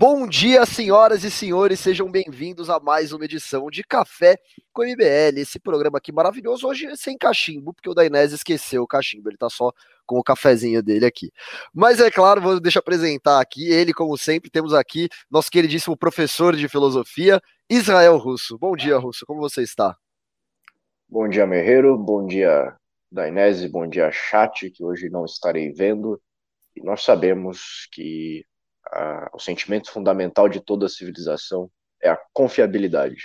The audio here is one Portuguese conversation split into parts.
Bom dia, senhoras e senhores, sejam bem-vindos a mais uma edição de Café com MBL, esse programa aqui maravilhoso, hoje sem cachimbo, porque o Dainese esqueceu o cachimbo, ele tá só com o cafezinho dele aqui. Mas é claro, deixa eu apresentar aqui, ele como sempre, temos aqui nosso queridíssimo professor de filosofia, Israel Russo. Bom dia, Russo, como você está? Bom dia, Merreiro. Bom dia, Dainese. Bom dia, chat, que hoje não estarei vendo. E nós sabemos que o sentimento fundamental de toda a civilização é a confiabilidade.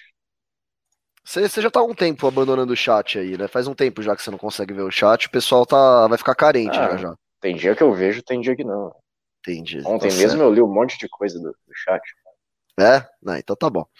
Você já tá há um tempo abandonando o chat aí, né? Faz um tempo já que você não consegue ver o chat, o pessoal vai ficar carente já Ah, já. tem dia que eu vejo, tem dia que não. Entendi, tá Ontem mesmo certo. eu li um monte de coisa do chat. É? Não, então tá bom.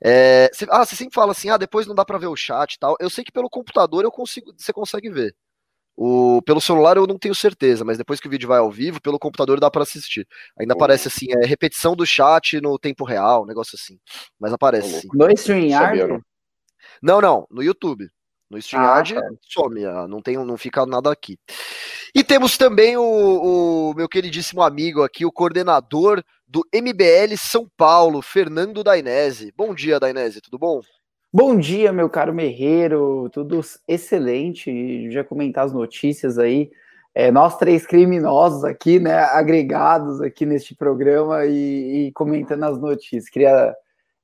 Você sempre fala assim, depois não dá pra ver o chat e tal. Eu sei que pelo computador você consegue ver. Pelo celular eu não tenho certeza, mas depois que o vídeo vai ao vivo, pelo computador dá pra assistir. Ainda aparece Ô, assim, repetição do chat no tempo real, um negócio assim. Mas ô, aparece sim. louco. No Não sabia, não. StreamYard? Não, não, no YouTube. No Ah, StreamYard tá. some, não fica nada aqui. E temos também o meu queridíssimo amigo aqui, o coordenador do MBL São Paulo, Fernando Dainese. Bom dia, Dainese, tudo bom? Bom dia, meu caro Merreiro, tudo excelente. Já comentar as notícias aí. Nós três criminosos aqui, né, agregados aqui neste programa e comentando as notícias. Queria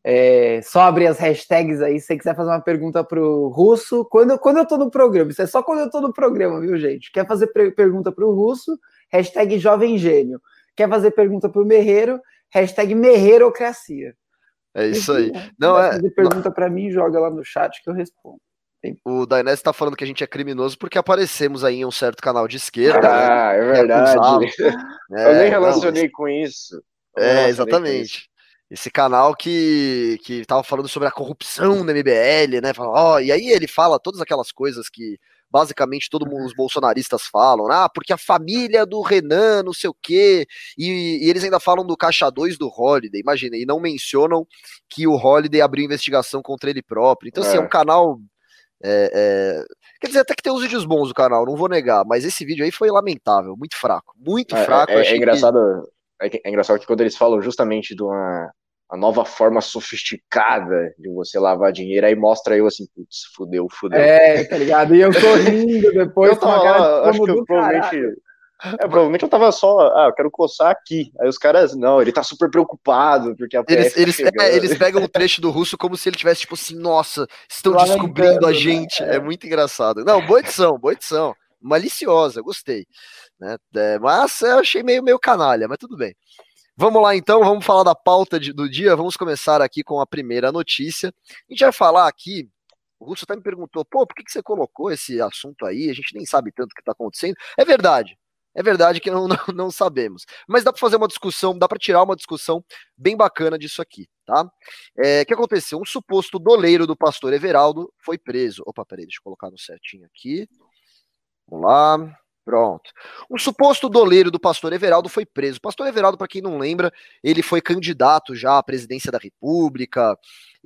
só abrir as hashtags aí, se você quiser fazer uma pergunta pro Russo, quando eu tô no programa, isso é só quando eu tô no programa, viu, gente? Quer fazer pergunta pro Russo, hashtag Jovem Gênio. Quer fazer pergunta pro Merreiro, hashtag Merreirocracia. É E isso se aí. Não, quiser fazer pergunta para mim, joga lá no chat que eu respondo. o Dainese tá falando que a gente é criminoso porque aparecemos aí em um certo canal de esquerda, né? Ah, é Que verdade. acusava. Eu nem Não, relacionei com isso. Eu nem relacionei com isso. exatamente. Esse canal que tava falando sobre a corrupção do MBL, né? E aí ele fala todas aquelas coisas que basicamente todos os bolsonaristas falam, porque a família do Renan, não sei o quê, e eles ainda falam do caixa 2 do Holiday, imagina, e não mencionam que o Holiday abriu investigação contra ele próprio. Então, assim, é um É, canal. é, é, Quer dizer, até que tem uns vídeos bons do canal, não vou negar, mas esse vídeo aí foi lamentável, muito fraco. Muito fraco, eu é achei que. engraçado, é engraçado que quando eles falam justamente de uma nova forma sofisticada de você lavar dinheiro, aí mostra eu assim, putz, fudeu, fudeu. Tá ligado? E eu sorrindo Eu depois com tava uma cara de lá, acho como que do caralho. provavelmente eu tava só, eu quero coçar aqui. Aí os caras, não, ele tá super preocupado porque a Eles, PF tá eles, chegando. eles pegam o trecho do Russo como se ele tivesse, tipo assim, nossa, Se estão descobrindo a lamentando, né? gente. É muito engraçado. Não, boa edição. Maliciosa, gostei. Né? Mas eu achei meio canalha, mas tudo bem. Vamos lá então, vamos falar da pauta do dia. Vamos começar aqui com a primeira notícia. A gente vai falar aqui. O Russo até me perguntou, pô, por que você colocou esse assunto aí? A gente nem sabe tanto o que está acontecendo. É verdade. É verdade que não sabemos. Mas dá para fazer uma discussão, dá para tirar uma discussão bem bacana disso aqui, tá? O que aconteceu? Um suposto doleiro do pastor Everaldo foi preso. Opa, peraí, deixa eu colocar no certinho aqui. Vamos lá. Pronto. Um suposto doleiro do pastor Everaldo foi preso. O pastor Everaldo, para quem não lembra, ele foi candidato já à presidência da República.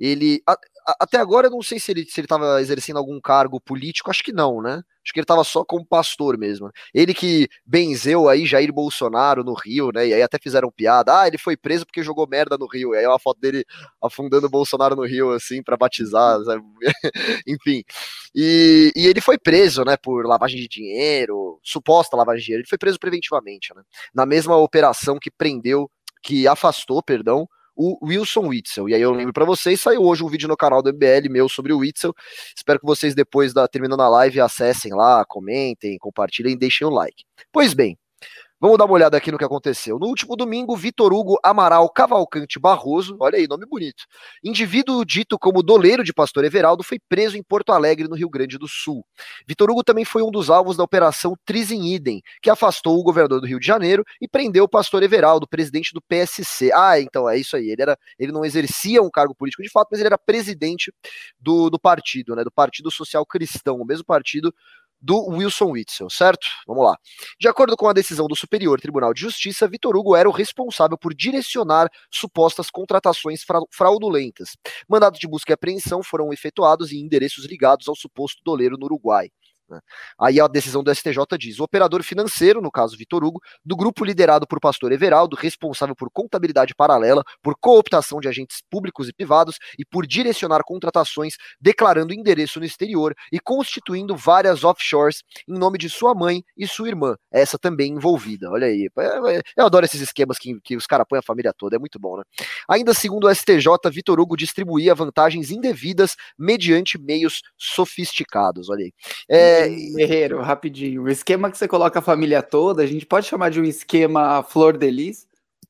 Até agora eu não sei se ele estava exercendo algum cargo político, acho que não, né? Acho que ele estava só como pastor mesmo. Ele que benzeu aí Jair Bolsonaro no Rio, né? E aí até fizeram piada. Ele foi preso porque jogou merda no Rio. E aí é uma foto dele afundando o Bolsonaro no Rio, assim, para batizar, sabe? Enfim. E ele foi preso, né, por lavagem de dinheiro, suposta lavagem de dinheiro. Ele foi preso preventivamente, né? Na mesma operação que afastou, perdão, o Wilson Witzel. E aí eu lembro para vocês, saiu hoje um vídeo no canal do MBL meu sobre o Witzel. Espero que vocês depois terminando a live acessem lá, comentem, compartilhem e deixem o like. Pois bem, vamos dar uma olhada aqui no que aconteceu. No último domingo, Vitor Hugo Amaral Cavalcante Barroso, olha aí, nome bonito, indivíduo dito como doleiro de pastor Everaldo, foi preso em Porto Alegre, no Rio Grande do Sul. Vitor Hugo também foi um dos alvos da Operação Trizem Idem, que afastou o governador do Rio de Janeiro e prendeu o pastor Everaldo, presidente do PSC. Então é isso aí, ele não exercia um cargo político de fato, mas ele era presidente do partido, né, do Partido Social Cristão, o mesmo partido do Wilson Witzel, certo? Vamos lá. De acordo com a decisão do Superior Tribunal de Justiça, Vitor Hugo era o responsável por direcionar supostas contratações fraudulentas. Mandados de busca e apreensão foram efetuados em endereços ligados ao suposto doleiro no Uruguai. né? Aí a decisão do STJ diz: o operador financeiro, no caso Vitor Hugo, do grupo liderado por pastor Everaldo, responsável por contabilidade paralela, por cooptação de agentes públicos e privados e por direcionar contratações, declarando endereço no exterior e constituindo várias offshores em nome de sua mãe e sua irmã, essa também envolvida. Olha aí, eu adoro esses esquemas que os caras põem a família toda, é muito bom, né? Ainda segundo o STJ, Vitor Hugo distribuía vantagens indevidas mediante meios sofisticados. Olha aí. Guerreiro, rapidinho. O esquema que você coloca a família toda, a gente pode chamar de um esquema Flor de Lis?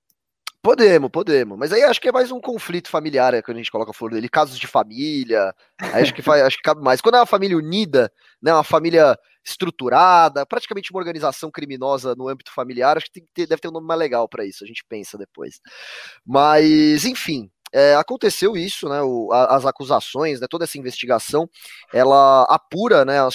Podemos, mas aí acho que é mais um conflito familiar quando a gente coloca flor dele, casos de família, aí acho que cabe mais. Quando é uma família unida, né, uma família estruturada, praticamente uma organização criminosa no âmbito familiar, acho que deve ter um nome mais legal para isso, a gente pensa depois. Mas, enfim, aconteceu isso, né, as acusações, né, toda essa investigação, ela apura, né, o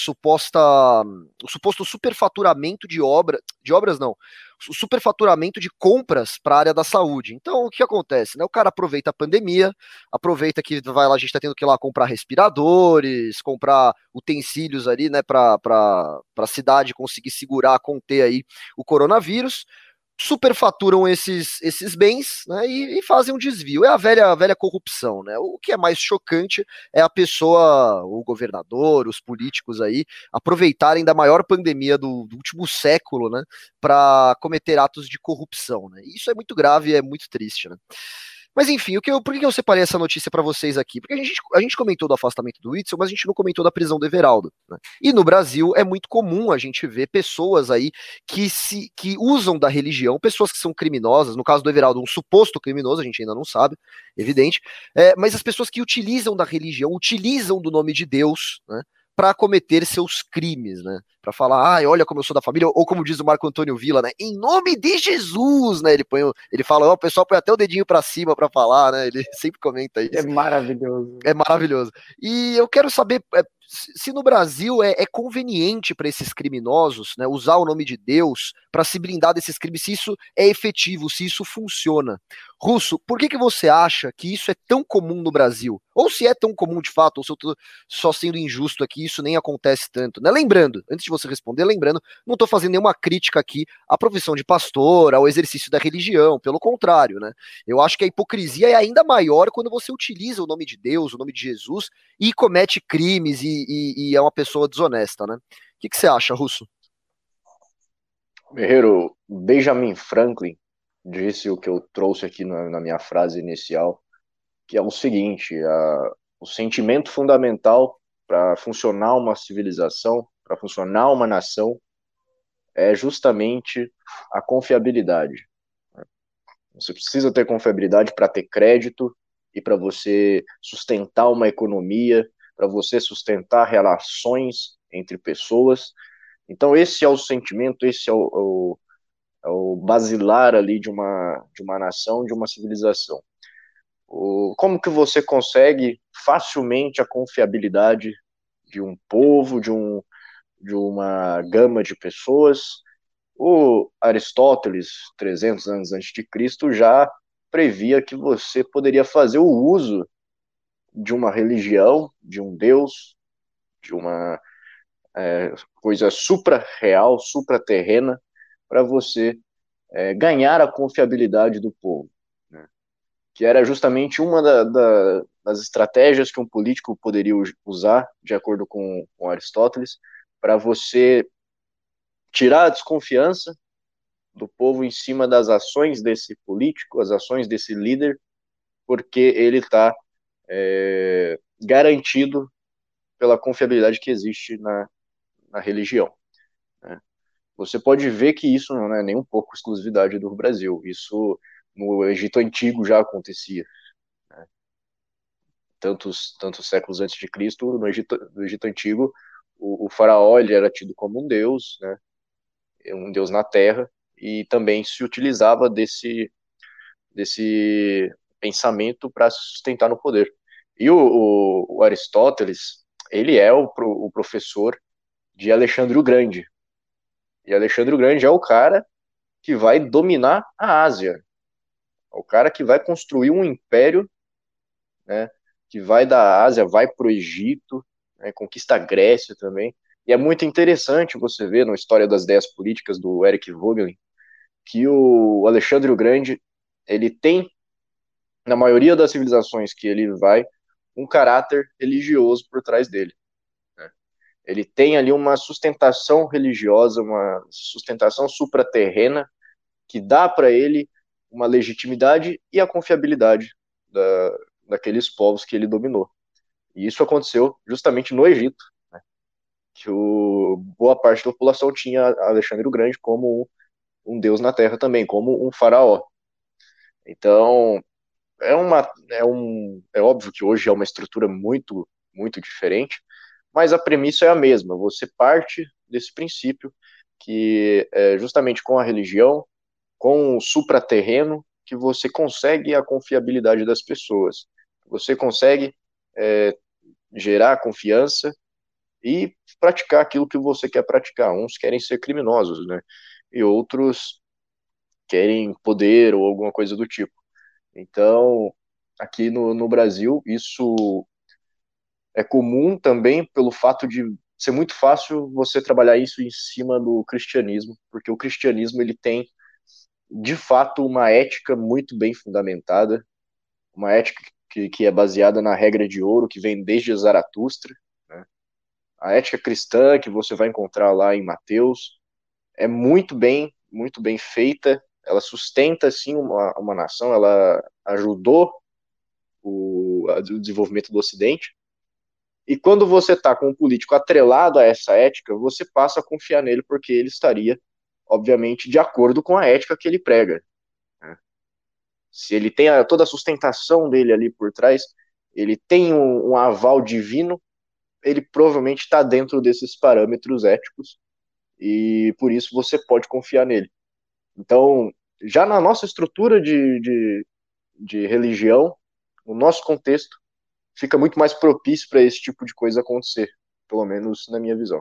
suposto superfaturamento de obras não, o superfaturamento de compras para a área da saúde. Então, o que acontece? Né? O cara aproveita a pandemia, aproveita que vai lá, a gente está tendo que ir lá comprar respiradores, comprar utensílios ali, né, para a cidade conseguir segurar, conter aí o coronavírus, superfaturam esses bens, né, e fazem um desvio. É a velha corrupção, né? O que é mais chocante é a pessoa, o governador, os políticos aí, aproveitarem da maior pandemia do último século, né, para cometer atos de corrupção, né? Isso é muito grave e é muito triste, né? Mas enfim, por que eu separei essa notícia para vocês aqui? Porque a gente comentou do afastamento do Witzel, mas a gente não comentou da prisão do Everaldo, né? E no Brasil é muito comum a gente ver pessoas aí que usam da religião, pessoas que são criminosas, no caso do Everaldo, um suposto criminoso, a gente ainda não sabe, evidente, mas as pessoas que utilizam da religião, utilizam do nome de Deus, né, para cometer seus crimes, né? Para falar, ai, olha como eu sou da família, ou como diz o Marco Antônio Villa, né? Em nome de Jesus, né? Ele fala, ó, o pessoal põe até o dedinho para cima para falar, né? Ele sempre comenta É isso. maravilhoso. É maravilhoso. E eu quero saber se no Brasil é conveniente para esses criminosos, né, usar o nome de Deus para se blindar desses crimes, se isso é efetivo, se isso funciona. Russo, por que você acha que isso é tão comum no Brasil? Ou se é tão comum de fato, ou se eu estou só sendo injusto aqui, isso nem acontece tanto, né? Lembrando, antes de você responder, não estou fazendo nenhuma crítica aqui à profissão de pastor, ao exercício da religião, pelo contrário, né? Eu acho que a hipocrisia é ainda maior quando você utiliza o nome de Deus, o nome de Jesus, e comete crimes e é uma pessoa desonesta, né? O que você acha, Russo? Guerreiro, Benjamin Franklin disse o que eu trouxe aqui na minha frase inicial, que é o seguinte: o sentimento fundamental para funcionar uma civilização, para funcionar uma nação, é justamente a confiabilidade. Você precisa ter confiabilidade para ter crédito e para você sustentar uma economia, para você sustentar relações entre pessoas. Então esse é o sentimento, esse é o basilar ali de uma nação, de uma civilização. Como que você consegue facilmente a confiabilidade de um povo, de uma gama de pessoas? O Aristóteles, 300 anos antes de Cristo, já previa que você poderia fazer o uso de uma religião, de um deus, de uma coisa supra-real, supra-terrena, para você ganhar a confiabilidade do povo, né? Que era justamente uma das estratégias que um político poderia usar, de acordo com Aristóteles, para você tirar a desconfiança do povo em cima das ações desse político, as ações desse líder, porque ele está garantido pela confiabilidade que existe na religião, né? Você pode ver que isso não é nem um pouco exclusividade do Brasil. Isso no Egito Antigo já acontecia, né? Tantos séculos antes de Cristo, no Egito Antigo, o faraó ele era tido como um deus, né? Um deus na terra, e também se utilizava desse pensamento para se sustentar no poder. E o Aristóteles, ele é o professor de Alexandre o Grande. E Alexandre o Grande é o cara que vai dominar a Ásia. É o cara que vai construir um império, né, que vai da Ásia, vai para o Egito, né, conquista a Grécia também. E é muito interessante você ver na história das ideias políticas do Eric Voegelin que o Alexandre o Grande, ele tem, na maioria das civilizações que ele vai, um caráter religioso por trás dele. Né? Ele tem ali uma sustentação religiosa, uma sustentação supraterrena, que dá para ele uma legitimidade e a confiabilidade daqueles povos que ele dominou. E isso aconteceu justamente no Egito, né? Que boa parte da população tinha Alexandre o Grande como um deus na Terra também, como um faraó. Então, é óbvio que hoje é uma estrutura muito, muito diferente, mas a premissa é a mesma. Você parte desse princípio que é justamente com a religião, com o supraterreno, que você consegue a confiabilidade das pessoas. Você consegue gerar confiança e praticar aquilo que você quer praticar. Uns querem ser criminosos, né? E outros querem poder ou alguma coisa do tipo. Então, aqui no Brasil, isso é comum também pelo fato de ser muito fácil você trabalhar isso em cima do cristianismo, porque o cristianismo ele tem, de fato, uma ética muito bem fundamentada, uma ética que é baseada na regra de ouro, que vem desde Zaratustra, né? A ética cristã que você vai encontrar lá em Mateus é muito bem feita, ela sustenta, sim, uma nação, ela ajudou o desenvolvimento do Ocidente. E quando você está com um político atrelado a essa ética, você passa a confiar nele porque ele estaria, obviamente, de acordo com a ética que ele prega. Né? Se ele tem toda a sustentação dele ali por trás, ele tem um aval divino, ele provavelmente está dentro desses parâmetros éticos e por isso você pode confiar nele. Então, já na nossa estrutura de religião, no nosso contexto, fica muito mais propício para esse tipo de coisa acontecer, pelo menos na minha visão.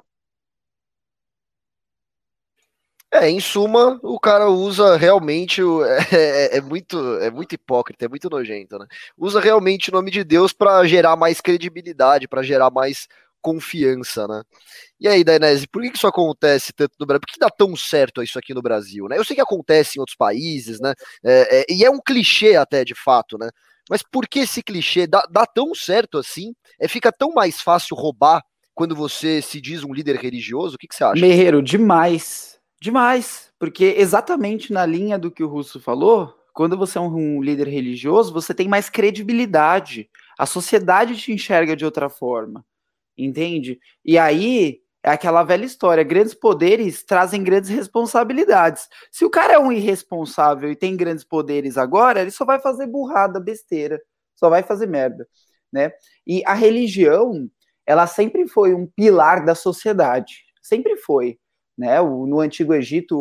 Em suma, o cara usa realmente é muito hipócrita, é muito nojento, né? Usa realmente o nome de Deus para gerar mais credibilidade, para gerar mais confiança, né? E aí, Dainese, por que isso acontece tanto no Brasil? Por que dá tão certo isso aqui no Brasil, né? Eu sei que acontece em outros países, né? E é um clichê até, de fato, né? Mas por que esse clichê dá tão certo assim? Fica tão mais fácil roubar quando você se diz um líder religioso? O que você acha? Merreiro, demais. Demais. Porque exatamente na linha do que o Russo falou, quando você é um líder religioso, você tem mais credibilidade. A sociedade te enxerga de outra forma. Entende? E aí é aquela velha história: grandes poderes trazem grandes responsabilidades. Se o cara é um irresponsável e tem grandes poderes agora, ele só vai fazer burrada, besteira, só vai fazer merda, né? E a religião, ela sempre foi um pilar da sociedade, sempre foi, né? No Antigo Egito,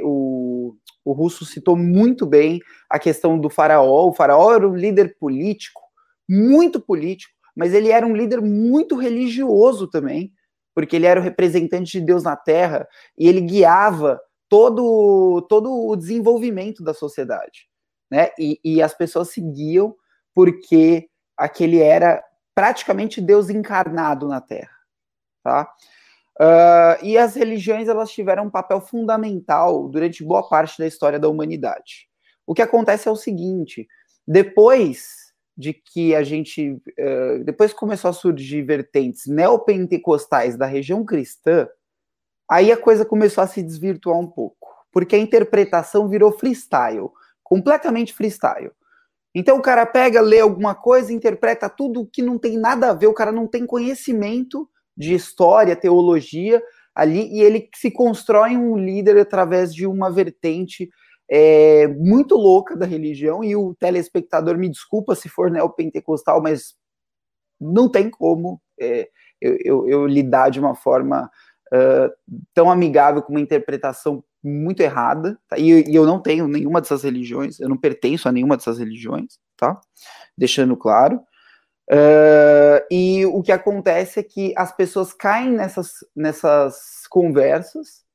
o Russo citou muito bem a questão do faraó. O faraó era um líder político, muito político, mas ele era um líder muito religioso também, porque ele era o representante de Deus na Terra e ele guiava todo o desenvolvimento da sociedade, né? E as pessoas seguiam porque aquele era praticamente Deus encarnado na Terra, tá? E as religiões, elas tiveram um papel fundamental durante boa parte da história da humanidade. O que acontece é o seguinte: depois de que a gente, depois que começou a surgir vertentes neopentecostais da região cristã, aí a coisa começou a se desvirtuar um pouco, porque a interpretação virou freestyle, completamente freestyle. Então o cara pega, lê alguma coisa, interpreta tudo que não tem nada a ver, o cara não tem conhecimento de história, teologia ali, e ele se constrói um líder através de uma vertente muito louca da religião. E o telespectador, me desculpa se for neopentecostal, mas não tem como eu lidar de uma forma tão amigável com uma interpretação muito errada, tá? E eu não tenho nenhuma dessas religiões, eu não pertenço a nenhuma dessas religiões, tá? Deixando claro. E o que acontece é que as pessoas caem nessas conversas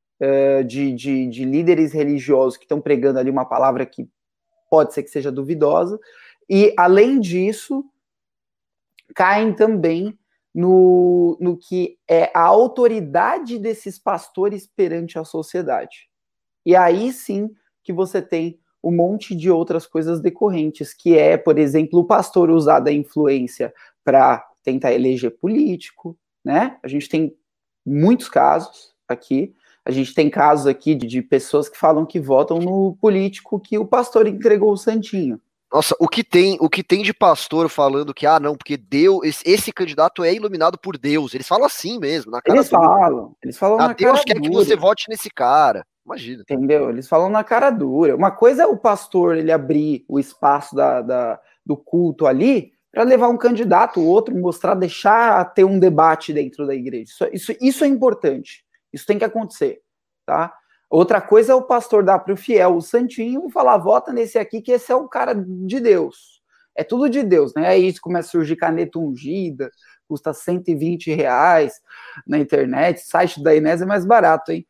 de líderes religiosos que estão pregando ali uma palavra que pode ser que seja duvidosa, e além disso, caem também no que é a autoridade desses pastores perante a sociedade. E aí sim que você tem um monte de outras coisas decorrentes, que é, por exemplo, o pastor usar da influência para tentar eleger político, né? A gente tem muitos casos aqui. A gente tem casos aqui de pessoas que falam que votam no político que o pastor entregou o santinho. Nossa, o que tem de pastor falando que, não, porque Deus, esse candidato é iluminado por Deus. Eles falam assim mesmo, na cara dura. Eles falam na cara Deus quer que você vote nesse cara. Imagina. Entendeu? Eles falam na cara dura. Uma coisa é o pastor ele abrir o espaço do culto ali para levar um candidato, o outro mostrar, deixar ter um debate dentro da igreja. Isso é importante. Isso tem que acontecer, tá? Outra coisa é o pastor dar para o fiel o santinho e falar, vota nesse aqui que esse é o cara de Deus. É tudo de Deus, né? Aí começa a surgir caneta ungida, custa R$120 na internet, site da Inés é mais barato, hein?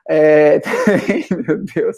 Meu Deus.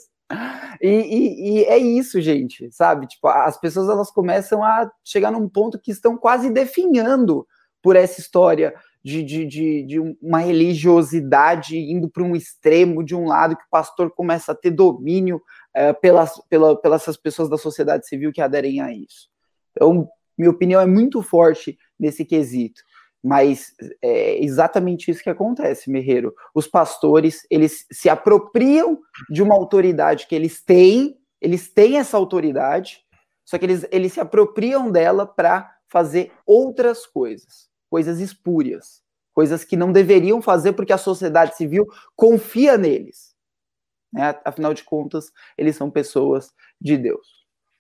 E é isso, gente, sabe? Tipo, as pessoas elas começam a chegar num ponto que estão quase definhando por essa história de uma religiosidade indo para um extremo de um lado que o pastor começa a ter domínio pelas essas pessoas da sociedade civil que aderem a isso. Então, minha opinião é muito forte nesse quesito. Mas é exatamente isso que acontece, Merreiro. Os pastores, eles se apropriam de uma autoridade que eles têm essa autoridade, só que eles se apropriam dela para fazer outras coisas espúrias, coisas que não deveriam fazer porque a sociedade civil confia neles. Né? Afinal de contas, eles são pessoas de Deus.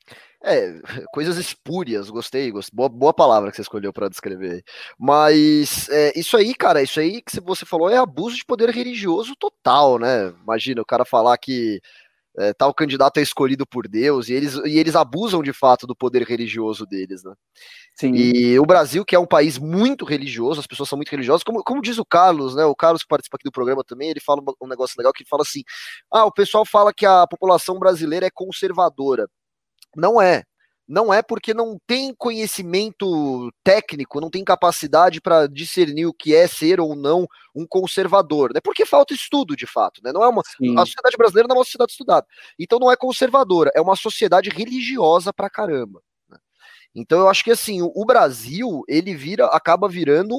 Coisas espúrias, gostei. Boa palavra que você escolheu para descrever. Mas isso aí, cara, isso aí que você falou é abuso de poder religioso total, né? Imagina o cara falar que tal candidato é escolhido por Deus e eles abusam de fato do poder religioso deles, né? Sim. E o Brasil, que é um país muito religioso, as pessoas são muito religiosas, como diz o Carlos, né? O Carlos que participa aqui do programa também, ele fala um negócio legal que ele fala assim: o pessoal fala que a população brasileira é conservadora. Não é porque não tem conhecimento técnico, não tem capacidade para discernir o que é ser ou não um conservador, né? Porque falta estudo, de fato, né? Não é a sociedade brasileira não é uma sociedade estudada. Então não é conservadora, é uma sociedade religiosa pra caramba. Né? Então eu acho que assim, o Brasil, ele acaba virando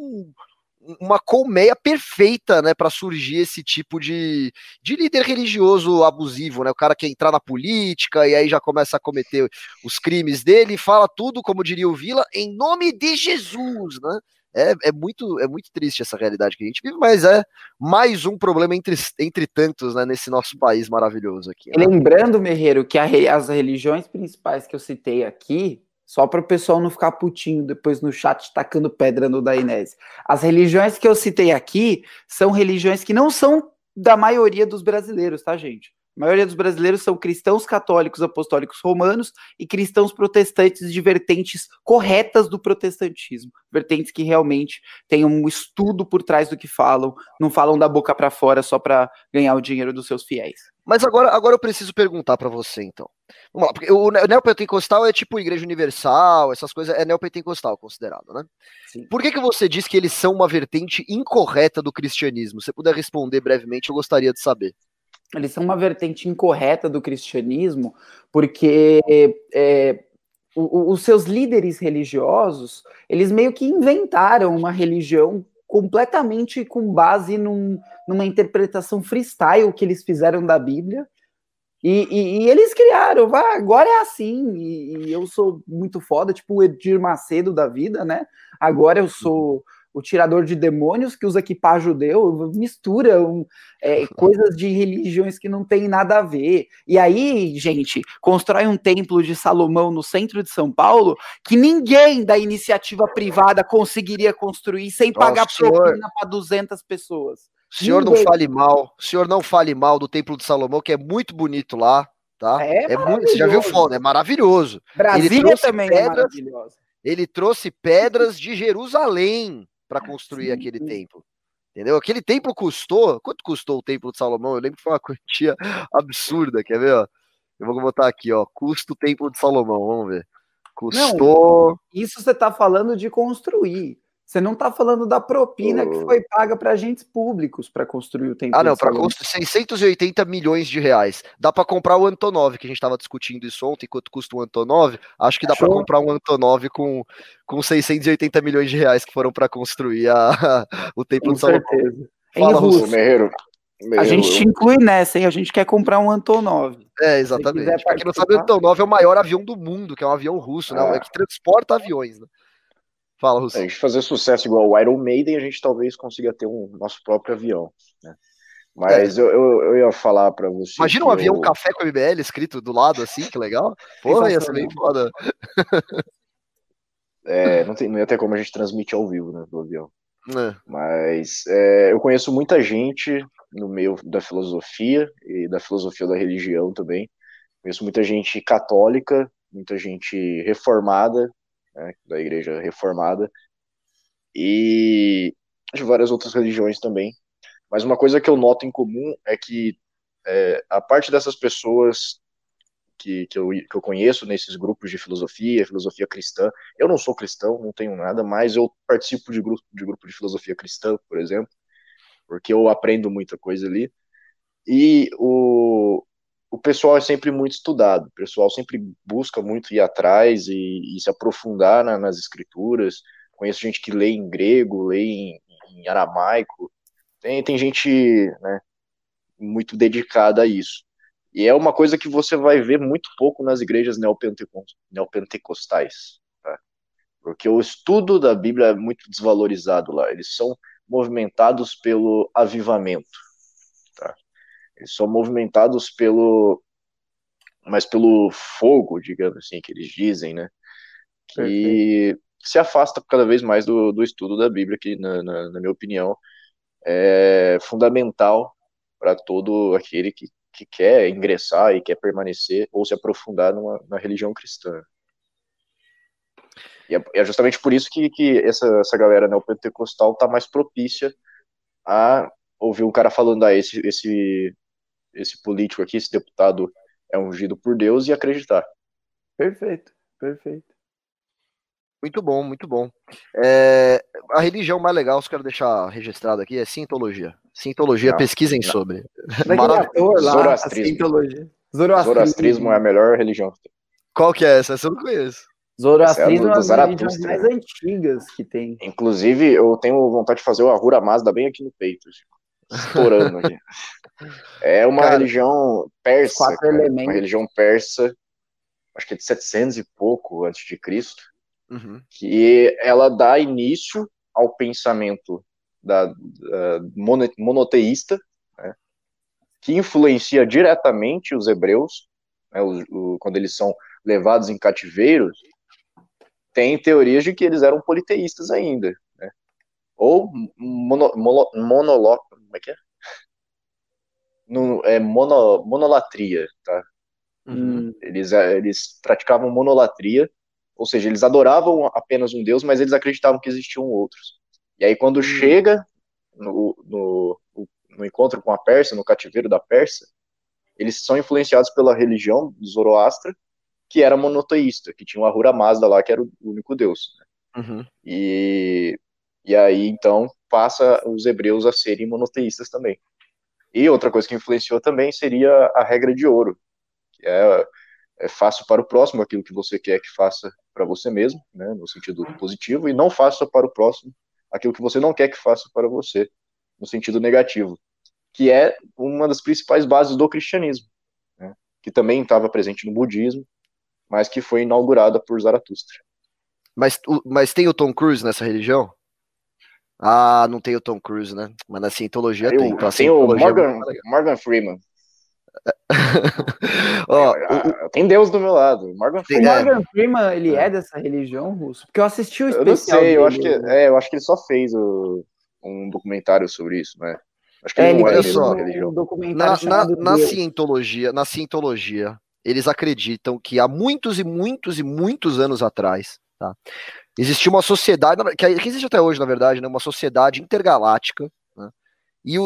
uma colmeia perfeita, né, para surgir esse tipo de líder religioso abusivo, né? O cara quer entrar na política e aí já começa a cometer os crimes dele e fala tudo, como diria o Vila, em nome de Jesus, né? É muito triste essa realidade que a gente vive, mas é mais um problema entre tantos, né, nesse nosso país maravilhoso aqui. Né? Lembrando, Merreiro, que as religiões principais que eu citei aqui, só para o pessoal não ficar putinho depois no chat tacando pedra no Dainese. As religiões que eu citei aqui são religiões que não são da maioria dos brasileiros, tá, gente? A maioria dos brasileiros são cristãos católicos apostólicos romanos e cristãos protestantes de vertentes corretas do protestantismo. Vertentes que realmente têm um estudo por trás do que falam, não falam da boca para fora só para ganhar o dinheiro dos seus fiéis. Mas agora eu preciso perguntar para você, então. Vamos lá, porque o neopentecostal é tipo Igreja Universal, essas coisas, é neopentecostal considerado, né? Sim. Por que você diz que eles são uma vertente incorreta do cristianismo? Se você puder responder brevemente, eu gostaria de saber. Eles são uma vertente incorreta do cristianismo porque os seus líderes religiosos, eles meio que inventaram uma religião completamente com base numa interpretação freestyle que eles fizeram da Bíblia, e eles criaram, agora é assim, e eu sou muito foda, tipo o Edir Macedo da vida, né? Agora eu sou o tirador de demônios que usa equipar judeu, mistura coisas de religiões que não tem nada a ver. E aí, gente, constrói um templo de Salomão no centro de São Paulo que ninguém da iniciativa privada conseguiria construir sem pagar propina para 200 pessoas. O senhor não fale mal do Templo de Salomão, que é muito bonito lá, tá? Você já viu foto, é maravilhoso. Brasília também é maravilhoso. Ele trouxe pedras de Jerusalém para construir aquele templo. Entendeu? Aquele templo custou... Quanto custou o Templo de Salomão? Eu lembro que foi uma quantia absurda, quer ver? Ó? Eu vou botar aqui, ó. Custo Templo de Salomão, vamos ver. Custou... Não, isso você está falando de construir. Você não está falando da propina que foi paga para agentes públicos para construir o templo. Ah, não, para construir 680 milhões de reais. Dá para comprar o Antonov, que a gente estava discutindo isso ontem, quanto custa um Antonov. Acho que dá para comprar um Antonov com 680 milhões de reais que foram para construir o templo de Salomão. Com certeza. Fala, Russo. Merreiro, a gente te inclui nessa, hein? A gente quer comprar um Antonov. Exatamente. Para quem não sabe, o Antonov é o maior avião do mundo, que é um avião russo, né? É que transporta aviões, né? Fala, Russo. A gente fazer sucesso igual o Iron Maiden, a gente talvez consiga ter um nosso próprio avião, né? Mas eu ia falar para você. Imagina um avião café com MBL escrito do lado, assim, que legal. Porra, ia ser bem foda. Não ia ter como a gente transmitir ao vivo, né, do avião. Mas eu conheço muita gente no meio da filosofia e da filosofia da religião também. Conheço muita gente católica, muita gente reformada, né, da igreja reformada, e de várias outras religiões também. Mas uma coisa que eu noto em comum é que a parte dessas pessoas que eu conheço nesses grupos de filosofia cristã, eu não sou cristão, não tenho nada, mas eu participo de grupo de filosofia cristã, por exemplo, porque eu aprendo muita coisa ali, e o pessoal é sempre muito estudado, o pessoal sempre busca muito ir atrás e se aprofundar nas escrituras. Conheço gente que lê em grego, lê em aramaico, tem gente, né, muito dedicada a isso. E é uma coisa que você vai ver muito pouco nas igrejas neopentecostais, tá? Porque o estudo da Bíblia é muito desvalorizado lá. Eles são movimentados pelo avivamento, tá? Eles são movimentados pelo fogo, digamos assim, que eles dizem, né? Que se afasta cada vez mais do estudo da Bíblia, que, na minha opinião, é fundamental para todo aquele que quer ingressar e quer permanecer ou se aprofundar na religião cristã. E é justamente por isso que essa galera neopentecostal está mais propícia a ouvir um cara falando, esse político aqui, esse deputado é ungido por Deus, e acreditar. Perfeito. Muito bom, muito bom. A religião mais legal, eu quero deixar registrado aqui, é Scientologia. Scientologia, pesquisem sobre. Zoroastrismo é a melhor religião. Qual que é essa? Essa eu não conheço. Zoroastrismo é uma das religiões mais antigas que tem. Inclusive, eu tenho vontade de fazer o Ahura Mazda bem aqui no peito, estourando aqui. É uma religião persa, uma religião persa, acho que é de 700 e pouco antes de Cristo, que ela dá início ao pensamento monoteísta, né, que influencia diretamente os hebreus, né, quando eles são levados em cativeiro. Tem teorias de que eles eram politeístas ainda, né? Ou como é que é? Monolatria, tá? Eles praticavam monolatria, ou seja, eles adoravam apenas um Deus, mas eles acreditavam que existiam outros. E aí, quando chega no encontro com a Pérsia, no cativeiro da Pérsia, eles são influenciados pela religião Zoroastra, que era monoteísta, que tinha o Ahura Mazda lá, que era o único Deus, né? E aí, então, passa os hebreus a serem monoteístas também. E outra coisa que influenciou também seria a regra de ouro, que é faça para o próximo aquilo que você quer que faça para você mesmo, né, no sentido positivo, e não faça para o próximo aquilo que você não quer que faça para você, no sentido negativo, que é uma das principais bases do cristianismo, né, que também estava presente no budismo, mas que foi inaugurada por Zaratustra. Mas tem o Tom Cruise nessa religião? Ah, não tem o Tom Cruise, né? Mas na Scientologia tem. Tem o Morgan Freeman. Tem Deus do meu lado. Morgan Freeman, ele é dessa religião, Russo? Porque eu assisti o especial dele. Eu sei, eu acho que ele só fez um documentário sobre isso, né? Acho que ele não olha só, religião. Na Scientologia, eles acreditam que há muitos e muitos e muitos anos atrás, tá, existia uma sociedade, que existe até hoje, na verdade, né, uma sociedade intergaláctica, né, e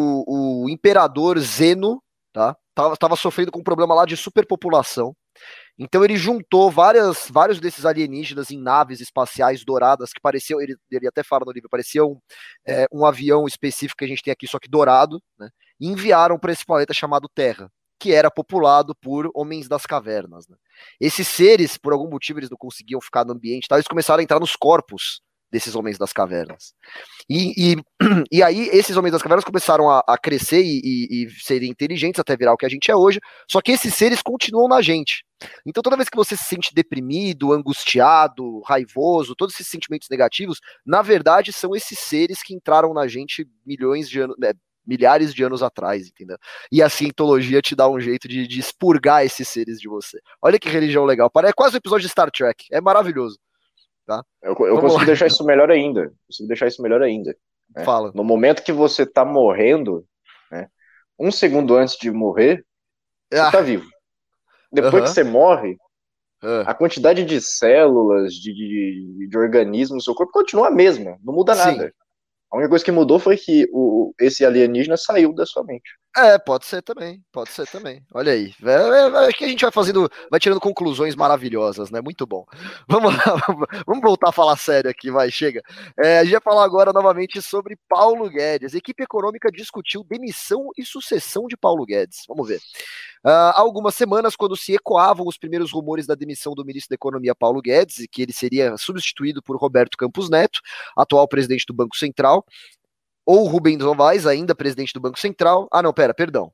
o imperador Zeno, tá, tava sofrendo com um problema lá de superpopulação, Então ele juntou vários desses alienígenas em naves espaciais douradas que pareciam, ele até fala no livro, parecia um avião específico que a gente tem aqui, só que dourado, né? E enviaram para esse planeta chamado Terra, que era populado por homens das cavernas, né? Esses seres, por algum motivo, eles não conseguiam ficar no ambiente, tá? Eles começaram a entrar nos corpos desses homens das cavernas. E aí, esses homens das cavernas começaram a crescer e serem inteligentes até virar o que a gente é hoje, só que esses seres continuam na gente. Então, toda vez que você se sente deprimido, angustiado, raivoso, todos esses sentimentos negativos, na verdade, são esses seres que entraram na gente milhões de anos, né, milhares de anos atrás, entendeu? E a cientologia te dá um jeito de expurgar esses seres de você. Olha que religião legal. É quase um episódio de Star Trek. É maravilhoso. Tá? Eu consigo deixar isso melhor ainda. Né? Fala. No momento que você tá morrendo, né, um segundo antes de morrer, você tá vivo. Depois que você morre, a quantidade de células, de organismos no seu corpo continua a mesma, não muda nada. A única coisa que mudou foi que esse alienígena saiu da sua mente. Pode ser também. Olha aí. Acho que a gente vai tirando conclusões maravilhosas, né? Muito bom. Vamos lá, vamos voltar a falar sério aqui, vai, chega. A gente vai falar agora novamente sobre Paulo Guedes. A equipe econômica discutiu demissão e sucessão de Paulo Guedes. Vamos ver. Há algumas semanas, quando se ecoavam os primeiros rumores da demissão do ministro da Economia, Paulo Guedes, e que ele seria substituído por Roberto Campos Neto, atual presidente do Banco Central, ou Rubens Novaes, ainda presidente do Banco Central. Ah, não, perdão.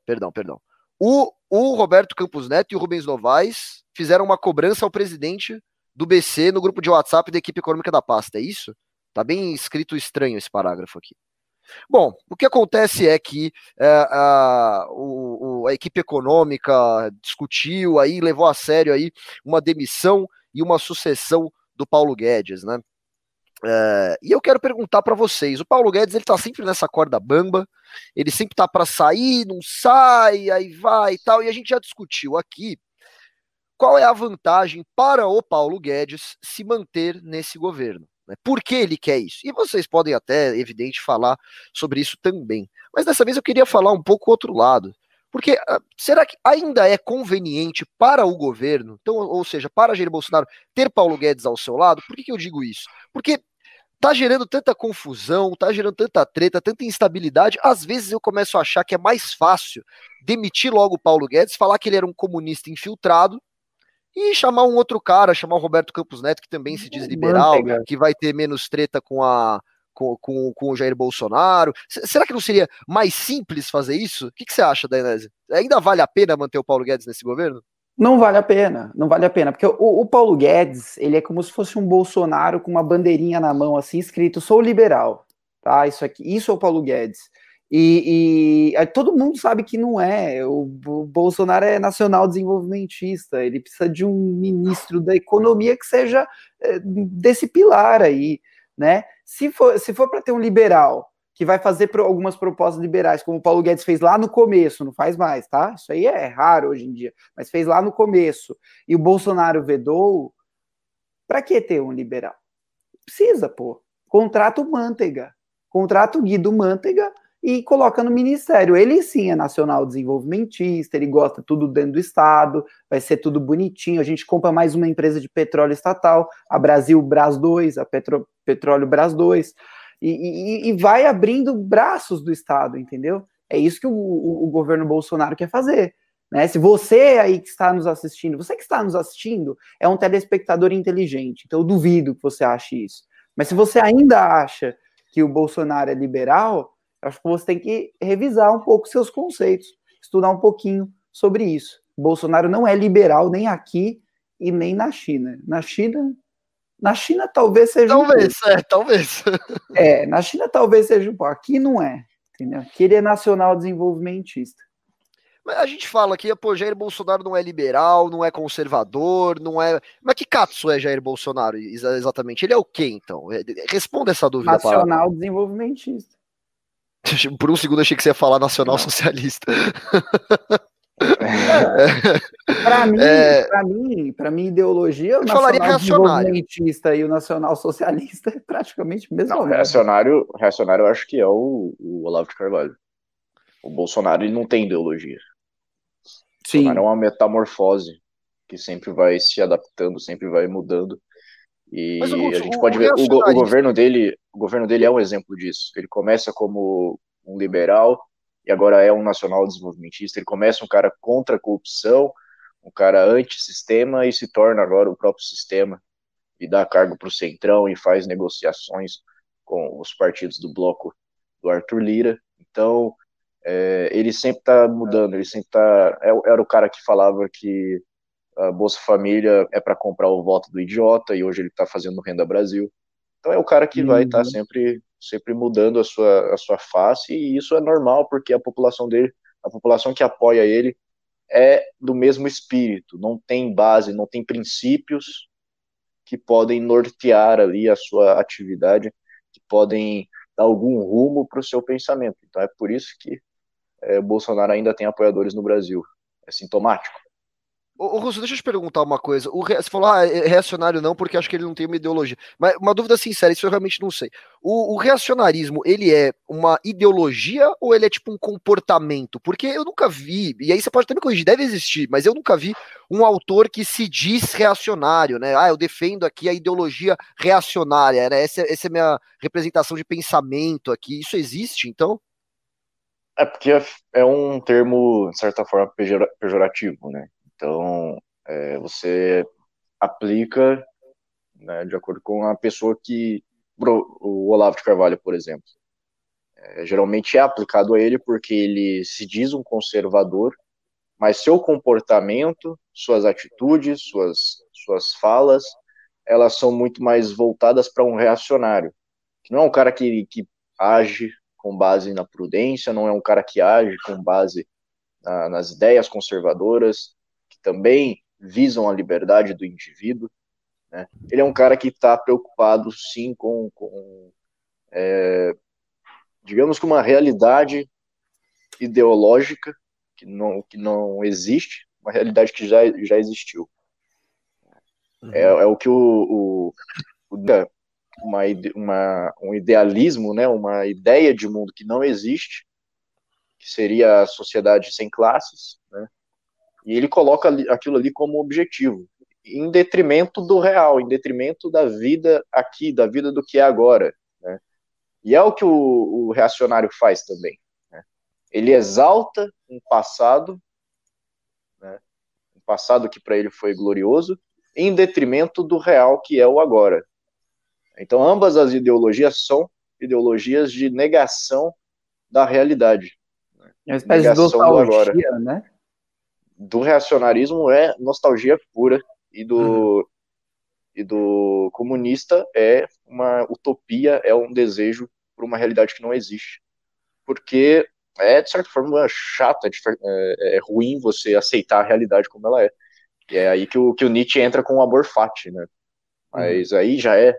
O Roberto Campos Neto e o Rubens Novaes fizeram uma cobrança ao presidente do BC no grupo de WhatsApp da equipe econômica da pasta, é isso? Tá bem escrito estranho esse parágrafo aqui. Bom, o que acontece é que a equipe econômica discutiu aí, levou a sério aí uma demissão e uma sucessão do Paulo Guedes, né? E eu quero perguntar para vocês, o Paulo Guedes, ele tá sempre nessa corda bamba, ele sempre tá para sair, não sai, aí vai e tal, e a gente já discutiu aqui qual é a vantagem para o Paulo Guedes se manter nesse governo, né? Por que ele quer isso? E vocês podem até, evidente, falar sobre isso também, mas dessa vez eu queria falar um pouco o outro lado, porque será que ainda é conveniente para o governo, então, ou seja, para Jair Bolsonaro, ter Paulo Guedes ao seu lado? Por que eu digo isso? Porque tá gerando tanta confusão, tá gerando tanta treta, tanta instabilidade, às vezes eu começo a achar que é mais fácil demitir logo o Paulo Guedes, falar que ele era um comunista infiltrado, e chamar um outro cara, chamar o Roberto Campos Neto, que também se diz liberal, que vai ter menos treta com o Jair Bolsonaro. Será que não seria mais simples fazer isso? O que você acha, Dainese? Ainda vale a pena manter o Paulo Guedes nesse governo? Não vale a pena, porque o Paulo Guedes, ele é como se fosse um Bolsonaro com uma bandeirinha na mão, assim, escrito, sou liberal, tá, isso é o Paulo Guedes, e todo mundo sabe que não é, o Bolsonaro é nacional desenvolvimentista, ele precisa de um ministro da economia que seja desse pilar aí, né, se for para ter um liberal, que vai fazer algumas propostas liberais, como o Paulo Guedes fez lá no começo, não faz mais, tá? Isso aí é raro hoje em dia, mas fez lá no começo, e o Bolsonaro vedou, para que ter um liberal? Precisa, pô. Contrata o Manteiga, contrata o Guido Manteiga e coloca no ministério. Ele sim é nacional desenvolvimentista, ele gosta tudo dentro do Estado, vai ser tudo bonitinho, a gente compra mais uma empresa de petróleo estatal, a Brasil Brás 2, a Petróleo Brás 2, e vai abrindo braços do Estado, entendeu? É isso que o governo Bolsonaro quer fazer, né? Se você aí que está nos assistindo, é um telespectador inteligente, então eu duvido que você ache isso. Mas se você ainda acha que o Bolsonaro é liberal, eu acho que você tem que revisar um pouco seus conceitos, estudar um pouquinho sobre isso. O Bolsonaro não é liberal nem aqui e nem na China. Na China talvez seja talvez. Na China talvez seja um pouco. Aqui não é, entendeu? Aqui ele é nacional desenvolvimentista. Mas a gente fala que, pô, Jair Bolsonaro não é liberal, não é conservador, não é... Mas que catso é Jair Bolsonaro, exatamente? Ele é o quê, então? Responda essa dúvida. Nacional desenvolvimentista. Por um segundo eu achei que você ia falar nacional socialista. Para mim, ideologia, o nacional desenvolvimentista e o nacional socialista é praticamente o mesmo. Reacionário eu acho que é o Olavo de Carvalho. O Bolsonaro, ele não tem ideologia. O Bolsonaro é uma metamorfose que sempre vai se adaptando, sempre vai mudando. Mas E a gente o pode ver, o reacionarismo. governo dele é um exemplo disso. Ele começa como um liberal e agora é um nacional desenvolvimentista. Ele começa um cara contra a corrupção, um cara anti-sistema e se torna agora o próprio sistema e dá cargo para o Centrão e faz negociações com os partidos do bloco do Arthur Lira. Então, ele sempre está mudando, ele sempre está. Era o cara que falava que a Bolsa Família é para comprar o voto do idiota, e hoje ele está fazendo Renda Brasil. Então é o cara que vai estar sempre mudando a sua face, e isso é normal, porque a população dele, a população que apoia ele, é do mesmo espírito, não tem base, não tem princípios que podem nortear ali a sua atividade, que podem dar algum rumo para o seu pensamento. Então é por isso que o Bolsonaro ainda tem apoiadores no Brasil. É sintomático. Ô, Russo, deixa eu te perguntar uma coisa. Você falou, é reacionário não, porque acho que ele não tem uma ideologia. Mas uma dúvida sincera, isso eu realmente não sei. O reacionarismo, ele é uma ideologia ou ele é tipo um comportamento? Porque eu nunca vi, e aí você pode até me corrigir, deve existir, mas eu nunca vi um autor que se diz reacionário, né? Eu defendo aqui a ideologia reacionária, né? Essa é a minha representação de pensamento aqui. Isso existe, então? É porque é um termo, de certa forma, pejorativo, né? Então, você aplica, né, de acordo com a pessoa que... O Olavo de Carvalho, por exemplo. Geralmente é aplicado a ele porque ele se diz um conservador, mas seu comportamento, suas atitudes, suas falas, elas são muito mais voltadas para um reacionário. Que não é um cara que age com base na prudência, não é um cara que age com base nas ideias conservadoras, que também visam a liberdade do indivíduo. Né? Ele é um cara que está preocupado, sim, digamos que uma realidade ideológica que não existe, uma realidade que já existiu. É o que um idealismo, né, uma ideia de mundo que não existe, que seria a sociedade sem classes, né, e ele coloca aquilo ali como objetivo, em detrimento do real, em detrimento da vida aqui, da vida do que é agora. Né, e é o que o reacionário faz também. Né, ele exalta um passado, né, um passado que para ele foi glorioso, em detrimento do real que é o agora. Então, ambas as ideologias são ideologias de negação da realidade. É uma espécie de Negação do agora. nostalgia, né? Do reacionarismo é nostalgia pura, e do comunista é uma utopia, é um desejo por uma realidade que não existe. Porque de certa forma, chata, é ruim você aceitar a realidade como ela é. E é aí que o Nietzsche entra com o amor fati, né? Mas aí já é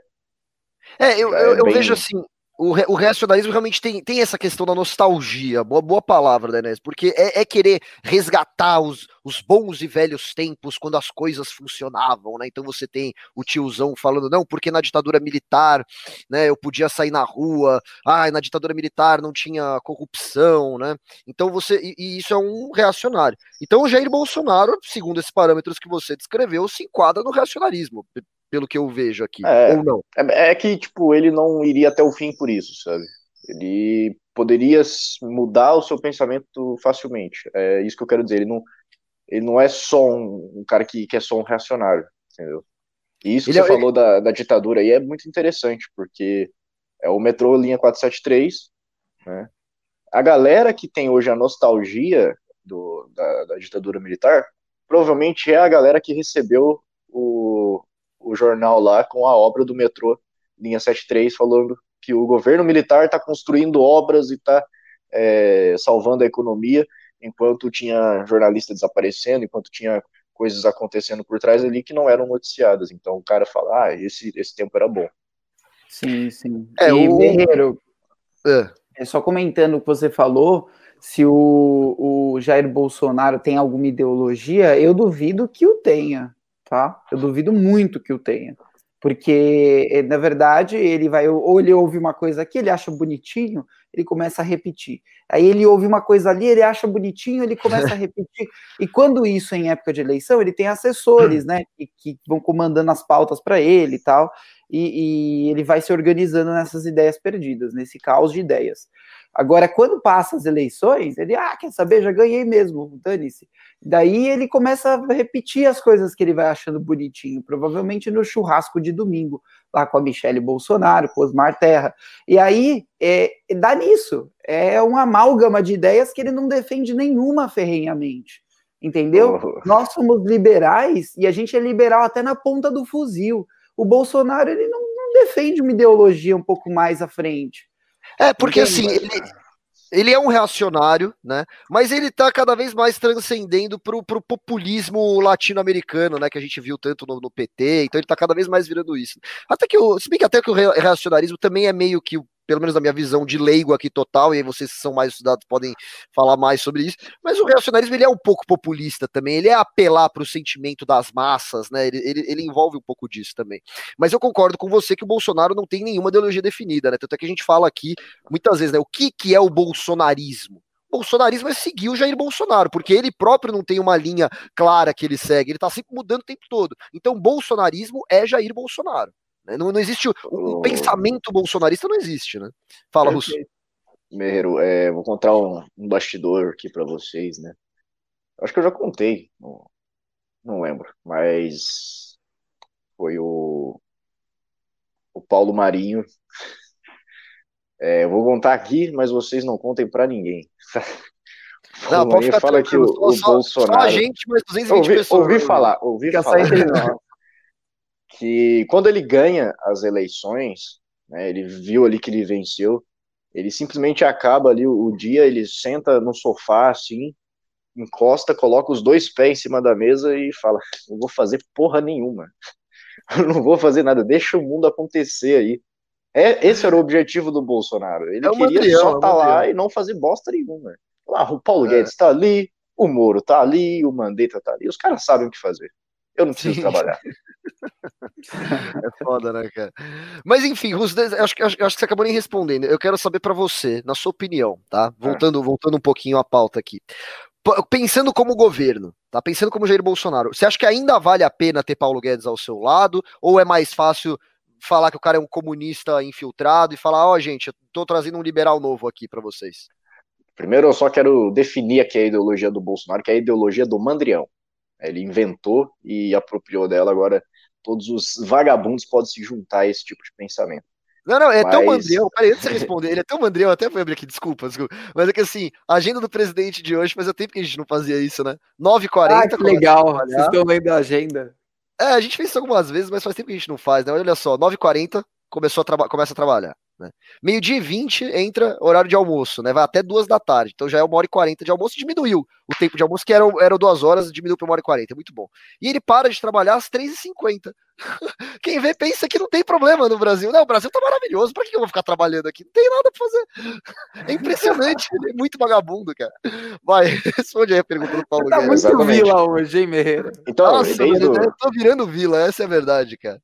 Eu bem... vejo assim, o reacionarismo realmente tem essa questão da nostalgia, boa palavra, né, Nes? Porque é querer resgatar os bons e velhos tempos quando as coisas funcionavam, né? Então você tem o tiozão falando, não, porque na ditadura militar, né, eu podia sair na rua, na ditadura militar não tinha corrupção, né? Então e isso é um reacionário. Então o Jair Bolsonaro, segundo esses parâmetros que você descreveu, se enquadra no reacionarismo, pelo que eu vejo aqui, ou não? É que, tipo, ele não iria até o fim por isso, sabe? Ele poderia mudar o seu pensamento facilmente. É isso que eu quero dizer. Ele não é só um cara que é só um reacionário, entendeu? E isso que você falou da ditadura aí é muito interessante, porque é o metrô linha 473, né? A galera que tem hoje a nostalgia da ditadura militar, provavelmente é a galera que recebeu o jornal lá com a obra do metrô linha 73 falando que o governo militar está construindo obras e está salvando a economia, enquanto tinha jornalista desaparecendo, enquanto tinha coisas acontecendo por trás ali que não eram noticiadas. Então o cara fala, esse tempo era bom. Sim. Guerreiro, só comentando o que você falou, se o Jair Bolsonaro tem alguma ideologia, eu duvido que o tenha, tá? Eu duvido muito que o tenha. Porque, na verdade, ele vai, ou ele ouve uma coisa aqui, ele acha bonitinho, ele começa a repetir. Aí ele ouve uma coisa ali, ele acha bonitinho, ele começa a repetir. E quando isso é em época de eleição, ele tem assessores, né, que vão comandando as pautas para ele e tal, e ele vai se organizando nessas ideias perdidas, nesse caos de ideias. Agora, quando passa as eleições, ele, quer saber, já ganhei mesmo, dane-se. Daí ele começa a repetir as coisas que ele vai achando bonitinho, provavelmente no churrasco de domingo, lá com a Michele Bolsonaro, com o Osmar Terra. E aí, dá nisso. É uma amálgama de ideias que ele não defende nenhuma ferrenhamente. Entendeu? Nós somos liberais e a gente é liberal até na ponta do fuzil. O Bolsonaro, ele não defende uma ideologia um pouco mais à frente. Porque assim, ele é um reacionário, né? Mas ele tá cada vez mais transcendendo pro populismo latino-americano, né? Que a gente viu tanto no PT, então ele tá cada vez mais virando isso. Se bem que até que o reacionarismo também é meio que, pelo menos na minha visão de leigo aqui total, e aí vocês que são mais estudados podem falar mais sobre isso, mas o reacionarismo ele é um pouco populista também, ele é apelar para o sentimento das massas, né, ele envolve um pouco disso também. Mas eu concordo com você que o Bolsonaro não tem nenhuma ideologia definida, né, tanto é que a gente fala aqui muitas vezes, né, o que é o bolsonarismo? O bolsonarismo é seguir o Jair Bolsonaro, porque ele próprio não tem uma linha clara que ele segue, ele tá sempre mudando o tempo todo. Então, bolsonarismo é Jair Bolsonaro. Não existe um pensamento bolsonarista, não existe, né? Fala, Russo. Merreiro, vou contar um bastidor aqui para vocês, né? Acho que eu já contei, não lembro, mas foi o Paulo Marinho. Eu vou contar aqui, mas vocês não contem para ninguém. Não, pode ficar fala que o Bolsonaro. Só a gente, mas 220 pessoas. Ouvi falar. Que quando ele ganha as eleições, né, ele viu ali que ele venceu, ele simplesmente acaba ali o dia, ele senta no sofá assim, encosta, coloca os 2 pés em cima da mesa e fala, não vou fazer porra nenhuma, eu não vou fazer nada, deixa o mundo acontecer aí. Esse era o objetivo do Bolsonaro, ele queria só estar lá e não fazer bosta nenhuma. Lá, o Paulo Guedes tá ali, o Moro tá ali, o Mandetta tá ali, os caras sabem o que fazer. Eu não preciso trabalhar. É foda, né, cara? Mas enfim, Russo, acho que você acabou nem respondendo. Eu quero saber pra você, na sua opinião, tá? Voltando um pouquinho à pauta aqui. Pensando como governo, tá? Pensando como Jair Bolsonaro, você acha que ainda vale a pena ter Paulo Guedes ao seu lado? Ou é mais fácil falar que o cara é um comunista infiltrado e falar, gente, eu tô trazendo um liberal novo aqui pra vocês? Primeiro, eu só quero definir aqui a ideologia do Bolsonaro, que é a ideologia do mandrião. Ele inventou e apropriou dela, agora todos os vagabundos podem se juntar a esse tipo de pensamento. Não, tão mandrião, peraí, antes de você responder, ele é tão mandrião, até foi abrir aqui, desculpa, mas é que assim, a agenda do presidente de hoje, fazia tempo que a gente não fazia isso, né? 9h40. Que legal, vocês estão lendo a agenda. A gente fez isso algumas vezes, mas faz tempo que a gente não faz, né? Olha só, 9h40, começa a trabalhar, né? 12h20 entra horário de almoço, né? Vai até 2h, então já é 1h40 de almoço, diminuiu o tempo de almoço, que era 2 horas, diminuiu para 1h40, muito bom. E ele para de trabalhar às 3h50. Quem vê pensa que não tem problema no Brasil. Não, o Brasil tá maravilhoso, pra que eu vou ficar trabalhando aqui? Não tem nada pra fazer. É impressionante, ele é muito vagabundo, cara. Vai, responde aí a pergunta do Paulo Guedes. Tá muito exatamente. Vila hoje, hein, Merreiro? Então, nossa, eu tô virando vila, essa é a verdade, cara.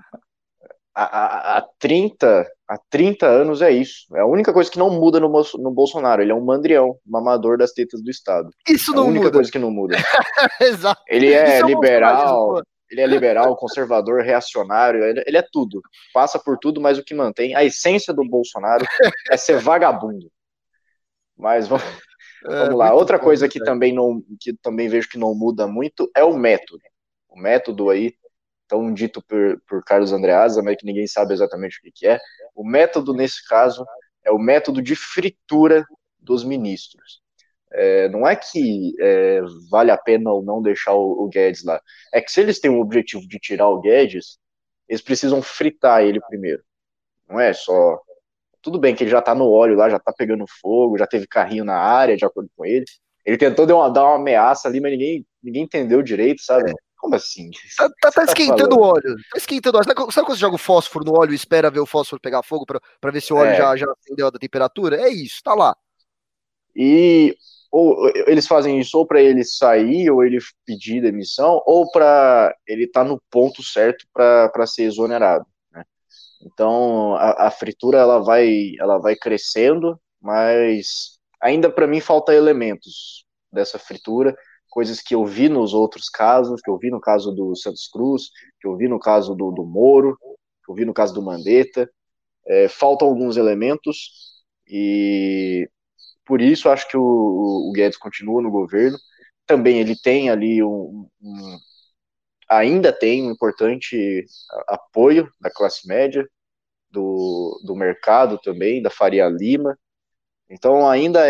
Há 30 anos é isso. É a única coisa que não muda no Bolsonaro. Ele é um mandrião, mamador das tetas do Estado. Isso não muda. É a única coisa que não muda. Exato. Ele é liberal, ele é liberal, conservador, reacionário, ele é tudo. Passa por tudo, mas o que mantém, a essência do Bolsonaro é ser vagabundo. Mas vamos lá. Outra coisa que também vejo que não muda muito é o método. O método aí, tão dito por Carlos Andreasa, mas que ninguém sabe exatamente o que é. O método, nesse caso, é o método de fritura dos ministros. Não é que vale a pena ou não deixar o Guedes lá. É que se eles têm o objetivo de tirar o Guedes, eles precisam fritar ele primeiro. Não é só... Tudo bem que ele já tá no óleo lá, já tá pegando fogo, já teve carrinho na área, de acordo com ele. Ele tentou dar uma ameaça ali, mas ninguém entendeu direito, sabe? Como assim? Tá esquentando o óleo. Tá esquentando o óleo. Sabe quando você joga o fósforo no óleo e espera ver o fósforo pegar fogo pra ver se o óleo já acendeu a temperatura? É isso, tá lá. E ou eles fazem isso ou para ele sair, ou ele pedir demissão, ou para ele estar no ponto certo para ser exonerado, né? Então a fritura ela vai crescendo, mas ainda para mim falta elementos dessa fritura, coisas que eu vi nos outros casos, que eu vi no caso do Santos Cruz, que eu vi no caso do Moro, que eu vi no caso do Mandetta. Faltam alguns elementos e por isso acho que o Guedes continua no governo. Também ele tem ali ainda tem um importante apoio da classe média, do mercado também, da Faria Lima. Então ainda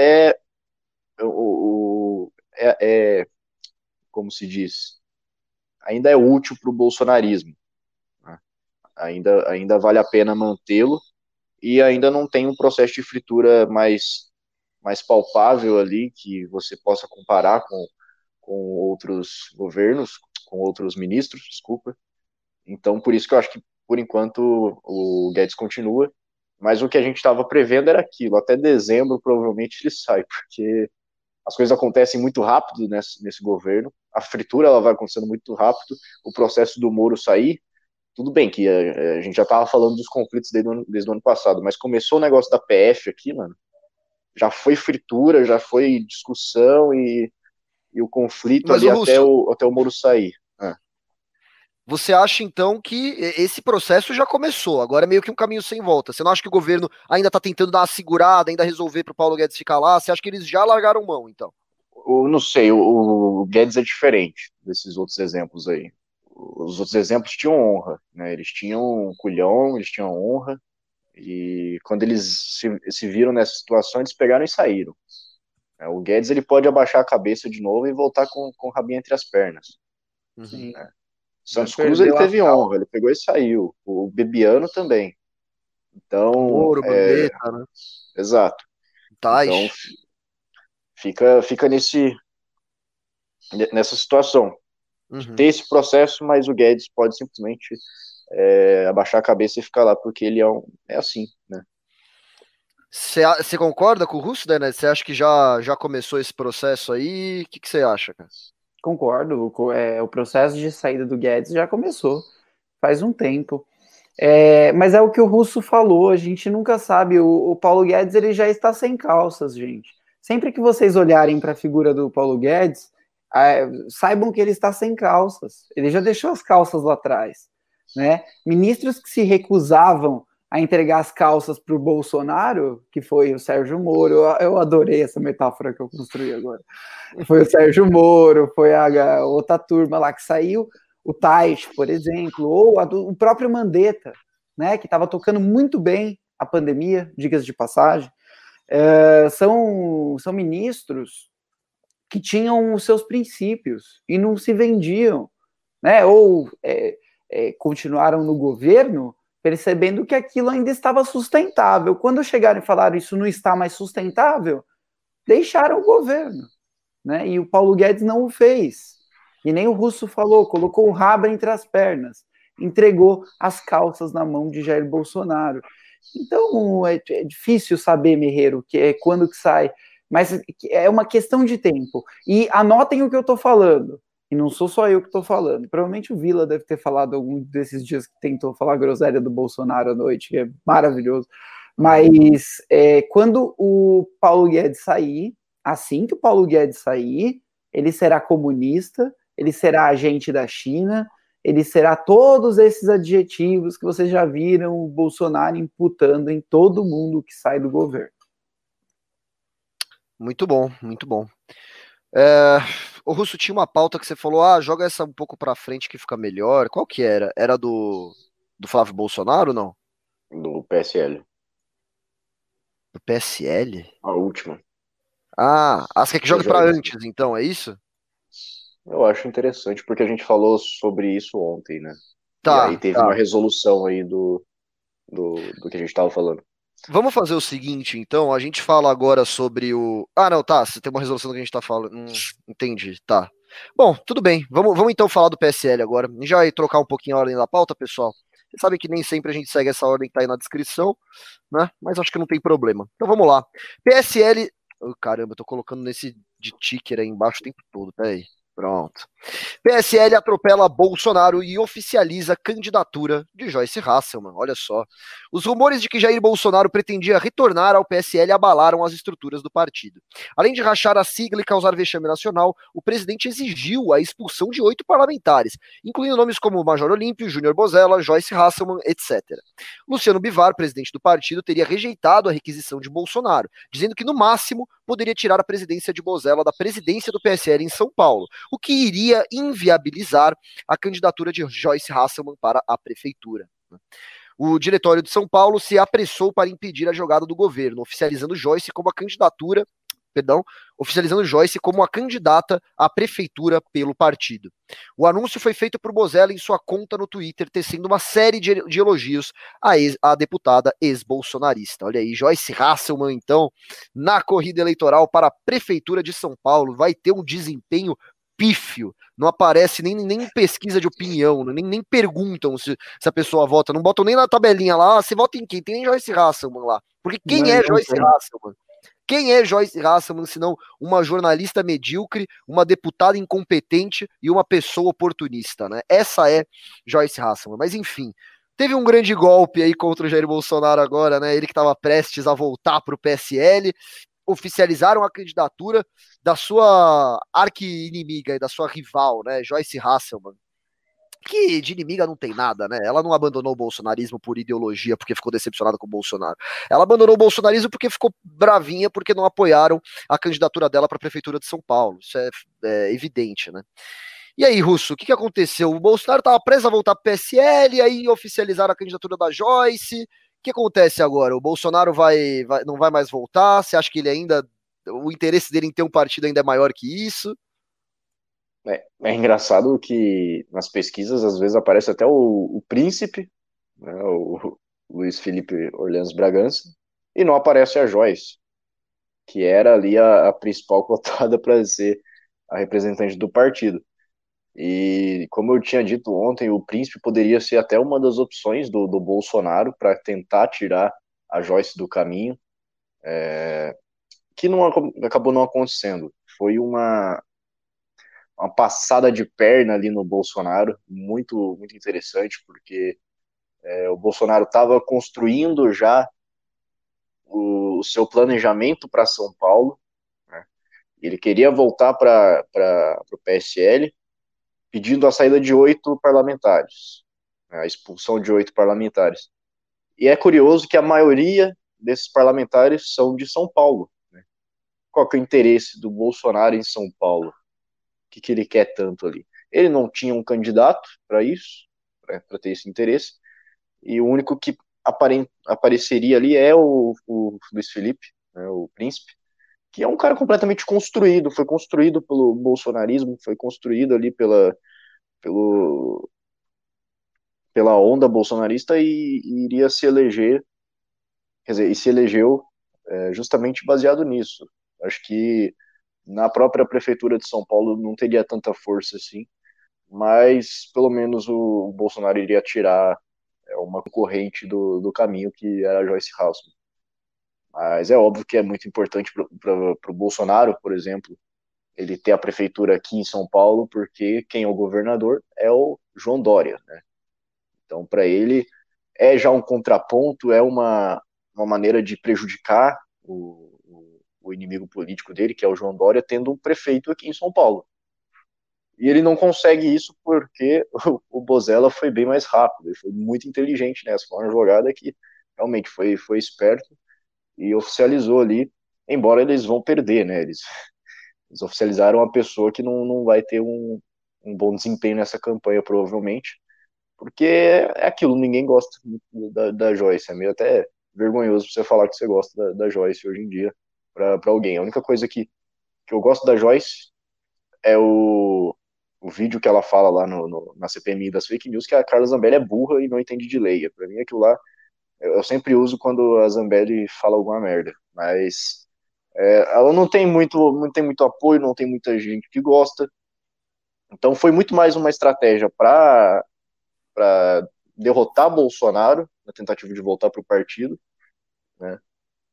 como se diz, ainda é útil para o bolsonarismo, né? Ainda vale a pena mantê-lo e ainda não tem um processo de fritura mais palpável ali, que você possa comparar com outros governos, com outros ministros, desculpa. Então, por isso que eu acho que, por enquanto, o Guedes continua, mas o que a gente estava prevendo era aquilo, até dezembro provavelmente ele sai, porque as coisas acontecem muito rápido nesse governo, a fritura ela vai acontecendo muito rápido, o processo do Moro sair, tudo bem que a gente já estava falando dos conflitos desde o ano passado, mas começou o negócio da PF aqui, mano, já foi fritura, já foi discussão e o conflito Mas ali o Russo, até o Moro sair. você acha então que esse processo já começou, agora é meio que um caminho sem volta? Você não acha que o governo ainda está tentando dar uma segurada, ainda resolver para o Paulo Guedes ficar lá? Você acha que eles já largaram mão, então? Eu não sei, o Guedes é diferente desses outros exemplos aí. Os outros exemplos tinham honra, né? Eles tinham um culhão, eles tinham honra, e quando eles se viram nessa situação, eles pegaram e saíram. O Guedes ele pode abaixar a cabeça de novo e voltar com o rabinho entre as pernas. Sim. Né? Santos Cruz ele teve honra, ele pegou e saiu. O Bebiano também. Então, Moro, Mandetta, né? exato. Então Tais. fica nessa situação de ter esse processo, mas o Guedes pode simplesmente abaixar a cabeça e ficar lá, porque ele é assim, né? Você concorda com o Russo, né? Você acha que já começou esse processo aí? O que você acha, cara? Concordo. O processo de saída do Guedes já começou faz um tempo. Mas é o que o Russo falou, a gente nunca sabe. O Paulo Guedes ele já está sem calças, gente. Sempre que vocês olharem para a figura do Paulo Guedes, saibam que ele está sem calças. Ele já deixou as calças lá atrás, né? Ministros que se recusavam a entregar as calças para o Bolsonaro, que foi o Sérgio Moro, eu adorei essa metáfora que eu construí agora. Foi o Sérgio Moro, foi a outra turma lá que saiu, o Tais, por exemplo, ou o próprio Mandetta, né, que estava tocando muito bem a pandemia, diga-se de passagem. São ministros que tinham os seus princípios e não se vendiam, né, ou continuaram no governo percebendo que aquilo ainda estava sustentável. Quando chegaram e falaram isso não está mais sustentável, deixaram o governo, né? E o Paulo Guedes não o fez. E nem o Russo falou, colocou o rabo entre as pernas, entregou as calças na mão de Jair Bolsonaro. Então é difícil saber, Merreiro, quando que sai, mas é uma questão de tempo. E anotem o que eu estou falando. E não sou só eu que estou falando. Provavelmente o Vila deve ter falado algum desses dias que tentou falar groselha do Bolsonaro à noite, que é maravilhoso. Mas quando o Paulo Guedes sair, assim que o Paulo Guedes sair, ele será comunista, ele será agente da China, ele será todos esses adjetivos que vocês já viram o Bolsonaro imputando em todo mundo que sai do governo. Muito bom, muito bom. O Russo, tinha uma pauta que você falou, joga essa um pouco pra frente que fica melhor. Qual que era? Era do Flávio Bolsonaro ou não? Do PSL. Do PSL? A última. Você quer que jogue pra antes, então, é isso? Eu acho interessante, porque a gente falou sobre isso ontem, né? Tá, e aí teve uma resolução aí do que a gente tava falando. Vamos fazer o seguinte, então, a gente fala agora sobre o... não, tá, você tem uma resolução do que a gente tá falando. Entendi, tá. Bom, tudo bem, vamos então falar do PSL agora. A gente já vai trocar um pouquinho a ordem da pauta, pessoal. Vocês sabem que nem sempre a gente segue essa ordem que tá aí na descrição, né? Mas acho que não tem problema. Então vamos lá. PSL... caramba, eu tô colocando nesse de ticker aí embaixo o tempo todo. Peraí. Pronto. PSL atropela Bolsonaro e oficializa candidatura de Joyce Hasselmann. Olha só. Os rumores de que Jair Bolsonaro pretendia retornar ao PSL abalaram as estruturas do partido. Além de rachar a sigla e causar vexame nacional, o presidente exigiu a expulsão de 8 parlamentares, incluindo nomes como Major Olímpio, Júnior Bozella, Joyce Hasselmann, etc. Luciano Bivar, presidente do partido, teria rejeitado a requisição de Bolsonaro, dizendo que, no máximo, poderia tirar a presidência de Bozella da presidência do PSL em São Paulo, o que iria inviabilizar a candidatura de Joyce Hasselmann para a prefeitura. O Diretório de São Paulo se apressou para impedir a jogada do governo, oficializando Joyce como a candidata à prefeitura pelo partido. O anúncio foi feito por Bozella em sua conta no Twitter, tecendo uma série de elogios à deputada ex-bolsonarista. Olha aí, Joyce Hasselmann, então, na corrida eleitoral para a prefeitura de São Paulo, vai ter um desempenho pífio, não aparece nem pesquisa de opinião, nem perguntam se a pessoa vota, não botam nem na tabelinha lá, você vota em quem? Tem nem Joyce Hasselmann lá, porque quem é Joyce Hasselmann? Quem é Joyce Hasselmann, senão uma jornalista medíocre, uma deputada incompetente e uma pessoa oportunista, né? Essa é Joyce Hasselmann, mas enfim, teve um grande golpe aí contra o Jair Bolsonaro agora, né? Ele que estava prestes a voltar para o PSL, oficializaram a candidatura da sua arqui-inimiga e da sua rival, né, Joyce Hasselmann, que de inimiga não tem nada, né? Ela não abandonou o bolsonarismo por ideologia, porque ficou decepcionada com o Bolsonaro. Ela abandonou o bolsonarismo porque ficou bravinha, porque não apoiaram a candidatura dela para a prefeitura de São Paulo. Isso é evidente, né? E aí, Russo, o que aconteceu? O Bolsonaro estava preso a voltar para o PSL, aí oficializaram a candidatura da Joyce. O que acontece agora? O Bolsonaro não vai mais voltar? Você acha que ele ainda, o interesse dele em ter um partido ainda é maior que isso? É engraçado que nas pesquisas às vezes aparece até o príncipe, né, o Luiz Felipe Orleans Bragança, e não aparece a Joyce, que era ali a principal cotada para ser a representante do partido. E como eu tinha dito ontem, o príncipe poderia ser até uma das opções do Bolsonaro para tentar tirar a Joyce do caminho, que acabou não acontecendo. Foi uma passada de perna ali no Bolsonaro, muito, muito interessante, porque o Bolsonaro estava construindo já o seu planejamento para São Paulo, né? Ele queria voltar para o PSL, pedindo a saída de 8 parlamentares, né, a expulsão de 8 parlamentares. E é curioso que a maioria desses parlamentares são de São Paulo, né? Qual que é o interesse do Bolsonaro em São Paulo? O que ele quer tanto ali? Ele não tinha um candidato para isso, para ter esse interesse, e o único que apareceria ali é o Luiz Felipe, né, o príncipe, que é um cara completamente construído, foi construído pelo bolsonarismo, foi construído ali pela onda bolsonarista e iria se eleger, quer dizer, e se elegeu justamente baseado nisso. Acho que na própria prefeitura de São Paulo não teria tanta força assim, mas pelo menos o Bolsonaro iria tirar uma concorrente do caminho, que era a Joyce Hasselmann. Mas é óbvio que é muito importante para o Bolsonaro, por exemplo, ele ter a prefeitura aqui em São Paulo, porque quem é o governador é o João Dória, né? Então, para ele, é já um contraponto, é uma maneira de prejudicar o inimigo político dele, que é o João Dória, tendo um prefeito aqui em São Paulo. E ele não consegue isso porque o Bozella foi bem mais rápido, ele foi muito inteligente nessa, foi uma jogada que realmente foi esperto e oficializou ali, embora eles vão perder, né? Eles oficializaram uma pessoa que não vai ter um bom desempenho nessa campanha, provavelmente, porque é aquilo, ninguém gosta da Joyce, é meio até vergonhoso você falar que você gosta da Joyce hoje em dia para alguém. A única coisa que eu gosto da Joyce é o vídeo que ela fala lá na CPMI das fake news, que a Carla Zambelli é burra e não entende de lei. Para mim aquilo lá eu sempre uso quando a Zambelli fala alguma merda, mas ela não tem muito apoio, não tem muita gente que gosta, então foi muito mais uma estratégia para derrotar Bolsonaro na tentativa de voltar para o partido, né?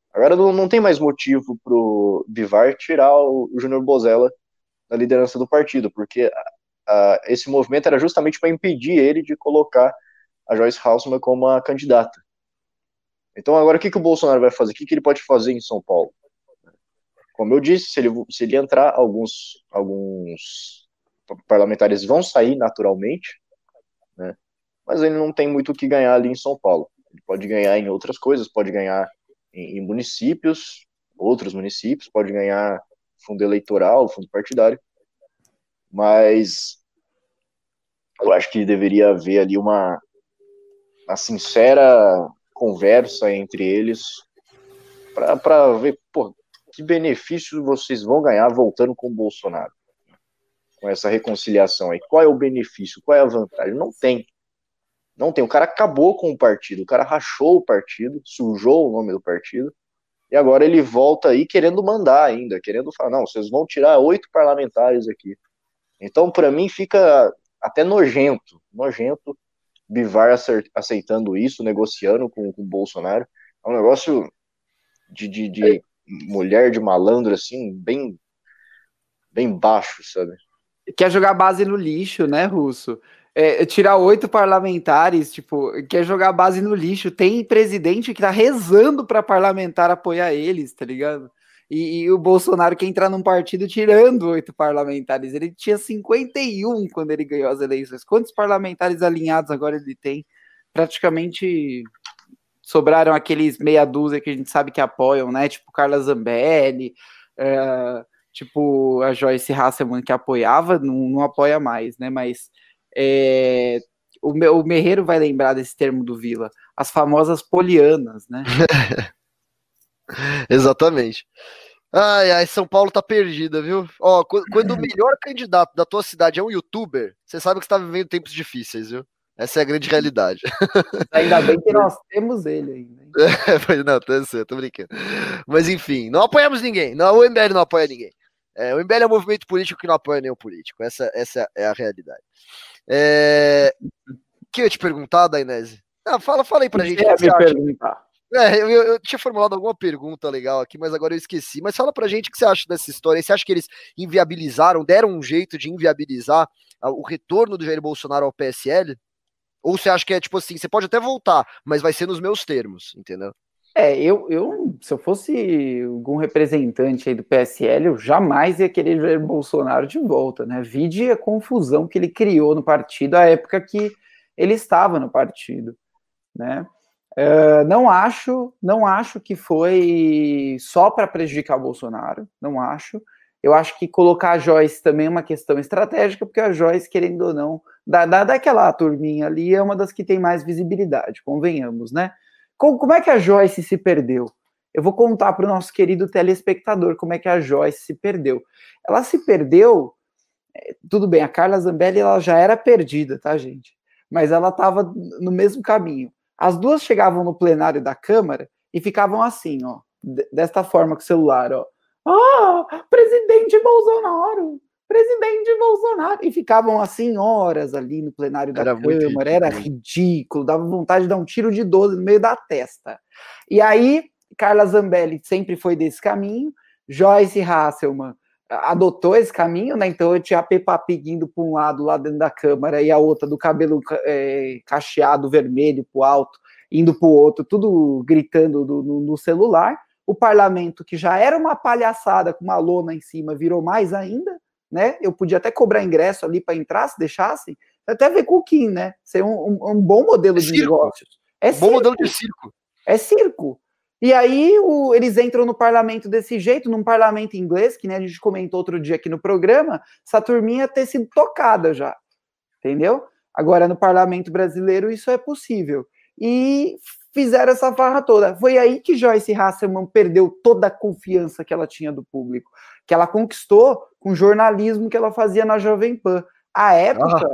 Agora não tem mais motivo pro Bivar tirar o Júnior Bozella da liderança do partido, porque esse movimento era justamente para impedir ele de colocar a Joyce Hasselmann como a candidata. Então agora o que o Bolsonaro vai fazer? O que ele pode fazer em São Paulo? Como eu disse, se ele entrar, alguns parlamentares vão sair naturalmente, né? Mas ele não tem muito o que ganhar ali em São Paulo. Ele pode ganhar em outras coisas, pode ganhar em municípios, outros municípios, pode ganhar fundo eleitoral, fundo partidário, mas eu acho que deveria haver ali uma sincera conversa entre eles para ver, pô, que benefício vocês vão ganhar voltando com o Bolsonaro, com essa reconciliação aí. Qual é o benefício? Qual é a vantagem? Não tem. O cara acabou com o partido, o cara rachou o partido, sujou o nome do partido, e agora ele volta aí querendo mandar ainda, querendo falar, não, vocês vão tirar 8 parlamentares aqui. Então, para mim, fica até nojento Bivar aceitando isso, negociando com o Bolsonaro. É um negócio de mulher de malandro, assim, bem baixo, sabe? Quer jogar base no lixo, né, Russo? Tirar 8 parlamentares, tipo, quer jogar base no lixo. Tem presidente que tá rezando para parlamentar apoiar eles, tá ligado? E o Bolsonaro quer entrar num partido tirando 8 parlamentares. Ele tinha 51 quando ele ganhou as eleições. Quantos parlamentares alinhados agora ele tem? Praticamente sobraram aqueles meia dúzia que a gente sabe que apoiam, né? Tipo Carla Zambelli, tipo a Joyce Hasselmann que apoiava, não apoia mais, né? Mas o Merreiro vai lembrar desse termo do Vila, as famosas polianas, né? Exatamente. Ai, São Paulo tá perdida, viu? Ó, quando o melhor candidato da tua cidade é um youtuber, você sabe que você tá vivendo tempos difíceis, viu? Essa é a grande realidade. Ainda bem que nós temos ele ainda. Não, tô brincando. Mas enfim, não apoiamos ninguém. Não, o MBL não apoia ninguém. O MBL é um movimento político que não apoia nenhum político. Essa é a realidade. Que eu ia te perguntar, Dainese? Fala aí pra gente. O que você perguntar? Eu tinha formulado alguma pergunta legal aqui, mas agora eu esqueci. Mas fala pra gente o que você acha dessa história. Você acha que eles inviabilizaram, deram um jeito de inviabilizar o retorno do Jair Bolsonaro ao PSL? Ou você acha que é tipo assim, você pode até voltar, mas vai ser nos meus termos, entendeu? Se eu fosse algum representante aí do PSL, eu jamais ia querer ver Bolsonaro de volta, né? Vide a confusão que ele criou no partido à época que ele estava no partido, né? Não acho que foi só para prejudicar o Bolsonaro, não acho. Eu acho que colocar a Joyce também é uma questão estratégica, porque a Joyce, querendo ou não, daquela turminha ali, é uma das que tem mais visibilidade, convenhamos, né? Como é que a Joyce se perdeu? Eu vou contar para o nosso querido telespectador como é que a Joyce se perdeu. Ela se perdeu, tudo bem, a Carla Zambelli ela já era perdida, tá, gente? Mas ela estava no mesmo caminho. As duas chegavam no plenário da Câmara e ficavam assim, ó, desta forma com o celular, ó. Presidente Bolsonaro! Presidente Bolsonaro! E ficavam assim horas ali no plenário da Câmara, era ridículo, dava vontade de dar um tiro de 12 no meio da testa. E aí, Carla Zambelli sempre foi desse caminho, Joyce Hasselmann adotou esse caminho, né? Então eu tinha a Peppa Pig indo para um lado lá dentro da Câmara e a outra do cabelo cacheado vermelho para o alto, indo para o outro, tudo gritando no celular. O parlamento, que já era uma palhaçada com uma lona em cima, virou mais ainda, né? Eu podia até cobrar ingresso ali para entrar, se deixassem. Até ver com o Kim, né? Ser um bom modelo de negócios. Bom modelo de circo. É circo. E aí eles entram no parlamento desse jeito, num parlamento inglês, que né, a gente comentou outro dia aqui no programa, essa turminha ter sido tocada já, entendeu? Agora no parlamento brasileiro isso é possível. E fizeram essa farra toda. Foi aí que Joyce Hasselmann perdeu toda a confiança que ela tinha do público, que ela conquistou com o jornalismo que ela fazia na Jovem Pan. À época...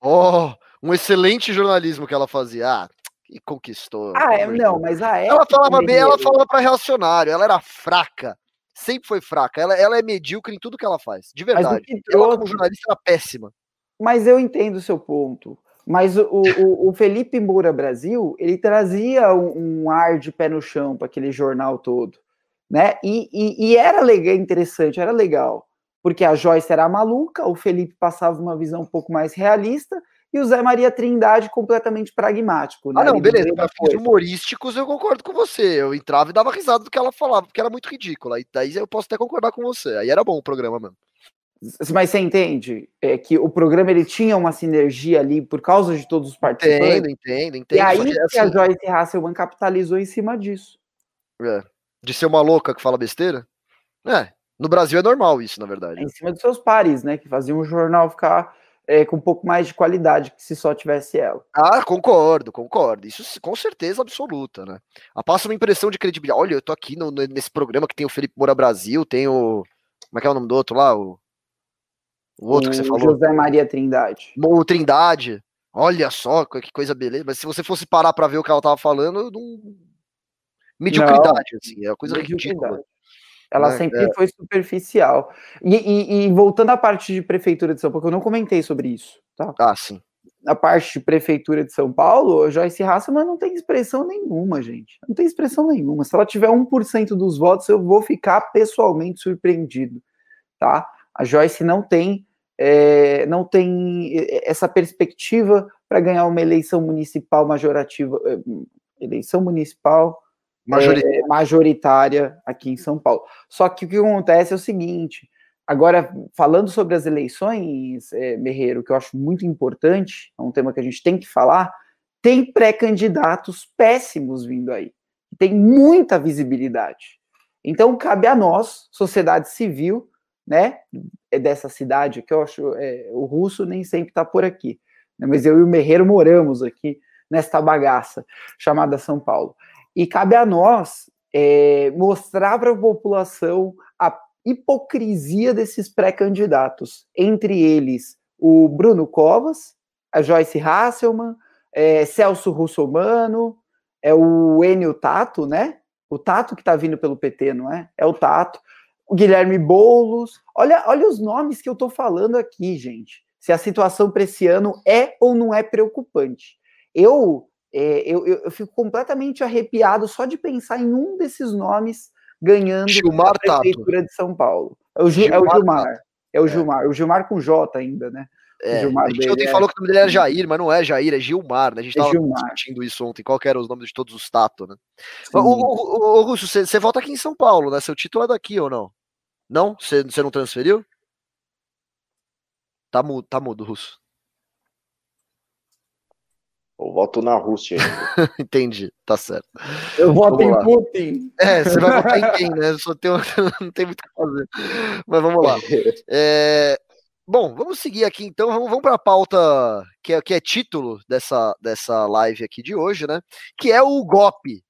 um excelente jornalismo que ela fazia. E conquistou. Não, mas a época... Ela falava bem, ela falava para reacionário, ela era fraca, sempre foi fraca, ela é medíocre em tudo que ela faz, de verdade. Ela como jornalista era péssima. Mas eu entendo o seu ponto, Mas o Felipe Moura Brasil, ele trazia um ar de pé no chão para aquele jornal todo, né? E era legal, interessante, era legal, porque a Joyce era maluca, o Felipe passava uma visão um pouco mais realista, e o Zé Maria Trindade completamente pragmático, né? Não, beleza, para fins humorísticos eu concordo com você, eu entrava e dava risada do que ela falava, porque era muito ridícula, e daí eu posso até concordar com você, aí era bom o programa mesmo. Mas você entende que o programa ele tinha uma sinergia ali por causa de todos os participantes? Entendo. E aí que a Joyce Hasselman capitalizou em cima disso. De ser uma louca que fala besteira? No Brasil é normal isso, na verdade. Em cima dos seus pares, né? Que faziam o jornal ficar com um pouco mais de qualidade que se só tivesse ela. Concordo. Isso com certeza absoluta, né? Passa uma impressão de credibilidade. Olha, eu tô aqui nesse programa que tem o Felipe Moura Brasil, tem o... Como é que é o nome do outro lá? O outro que você falou. José Maria Trindade. O Trindade. Olha só, que coisa beleza. Mas se você fosse parar pra ver o que ela tava falando, mediocridade, assim, é uma coisa ridícula. Ela sempre foi superficial. E voltando à parte de Prefeitura de São Paulo, eu não comentei sobre isso, tá? Sim. A parte de Prefeitura de São Paulo, a Joyce Hasselman não tem expressão nenhuma, gente. Não tem expressão nenhuma. Se ela tiver 1% dos votos, eu vou ficar pessoalmente surpreendido, tá? A Joyce não tem essa perspectiva para ganhar uma eleição municipal majorativa, eleição municipal majoritária aqui em São Paulo. Só que o que acontece é o seguinte, agora, falando sobre as eleições, Merreiro, que eu acho muito importante, é um tema que a gente tem que falar, tem pré-candidatos péssimos vindo aí, tem muita visibilidade. Então, cabe a nós, sociedade civil, né, dessa cidade, que eu acho, o Russo nem sempre está por aqui, né, mas eu e o Merreiro moramos aqui nesta bagaça chamada São Paulo. E cabe a nós mostrar para a população a hipocrisia desses pré-candidatos, entre eles o Bruno Covas, a Joyce Hasselman, Celso Russomano, o Enio Tato, né? O Tato que está vindo pelo PT, não é? É o Tato. O Guilherme Boulos. Olha os nomes que eu estou falando aqui, gente. Se a situação para esse ano é ou não é preocupante. Eu fico completamente arrepiado só de pensar em um desses nomes ganhando Gilmar a Prefeitura de São Paulo. É o Gilmar. É o Gilmar. O Gilmar com J ainda, né? A gente ontem falou que o nome dele era Jair, mas não é Jair, é Gilmar, né? A gente estava discutindo isso ontem, qual que eram os nomes de todos os Tato, né? O Russo, você volta aqui em São Paulo, né? Seu título é daqui ou não? Não? Você não transferiu? Tá mudo, Russo. Eu voto na Rússia ainda. Entendi, tá certo. Eu voto em Putin. Você vai votar em quem, né? Não tem muito o que fazer. Mas vamos lá. Bom, vamos seguir aqui então, vamos para a pauta que é título dessa live aqui de hoje, né? Que é o golpe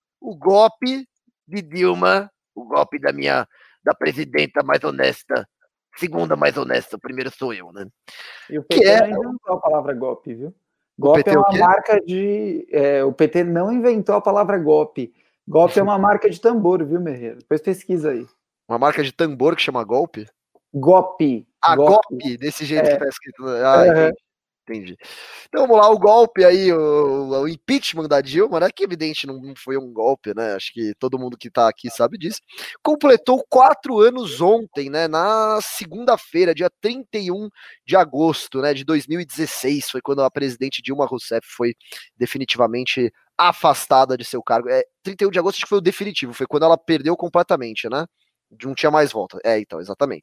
de Dilma, o golpe da presidenta mais honesta, segunda mais honesta, o primeiro sou eu, né? E o PT não inventou a palavra golpe, viu? Golpe é uma marca de... o PT não inventou a palavra golpe. Golpe é uma marca de tambor, viu, Merreiro? Depois pesquisa aí. Uma marca de tambor que chama golpe? Golpe. Golpe, desse jeito que tá escrito. Entendi. Então vamos lá, o golpe aí, o impeachment da Dilma, né? Que evidente não foi um golpe, né? Acho que todo mundo que tá aqui sabe disso. Completou 4 anos ontem, né? Na segunda-feira, dia 31 de agosto, né? De 2016, foi quando a presidente Dilma Rousseff foi definitivamente afastada de seu cargo. 31 de agosto acho que foi o definitivo, foi quando ela perdeu completamente, né? Não tinha mais volta. Então, exatamente.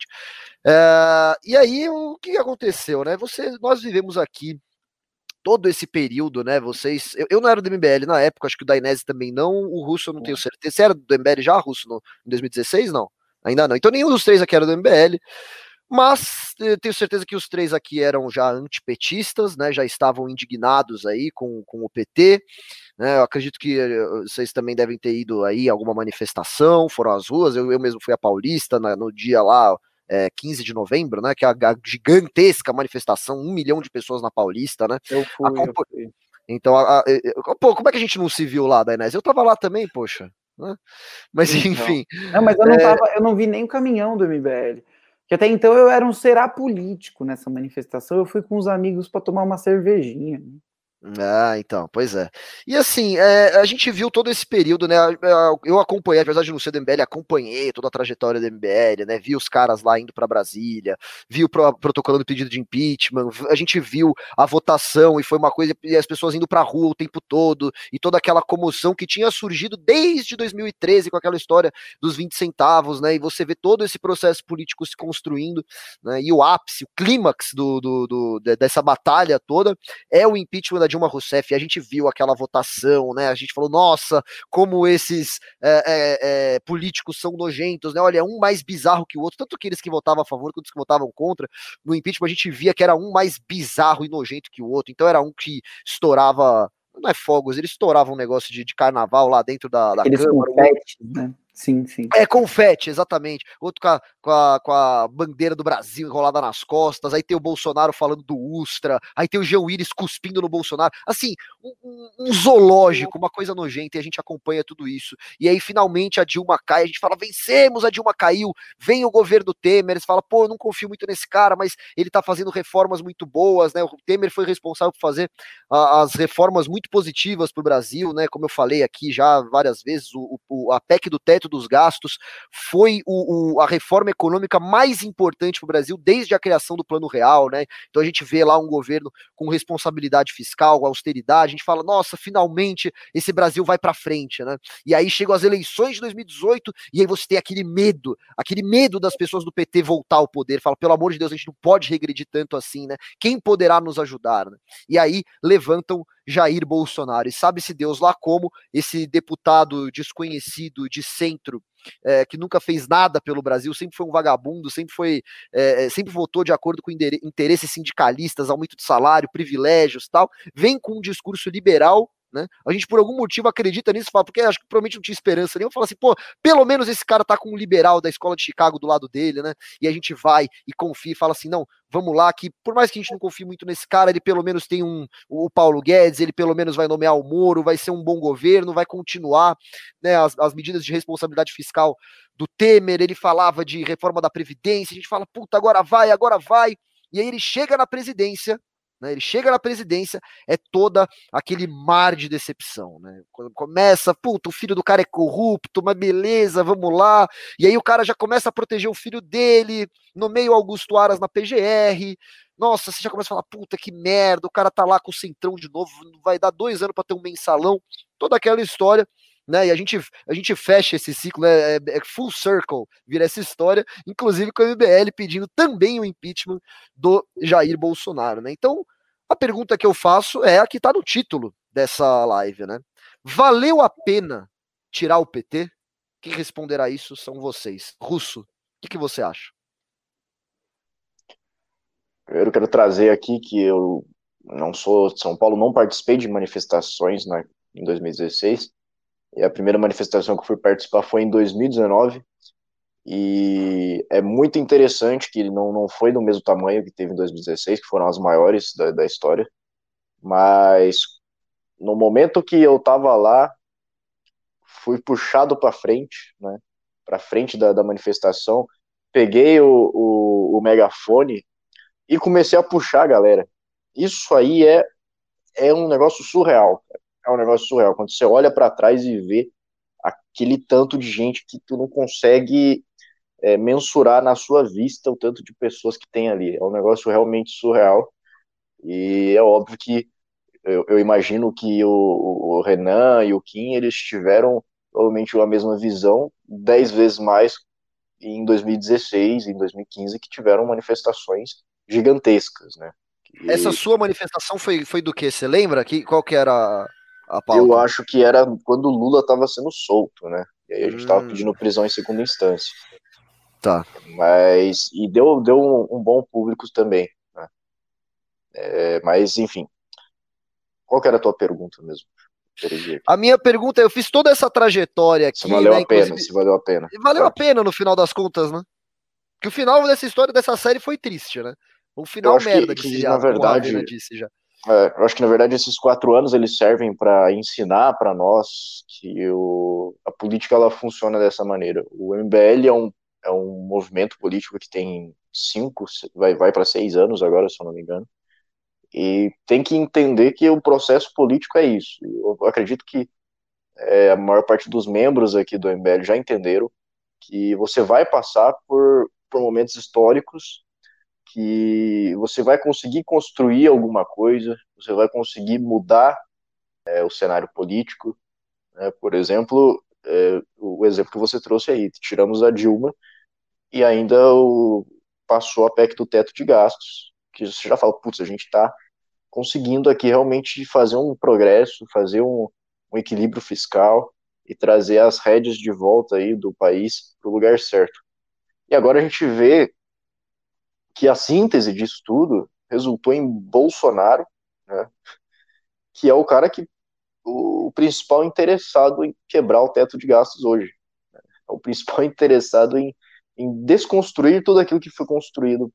E aí, o que aconteceu, né? Nós vivemos aqui todo esse período, né? Eu não era do MBL na época, acho que o Dainese também não, o Russo eu não tenho certeza. Você era do MBL já, Russo, em 2016? Não, ainda não. Então nenhum dos três aqui era do MBL, mas eu tenho certeza que os três aqui eram já antipetistas, né? Já estavam indignados aí com o PT. Eu acredito que vocês também devem ter ido aí a alguma manifestação, foram às ruas, eu mesmo fui a Paulista no dia lá, 15 de novembro, né, que é a gigantesca manifestação, 1 milhão de pessoas na Paulista, né? Eu fui. Então, pô, como é que a gente não se viu lá, Dainese? Eu tava lá também, poxa, né? Mas enfim. Não, mas eu não vi nem o caminhão do MBL. Que até então eu era um ser apolítico nessa manifestação, eu fui com os amigos para tomar uma cervejinha. Ah, então, pois é. E assim, a gente viu todo esse período, né? Eu acompanhei, apesar de não ser do MBL, acompanhei toda a trajetória do MBL, né? Vi os caras lá indo para Brasília, vi o protocolando pedido de impeachment, a gente viu a votação e foi uma coisa, e as pessoas indo pra rua o tempo todo, e toda aquela comoção que tinha surgido desde 2013 com aquela história dos 20 centavos, né? E você vê todo esse processo político se construindo, né? E o ápice, o clímax dessa batalha toda é o impeachment da Dilma Rousseff. E a gente viu aquela votação, né? A gente falou, nossa, como esses políticos são nojentos, né? Olha, um mais bizarro que o outro, tanto aqueles que votavam a favor quanto os que votavam contra. No impeachment a gente via que era um mais bizarro e nojento que o outro. Então era um que estourava, não é fogos, ele estourava um negócio de carnaval lá dentro da Aqueles Câmara. confetes, né? Sim, sim. Confete, exatamente. Outro com a bandeira do Brasil enrolada nas costas. Aí tem o Bolsonaro falando do Ustra. Aí tem o Jean Willis cuspindo no Bolsonaro. Assim, um zoológico, uma coisa nojenta. E a gente acompanha tudo isso. E aí, finalmente, a Dilma cai. A gente fala, vencemos, a Dilma caiu. Vem o governo Temer. Eles falam, pô, eu não confio muito nesse cara, mas ele tá fazendo reformas muito boas, né? O Temer foi responsável por fazer as reformas muito positivas para o Brasil, né? Como eu falei aqui já várias vezes, a PEC do teto dos gastos foi a reforma econômica mais importante para o Brasil desde a criação do Plano Real, né? Então a gente vê lá um governo com responsabilidade fiscal, austeridade, a gente fala, nossa, finalmente esse Brasil vai para frente, né? E aí chegam as eleições de 2018 e aí você tem aquele medo das pessoas do PT voltar ao poder, fala, pelo amor de Deus, a gente não pode regredir tanto assim, né? Quem poderá nos ajudar, né? E aí levantam Jair Bolsonaro. E sabe-se Deus lá como esse deputado desconhecido de centro, que nunca fez nada pelo Brasil, sempre foi um vagabundo, sempre votou de acordo com interesses sindicalistas, aumento de salário, privilégios tal, vem com um discurso liberal. Né? A gente, por algum motivo, acredita nisso, porque acho que provavelmente não tinha esperança nenhuma. Fala assim, pô, pelo menos esse cara tá com um liberal da escola de Chicago do lado dele, né? E a gente vai e confia e fala assim: não, vamos lá, que por mais que a gente não confie muito nesse cara, ele pelo menos tem o Paulo Guedes, ele pelo menos vai nomear o Moro, vai ser um bom governo, vai continuar, né, as medidas de responsabilidade fiscal do Temer. Ele falava de reforma da Previdência, a gente fala, puta, agora vai, e aí ele chega na presidência, né, é toda aquele mar de decepção, né? Quando começa, puta, o filho do cara é corrupto, mas beleza, vamos lá. E aí o cara já começa a proteger o filho dele, no meio Augusto Aras na PGR. Nossa, você já começa a falar, puta que merda, o cara tá lá com o Centrão de novo, vai dar 2 anos para ter um mensalão, toda aquela história. Né, e a gente fecha esse ciclo, né, full circle, vira essa história, inclusive com o MBL pedindo também o impeachment do Jair Bolsonaro, né? Então, a pergunta que eu faço é a que está no título dessa live, né? Valeu a pena tirar o PT? Quem responderá a isso são vocês. Russo, o que você acha? Primeiro, eu quero trazer aqui que eu não sou de São Paulo, não participei de manifestações, né, em 2016. E a primeira manifestação que eu fui participar foi em 2019. E é muito interessante que ele não foi do mesmo tamanho que teve em 2016, que foram as maiores da história. Mas no momento que eu estava lá, fui puxado para frente, né, para frente da manifestação, peguei o megafone e comecei a puxar a galera. Isso aí é um negócio surreal, cara. É um negócio surreal. Quando você olha para trás e vê aquele tanto de gente que tu não consegue mensurar na sua vista o tanto de pessoas que tem ali. É um negócio realmente surreal. E é óbvio que eu imagino que o Renan e o Kim, eles tiveram provavelmente a mesma visão, 10 vezes mais em 2016, em 2015, que tiveram manifestações gigantescas, né? Essa E sua manifestação foi do que? Você lembra? Qual que era a eu pauta? acho que era quando o Lula estava sendo solto, né? E aí a gente estava Hum, pedindo prisão em segunda instância. tá. Mas, e deu um bom público também, né? Mas, enfim, qual que era a tua pergunta mesmo? Perdi aqui. A minha pergunta é, eu fiz toda essa trajetória Se aqui, valeu né? a pena, Inclusive, se valeu a pena. valeu a Tá. pena no final das contas, né? Que o final dessa história, dessa série foi triste, né? O Eu final acho merda de na seriado, como o Ravena verdade, disse já. eu acho que na verdade esses 4 anos eles servem para ensinar para nós que a política ela funciona dessa maneira. O MBL é um movimento político que tem vai para 6 anos agora, se eu não me engano. E tem que entender que o processo político é isso. Eu acredito que a maior parte dos membros aqui do MBL já entenderam que você vai passar por momentos históricos, que você vai conseguir construir alguma coisa, você vai conseguir mudar o cenário político. Por exemplo, o exemplo que você trouxe aí, tiramos a Dilma e ainda passou a PEC do teto de gastos, que você já fala, putz, a gente está conseguindo aqui realmente fazer um progresso, fazer um equilíbrio fiscal e trazer as rédeas de volta aí do país para o lugar certo. E agora a gente vê que a síntese disso tudo resultou em Bolsonaro, né, que é o cara que o principal interessado em quebrar o teto de gastos hoje. É o principal interessado em desconstruir tudo aquilo que foi construído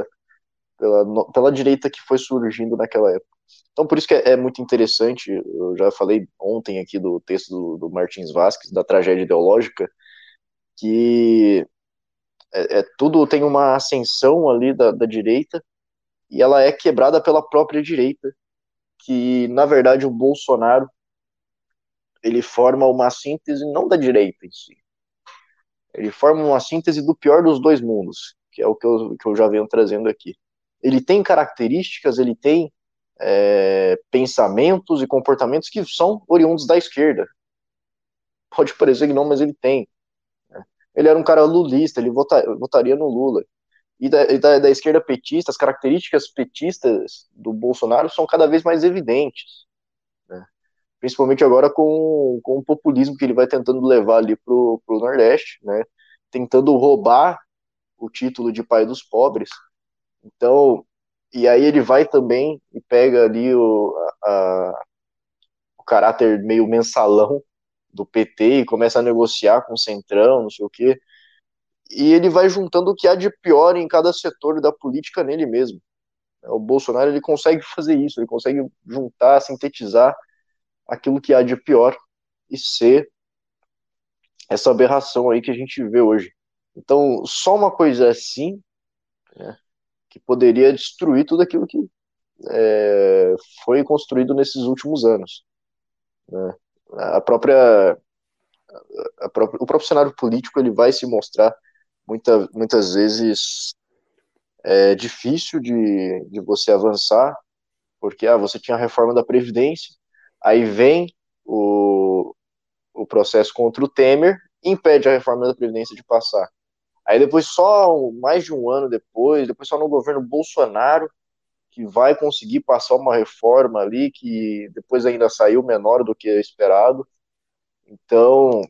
pela direita que foi surgindo naquela época. Então, por isso que é muito interessante, eu já falei ontem aqui do texto do Martins Vasquez, da tragédia ideológica, que tudo tem uma ascensão ali da direita, e ela é quebrada pela própria direita, que, na verdade, o Bolsonaro, ele forma uma síntese não da direita em si, ele forma uma síntese do pior dos dois mundos, que é o que eu já venho trazendo aqui. Ele tem características, ele tem pensamentos e comportamentos que são oriundos da esquerda. Pode parecer que não, mas ele tem. Ele era um cara lulista, ele votaria no Lula. E da esquerda petista, as características petistas do Bolsonaro são cada vez mais evidentes, né? Principalmente agora com o populismo que ele vai tentando levar ali pro Nordeste, né? Tentando roubar o título de pai dos pobres. Então, e aí ele vai também e pega ali o caráter meio mensalão do PT e começa a negociar com o Centrão, não sei o quê. E ele vai juntando o que há de pior em cada setor da política nele mesmo. O Bolsonaro, ele consegue fazer isso, ele consegue juntar, sintetizar aquilo que há de pior e ser essa aberração aí que a gente vê hoje. Então, só uma coisa assim, né, que poderia destruir tudo aquilo que foi construído nesses últimos anos, né? O próprio cenário político, ele vai se mostrar muitas vezes difícil de você avançar, porque você tinha a reforma da Previdência, aí vem o processo contra o Temer e impede a reforma da Previdência de passar. Aí depois, só mais de um ano depois só no governo Bolsonaro, que vai conseguir passar uma reforma ali, que depois ainda saiu menor do que esperado. Então,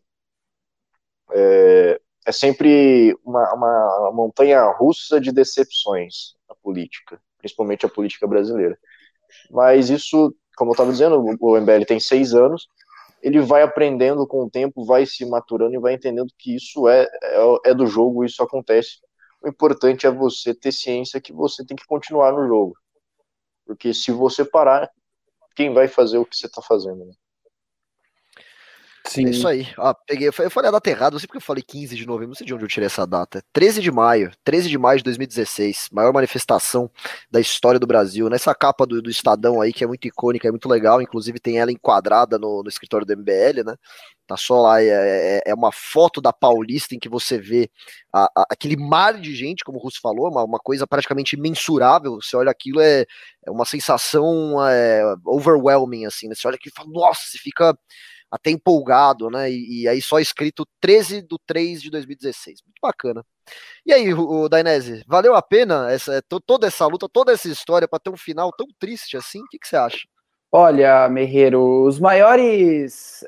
é sempre uma montanha russa de decepções a política, principalmente a política brasileira. Mas isso, como eu estava dizendo, o MBL tem 6 anos, ele vai aprendendo com o tempo, vai se maturando e vai entendendo que isso é do jogo, isso acontece. O importante é você ter ciência que você tem que continuar no jogo. Porque se você parar, quem vai fazer o que você está fazendo, né? Sim. É isso aí. Eu falei a data errada, não sei porque eu falei 15 de novembro, não sei de onde eu tirei essa data. 13 de maio de 2016, maior manifestação da história do Brasil. Nessa capa do Estadão aí, que é muito icônica, é muito legal, inclusive tem ela enquadrada no escritório do MBL, né? Tá só lá, é uma foto da Paulista em que você vê aquele mar de gente, como o Russo falou, uma coisa praticamente imensurável. Você olha aquilo, é uma sensação overwhelming, assim, né? Você olha aquilo e fala, nossa, você fica até empolgado, né? E aí só escrito 13/3/2016. Muito bacana. E aí, o Dainese, valeu a pena toda essa luta, toda essa história para ter um final tão triste assim? O que você acha? Olha, Merreiro, as maiores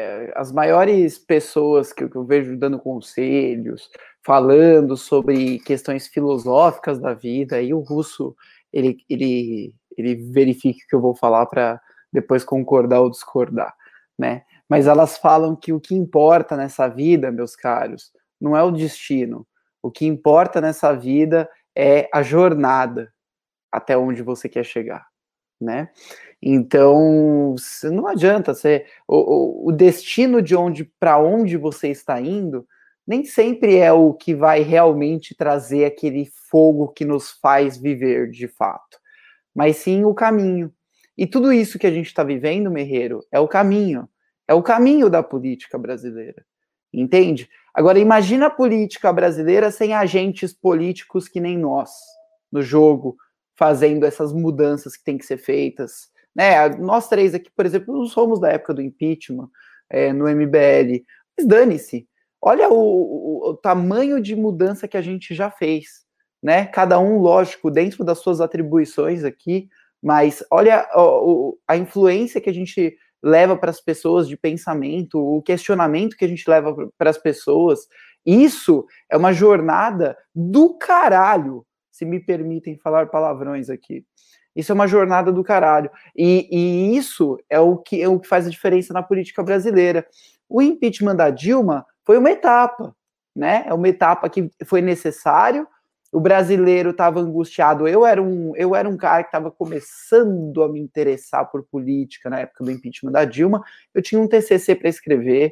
pessoas que eu vejo dando conselhos, falando sobre questões filosóficas da vida, e o Russo, ele verifica o que eu vou falar para depois concordar ou discordar, né? Mas elas falam que o que importa nessa vida, meus caros, não é o destino. O que importa nessa vida é a jornada até onde você quer chegar, né? Então, não adianta o destino para onde você está indo nem sempre é o que vai realmente trazer aquele fogo que nos faz viver de fato. mas sim o caminho. E tudo isso que a gente está vivendo, Merreiro, é o caminho da política brasileira, entende? Agora, imagina a política brasileira sem agentes políticos que nem nós, no jogo, fazendo essas mudanças que têm que ser feitas, né? Nós três aqui, por exemplo, não somos da época do impeachment, no MBL, mas dane-se, olha o tamanho de mudança que a gente já fez, né? Cada um, lógico, dentro das suas atribuições aqui, mas olha a influência que a gente leva para as pessoas de pensamento, o questionamento que a gente leva para as pessoas. Isso é uma jornada do caralho, se me permitem falar palavrões aqui. Isso é uma jornada do caralho. E isso é o que faz a diferença na política brasileira. O impeachment da Dilma foi uma etapa, né? É uma etapa que foi necessário. O brasileiro estava angustiado. Eu era um cara que estava começando a me interessar por política na época do impeachment da Dilma. Eu tinha um TCC para escrever,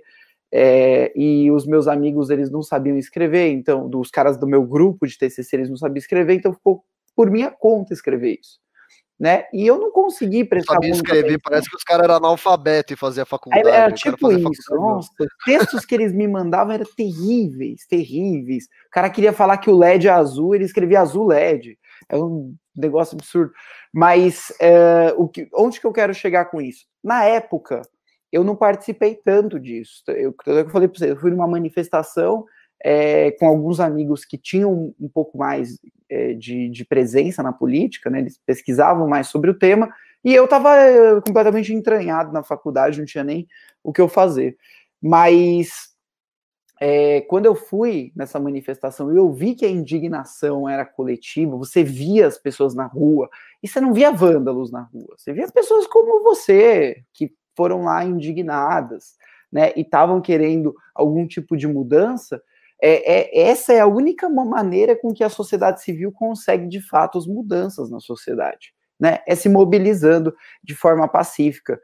e os meus amigos, eles não sabiam escrever, então, dos caras do meu grupo de TCC, eles não sabiam escrever, então ficou por minha conta escrever isso, né? E eu não consegui prestar muita escrever, atenção. Parece que os caras eram analfabetos e faziam faculdade. Era tipo isso, nossa, os textos que eles me mandavam eram terríveis, terríveis. O cara queria falar que o LED é azul, ele escrevia azul LED. É um negócio absurdo. Mas onde que eu quero chegar com isso? Na época, eu não participei tanto disso. Eu falei para vocês, eu fui numa manifestação com alguns amigos que tinham um pouco mais de presença na política, né? Eles pesquisavam mais sobre o tema, e eu estava completamente entranhado na faculdade, não tinha nem o que eu fazer. Mas quando eu fui nessa manifestação, eu vi que a indignação era coletiva, você via as pessoas na rua, e você não via vândalos na rua, você via pessoas como você, que foram lá indignadas, né, e estavam querendo algum tipo de mudança. Essa é a única maneira com que a sociedade civil consegue, de fato, as mudanças na sociedade, né? É se mobilizando de forma pacífica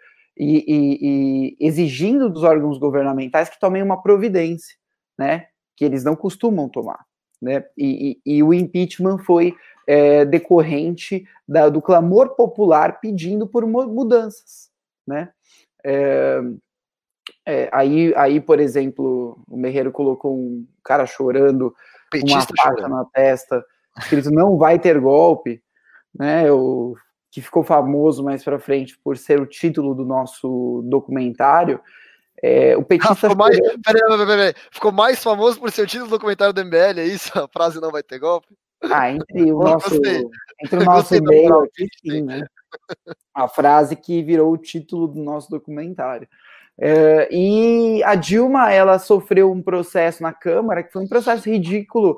e exigindo dos órgãos governamentais que tomem uma providência, né? Que eles não costumam tomar, né? E o impeachment foi decorrente do clamor popular pedindo por mudanças, né? Aí, por exemplo, o Merreiro colocou um cara chorando, petista, uma faixa na testa, escrito "não vai ter golpe", né? Que ficou famoso mais pra frente por ser o título do nosso documentário. O petista ficou mais famoso por ser o título do documentário do MBL, é isso? A frase "não vai ter golpe"? Entre o nosso meio aqui, sim, né? A frase que virou o título do nosso documentário. E a Dilma, ela sofreu um processo na Câmara que foi um processo ridículo.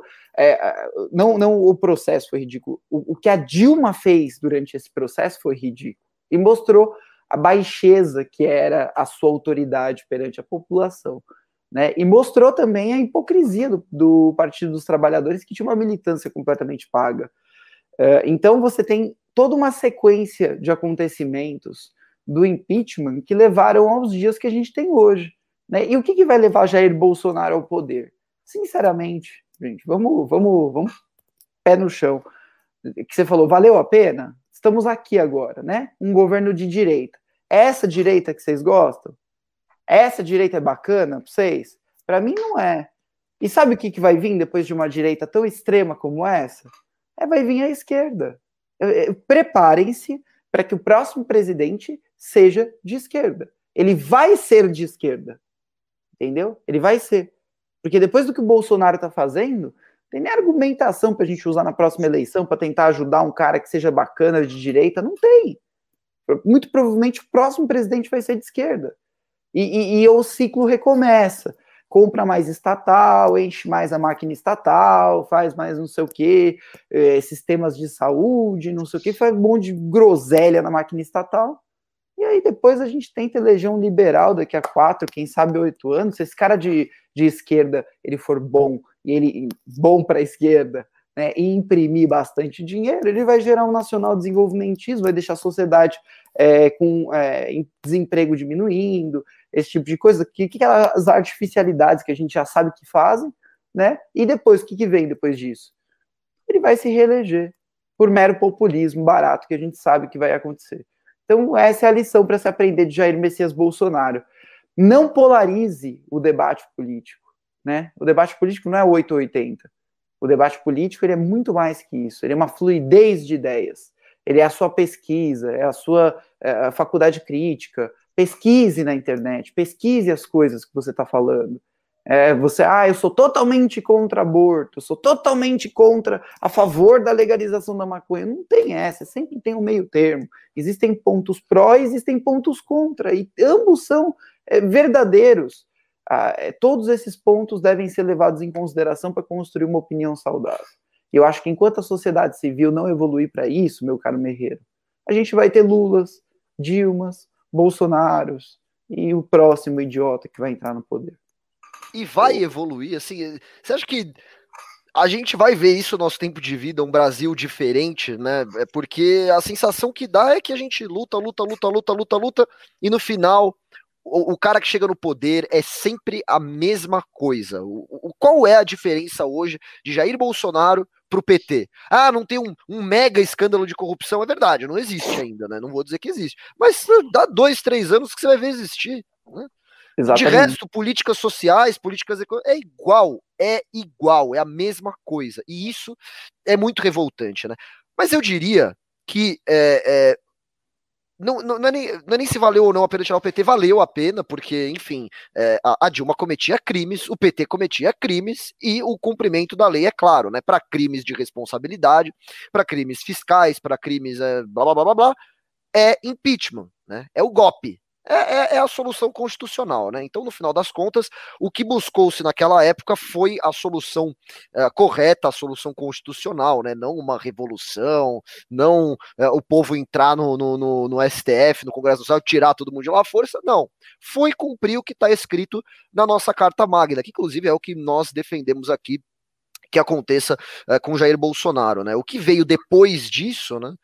Não o processo foi ridículo, o que a Dilma fez durante esse processo foi ridículo e mostrou a baixeza que era a sua autoridade perante a população, né? E mostrou também a hipocrisia do Partido dos Trabalhadores, que tinha uma militância completamente paga. Então você tem toda uma sequência de acontecimentos do impeachment que levaram aos dias que a gente tem hoje, né? E o que vai levar Jair Bolsonaro ao poder? Sinceramente, gente, vamos pé no chão. Que você falou, valeu a pena? Estamos aqui agora, né? Um governo de direita. Essa direita que vocês gostam? Essa direita é bacana para vocês? Para mim não é. E sabe o que vai vir depois de uma direita tão extrema como essa? Vai vir a esquerda. Preparem-se para que o próximo presidente seja de esquerda. Ele vai ser de esquerda. Entendeu? Ele vai ser. Porque depois do que o Bolsonaro está fazendo, tem nem argumentação para a gente usar na próxima eleição para tentar ajudar um cara que seja bacana de direita. Não tem. Muito provavelmente o próximo presidente vai ser de esquerda. E o ciclo recomeça. Compra mais estatal, enche mais a máquina estatal, faz mais não sei o quê, sistemas de saúde, não sei o quê, faz um monte de groselha na máquina estatal. E aí depois a gente tenta eleger um liberal daqui a 4, quem sabe 8 anos. Se esse cara de esquerda ele for bom, e ele bom para a esquerda, né, e imprimir bastante dinheiro, ele vai gerar um nacional desenvolvimentismo, vai deixar a sociedade com desemprego diminuindo, esse tipo de coisa, que aquelas artificialidades que a gente já sabe que fazem, né? E depois, o que vem depois disso? Ele vai se reeleger. por mero populismo barato que a gente sabe que vai acontecer. Então, essa é a lição para se aprender de Jair Messias Bolsonaro. Não polarize o debate político, né? O debate político não é 8 ou 80. O debate político ele é muito mais que isso. Ele é uma fluidez de ideias. Ele é a sua pesquisa, é a sua faculdade crítica. Pesquise na internet, pesquise as coisas que você está falando. Eu sou totalmente contra aborto, eu sou totalmente a favor da legalização da maconha. Não tem essa, sempre tem um meio termo. Existem pontos pró e existem pontos contra, e ambos são verdadeiros. Todos esses pontos devem ser levados em consideração para construir uma opinião saudável. E eu acho que enquanto a sociedade civil não evoluir para isso, meu caro Merreiro, a gente vai ter Lulas, Dilmas, Bolsonaros e o próximo idiota que vai entrar no poder. E vai evoluir, assim, você acha que a gente vai ver isso no nosso tempo de vida, um Brasil diferente, né? É porque a sensação que dá é que a gente luta, e no final o cara que chega no poder é sempre a mesma coisa. Qual é a diferença hoje de Jair Bolsonaro pro PT? Ah, não tem um mega escândalo de corrupção, é verdade, não existe ainda, né? Não vou dizer que existe, mas dá 2, 3 anos que você vai ver existir, né? De resto, políticas sociais, políticas econômicas, é igual, é a mesma coisa. E isso é muito revoltante, né? Mas eu diria que não é nem se valeu ou não a pena tirar o PT, valeu a pena, porque, enfim, a Dilma cometia crimes, o PT cometia crimes, e o cumprimento da lei é claro, né? Para crimes de responsabilidade, para crimes fiscais, para crimes blá blá blá blá blá, é impeachment, né? É o golpe. É a solução constitucional, né? Então, no final das contas, o que buscou-se naquela época foi a solução correta, a solução constitucional, né? Não uma revolução, não o povo entrar no STF, no Congresso Nacional, tirar todo mundo de lá à força, não. Foi cumprir o que está escrito na nossa Carta Magna, que inclusive é o que nós defendemos aqui que aconteça com Jair Bolsonaro, né? O que veio depois disso, né?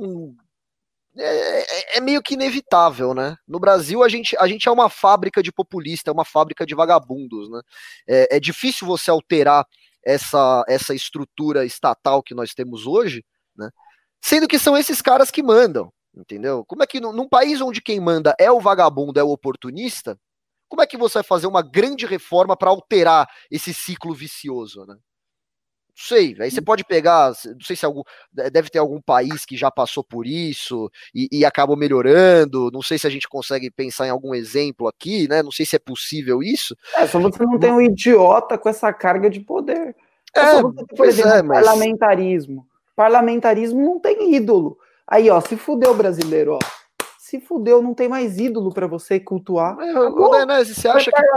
É meio que inevitável, né? No Brasil, a gente é uma fábrica de populista, é uma fábrica de vagabundos, né? É difícil você alterar essa estrutura estatal que nós temos hoje, né? Sendo que são esses caras que mandam, entendeu? Como é que num país onde quem manda é o vagabundo, é o oportunista, como é que você vai fazer uma grande reforma para alterar esse ciclo vicioso, né? Sei, aí você pode pegar, não sei se deve ter algum país que já passou por isso e acabou melhorando, não sei se a gente consegue pensar em algum exemplo aqui, né, não sei se é possível isso. Só você não tem um idiota com essa carga de poder. Só você tem, por exemplo, parlamentarismo. Parlamentarismo não tem ídolo. Aí, ó, se fudeu o brasileiro, ó. Se fudeu, não tem mais ídolo para você cultuar. Você acha que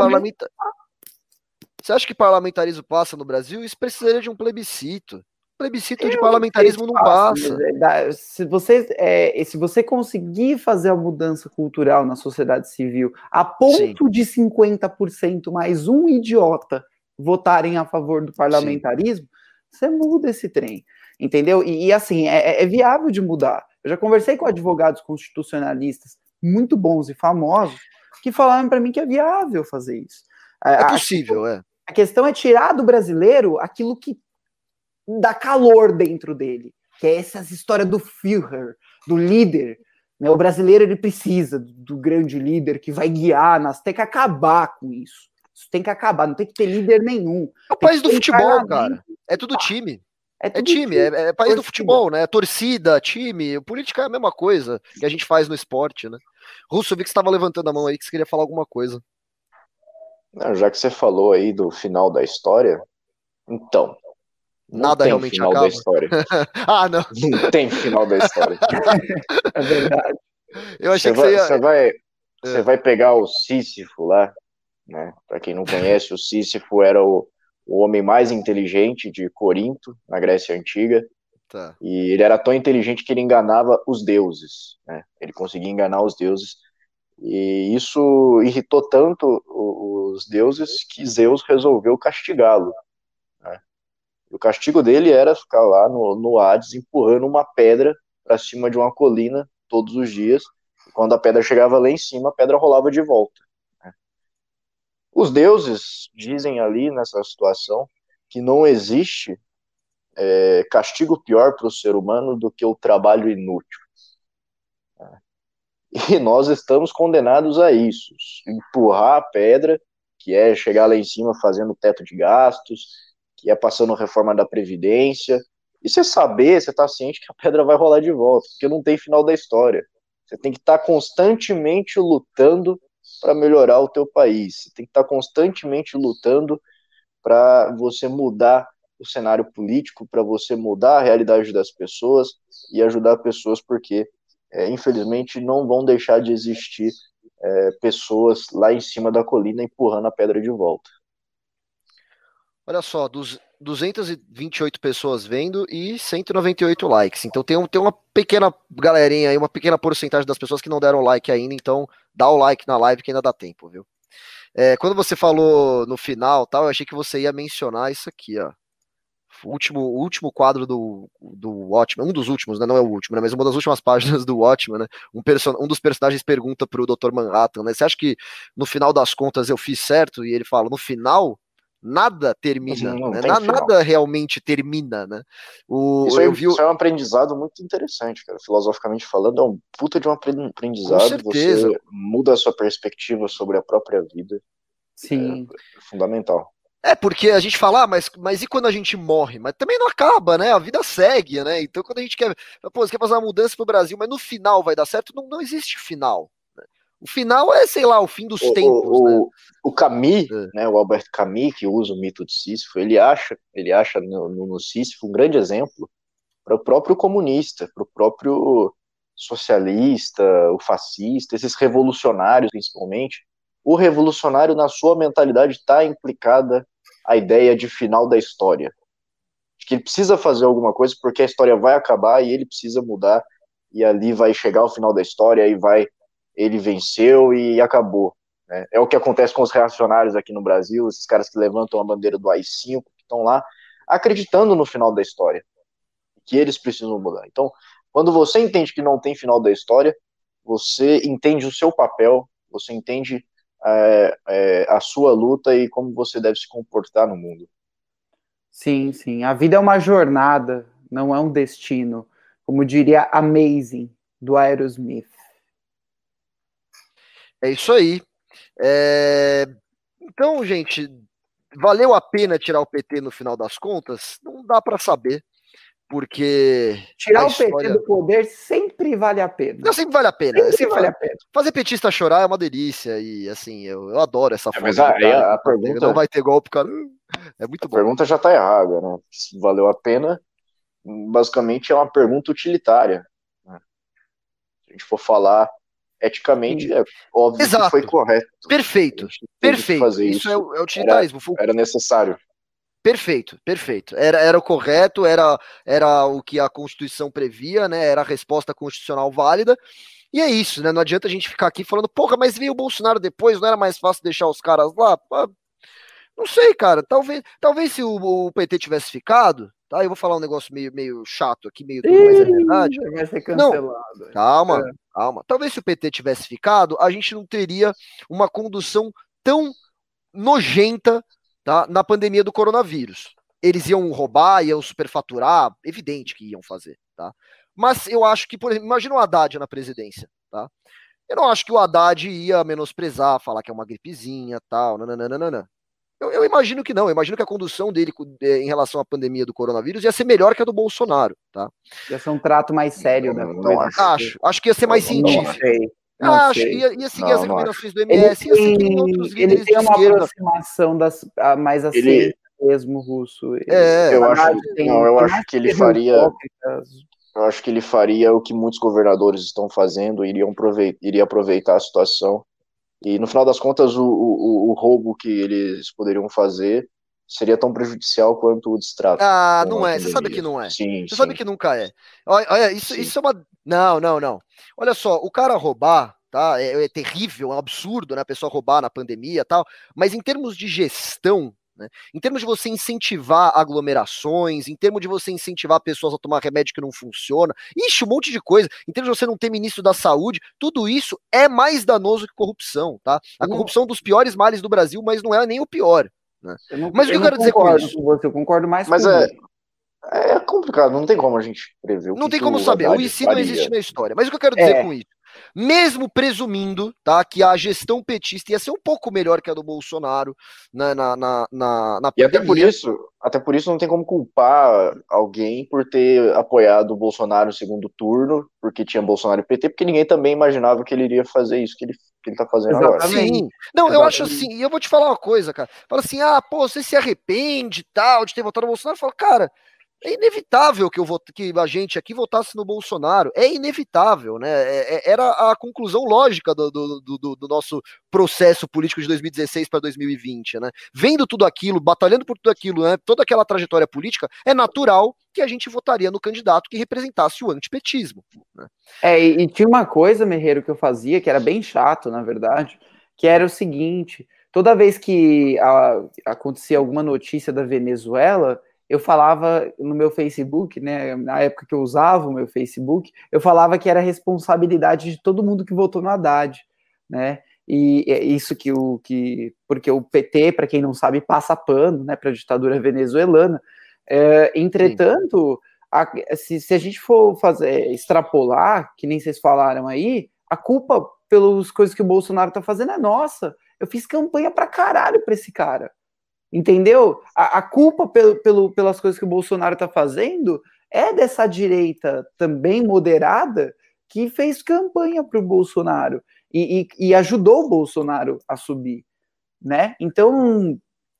Você acha que parlamentarismo passa no Brasil? Isso precisaria de um plebiscito. Plebiscito de parlamentarismo não passa. Se você conseguir fazer a mudança cultural na sociedade civil a ponto de 50% mais um idiota votarem a favor do parlamentarismo, você muda esse trem, entendeu? E assim, é viável de mudar. Eu já conversei com advogados constitucionalistas muito bons e famosos que falaram para mim que é viável fazer isso. É possível, A questão é tirar do brasileiro aquilo que dá calor dentro dele, que é essa história do Führer, do líder. Né? O brasileiro ele precisa do grande líder que vai guiar, tem que acabar com isso. Isso tem que acabar, não tem que ter líder nenhum. É o país do futebol, cara. É tudo time. É time, é país do futebol, né? Torcida, time, política é a mesma coisa que a gente faz no esporte, né? Russo, eu vi que você estava levantando a mão aí, que você queria falar alguma coisa. Já que você falou aí do final da história, então, nada realmente final acaba. Da história. Não. Não tem final da história. É verdade. Eu achei você vai pegar o Sísifo lá, né? Para quem não conhece, o Sísifo era o homem mais inteligente de Corinto, na Grécia Antiga. Tá. E ele era tão inteligente que ele enganava os deuses, né? Ele conseguia enganar os deuses. E isso irritou tanto os deuses que Zeus resolveu castigá-lo. Né? E o castigo dele era ficar lá no Hades empurrando uma pedra para cima de uma colina todos os dias. E quando a pedra chegava lá em cima, a pedra rolava de volta. Né? Os deuses dizem ali nessa situação que não existe castigo pior para o ser humano do que o trabalho inútil. E nós estamos condenados a isso, empurrar a pedra, que é chegar lá em cima fazendo teto de gastos, que é passando reforma da Previdência, e você saber, você está ciente que a pedra vai rolar de volta, porque não tem final da história. Você tem que estar constantemente lutando para melhorar o teu país, você tem que estar constantemente lutando para você mudar o cenário político, para você mudar a realidade das pessoas e ajudar pessoas, porque infelizmente não vão deixar de existir pessoas lá em cima da colina empurrando a pedra de volta. Olha só, 228 pessoas vendo e 198 likes. Então tem uma pequena galerinha aí, uma pequena porcentagem das pessoas que não deram like ainda. Então dá o like na live que ainda dá tempo, viu? Quando você falou no final, tal, eu achei que você ia mencionar isso aqui, ó. O último quadro do Watchmen, um dos últimos, né? Não é o último, né? Mas uma das últimas páginas do Watchmen, né? Um dos personagens pergunta pro Dr. Manhattan, né? Você acha que no final das contas eu fiz certo? E ele fala, no final nada termina, não né? tem final. Nada realmente termina, né? Isso é um aprendizado muito interessante, cara. Filosoficamente falando, é um puta de um aprendizado. Com certeza. Você muda a sua perspectiva sobre a própria vida. Sim. É fundamental. Porque a gente fala, mas e quando a gente morre? Mas também não acaba, né? A vida segue, né? Então quando a gente quer, você quer fazer uma mudança pro Brasil, mas no final vai dar certo, não existe final. Né? O final é, sei lá, o fim dos tempos, né? O Camus, né, o Albert Camus, que usa o mito de Sísifo, ele acha no Sísifo um grande exemplo para o próprio comunista, para o próprio socialista, o fascista, esses revolucionários principalmente. O revolucionário, na sua mentalidade, está implicada a ideia de final da história. De que ele precisa fazer alguma coisa porque a história vai acabar e ele precisa mudar, e ali vai chegar o final da história, e ele venceu e acabou. Né? É o que acontece com os reacionários aqui no Brasil, esses caras que levantam a bandeira do AI-5, que estão lá acreditando no final da história, que eles precisam mudar. Então, quando você entende que não tem final da história, você entende o seu papel, você entende a sua luta e como você deve se comportar no mundo. Sim, sim. A vida é uma jornada, não é um destino. Como diria Amazing, do Aerosmith. É isso aí. Então, gente, valeu a pena tirar o PT no final das contas? Não dá para saber. Porque tirar o PT do poder sempre vale a pena. Não, sempre vale a pena. Sempre vale a pena. Fazer petista chorar é uma delícia. E assim, eu adoro essa forma. Mas a pergunta não vai ter golpe, cara. É muito bom. A pergunta já tá errada, né? Se valeu a pena, basicamente é uma pergunta utilitária. Né? Se a gente for falar eticamente, é óbvio que foi correto. Perfeito. Isso é o utilitarismo. Era necessário. Perfeito. Era o correto, era o que a Constituição previa, né? Era a resposta constitucional válida. E é isso, né? Não adianta a gente ficar aqui falando, porra, mas veio o Bolsonaro depois, não era mais fácil deixar os caras lá? Não sei, cara. Talvez se o PT tivesse ficado, tá? Eu vou falar um negócio meio chato aqui, meio tudo, mas é verdade. Vai ser cancelado. Não, calma. Talvez se o PT tivesse ficado, a gente não teria uma condução tão nojenta, tá, na pandemia do coronavírus. Eles iam roubar, iam superfaturar, evidente que iam fazer, tá? Mas eu acho que, por exemplo, imagina o Haddad na presidência, tá? Eu não acho que o Haddad ia menosprezar, falar que é uma gripezinha, tal, nananana. Eu imagino que não, eu imagino que a condução dele em relação à pandemia do coronavírus ia ser melhor que a do Bolsonaro, tá? Ia ser um trato mais sério da coisa. Acho que ia ser mais científico. Acho que ia seguir as recomendações do MS, ia seguir em outros líderes ele tem uma aproximação mais assim mesmo russo. Eu acho que ele faria. Eu acho que ele faria o que muitos governadores estão fazendo, iria aproveitar a situação. E no final das contas, o roubo que eles poderiam fazer seria tão prejudicial quanto o distrato. Não é. Você sabe que não é. Sim, Você sabe que nunca é. Olha, isso é uma. Não. Olha só, o cara roubar, tá? É terrível, é um absurdo, né? A pessoa roubar na pandemia e tal. Mas em termos de gestão, né? Em termos de você incentivar aglomerações, em termos de você incentivar pessoas a tomar remédio que não funciona, um monte de coisa, em termos de você não ter ministro da saúde, tudo isso é mais danoso que corrupção, tá? A corrupção é um dos piores males do Brasil, mas não é nem o pior. Né? Mas o que eu quero dizer com isso? Eu concordo mais com você. É complicado, não tem como a gente prever o Não que tem que como o saber. O Haddad e se não existe faria. na história. Mas o que eu quero dizer com isso? Mesmo presumindo, tá, que a gestão petista ia ser um pouco melhor que a do Bolsonaro na E pandemia. até por isso não tem como culpar alguém por ter apoiado o Bolsonaro no segundo turno, porque tinha Bolsonaro e PT, porque ninguém também imaginava que ele iria fazer isso que ele tá fazendo agora. Exatamente. Sim. Não, eu acho Exatamente. assim, e eu vou te falar uma coisa, cara. Fala assim, pô, você se arrepende tal de ter votado no Bolsonaro? Fala, cara, é inevitável que a gente aqui votasse no Bolsonaro. É inevitável, né? Era a conclusão lógica do nosso processo político de 2016 para 2020, né? Vendo tudo aquilo, batalhando por tudo aquilo, né? Toda aquela trajetória política, é natural que a gente votaria no candidato que representasse o antipetismo. Né? E tinha uma coisa, Merreiro, que eu fazia, que era bem chato, na verdade, que era o seguinte: toda vez que acontecia alguma notícia da Venezuela, eu falava no meu Facebook, né, na época que eu usava o meu Facebook, eu falava que era responsabilidade de todo mundo que votou no Haddad, né? E é isso porque o PT, para quem não sabe, passa pano, né, para a ditadura venezuelana. Entretanto, se a gente for extrapolar, que nem vocês falaram aí, a culpa pelas coisas que o Bolsonaro tá fazendo é nossa. Eu fiz campanha pra caralho pra esse cara. Entendeu? A culpa pelas coisas que o Bolsonaro tá fazendo é dessa direita também moderada que fez campanha pro Bolsonaro e ajudou o Bolsonaro a subir, né? Então,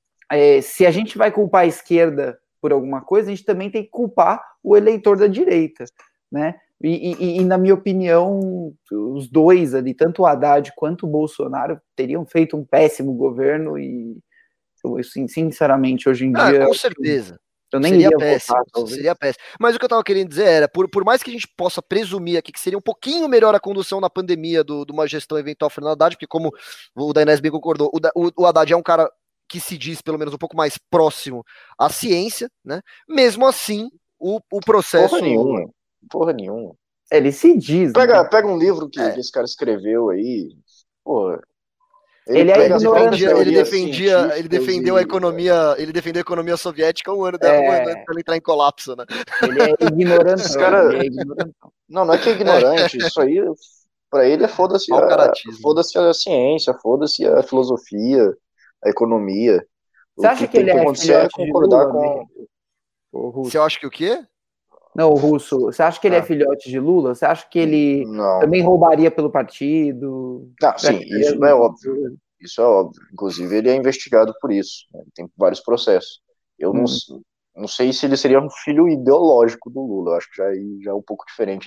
se a gente vai culpar a esquerda por alguma coisa, a gente também tem que culpar o eleitor da direita, né? E na minha opinião, os dois ali, tanto o Haddad quanto o Bolsonaro, teriam feito um péssimo governo e, sinceramente, hoje em dia, Com certeza. eu nem Seria iria votar, péssimo, talvez. seria péssimo. Mas o que eu tava querendo dizer era, por mais que a gente possa presumir aqui que seria um pouquinho melhor a condução na pandemia de uma gestão eventual Fernando Haddad, porque como o Dainés bem concordou, o Haddad é um cara que se diz pelo menos um pouco mais próximo à ciência, né? Mesmo assim, o Porra processo... nenhuma. Porra nenhuma. Ele se diz, né? Pega um livro que É, esse cara escreveu aí. Porra, ele Ele é prega as próprias ignorantão. teorias científicas ele defendeu a economia soviética um ano antes É, dela entrar em colapso, né? ele é esses ignorantão. cara, Ele é ignorantão. não é que é ignorante, isso aí pra ele é Mau caratismo. foda-se a ciência, foda-se a filosofia, a economia. Você O acha que que tem ele que é acontecer é filhote de concordar Lula, com. o Você acha Russo? que o quê? Não, o Russo. Você acha que ele é Ah. filhote de Lula? Você acha que ele Não. também roubaria pelo partido? Não, sim, Praticaria isso é óbvio. Isso é óbvio. Inclusive, ele é investigado por isso. Né? Tem vários processos. Eu não, Hum. não sei se ele seria um filho ideológico do Lula. Eu acho que já é um pouco diferente.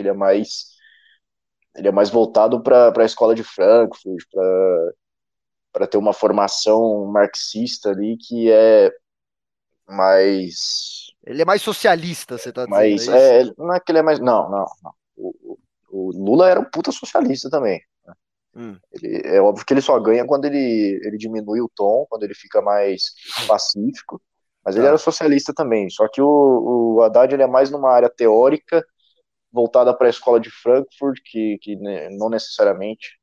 Ele é mais voltado para a escola de Frankfurt, para ter uma formação marxista ali que é mais. Ele é mais socialista, você tá dizendo, é isso? Não é que ele é mais. Não, não, não. O Lula era um puta socialista também. Hum. É óbvio que ele só ganha quando ele diminui o tom, quando ele fica mais pacífico, mas ele era Tá. socialista também. Só que o Haddad ele é mais numa área teórica, voltada para a escola de Frankfurt, que não necessariamente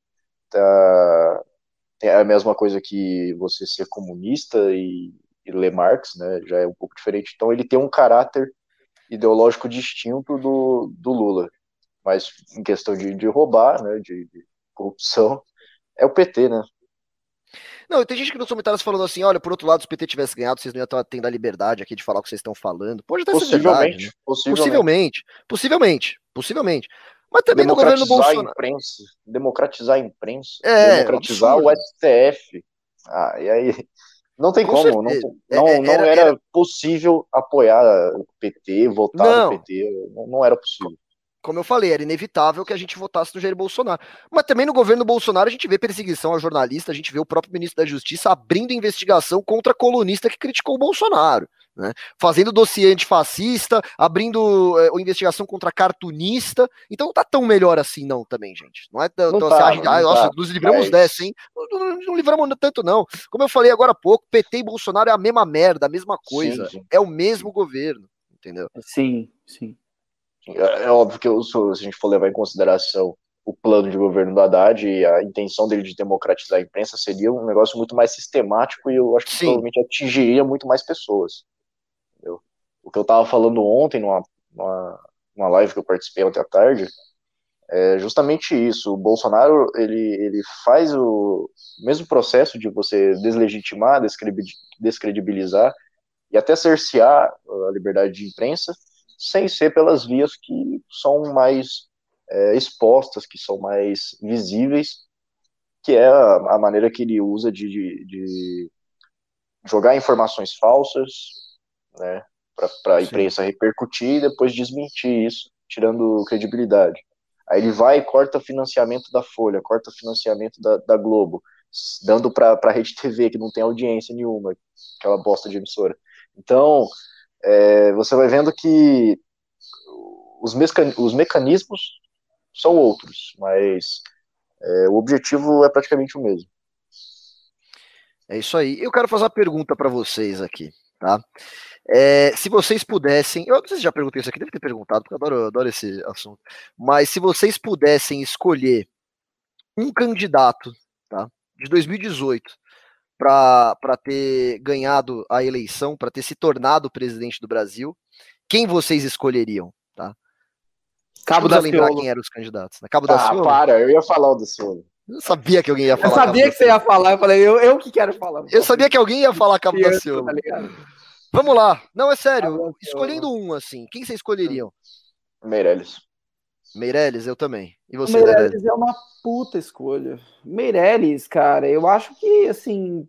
é a mesma coisa que você ser comunista e ler Marx, né? Já é um pouco diferente. Então ele tem um caráter ideológico distinto do Lula. Mas em questão de roubar, né, de corrupção, é o PT, né? Não, tem gente que nos comentários falando assim, olha, por outro lado, se o PT tivesse ganhado, vocês não iam estar tendo a liberdade aqui de falar o que vocês estão falando. Pode até ser verdade, né? Possivelmente. Possivelmente. Mas também no governo Bolsonaro. Democratizar a imprensa, democratizar o Absurdo. STF. E aí não tem Com como, certeza. não era possível apoiar o PT, votar no Não, PT, não era possível. como eu falei, era inevitável que a gente votasse no Jair Bolsonaro. Mas também no governo Bolsonaro a gente vê perseguição a jornalista, a gente vê o próprio ministro da Justiça abrindo investigação contra colunista que criticou o Bolsonaro, né? Fazendo dossiê antifascista, abrindo investigação contra cartunista. Então não tá tão melhor assim não também, gente. Não é tão, Não assim, tá, não nossa, tá. nos livramos dessa, hein? Não livramos tanto não. Como eu falei agora há pouco, PT e Bolsonaro é a mesma merda, a mesma coisa. Sim. É o mesmo governo, entendeu? Sim. É óbvio que se a gente for levar em consideração o plano de governo do Haddad e a intenção dele de democratizar a imprensa, seria um negócio muito mais sistemático e eu acho que Sim. provavelmente atingiria muito mais pessoas. Entendeu? o que eu estava falando ontem, numa live que eu participei ontem à tarde, é justamente isso. O Bolsonaro, ele faz o mesmo processo de você deslegitimar, descredibilizar e até cercear a liberdade de imprensa, sem ser pelas vias que são mais expostas, que são mais visíveis, que é a maneira que ele usa de jogar informações falsas, né, para a imprensa repercutir e depois desmentir isso, tirando credibilidade. Aí ele vai e corta financiamento da Folha, corta financiamento da Globo, dando para a Rede TV, que não tem audiência nenhuma, aquela bosta de emissora. Então, você vai vendo que os mecanismos são outros, mas o objetivo é praticamente o mesmo. É isso aí. Eu quero fazer uma pergunta para vocês aqui, tá? Se vocês pudessem, eu não sei se já perguntei isso aqui, deve ter perguntado, porque eu adoro esse assunto, mas se vocês pudessem escolher um candidato, tá, de 2018 para ter ganhado a eleição, para ter se tornado presidente do Brasil, quem vocês escolheriam, tá? Cabo Deixa eu lembrar Daciolo. quem eram os candidatos. Né? Cabo Daciolo? Para, eu ia falar o Daciolo. Eu sabia que alguém ia falar. Eu sabia que você ia falar, eu falei, eu que quero falar. Eu sabia que alguém ia falar Cabo Daciolo. Tá ligado? Vamos lá. Não, é sério. Escolhendo um, assim, quem vocês escolheriam? Meirelles. Meirelles, eu também. E você, Meirelles é uma puta escolha. Meirelles, cara, eu acho que, assim,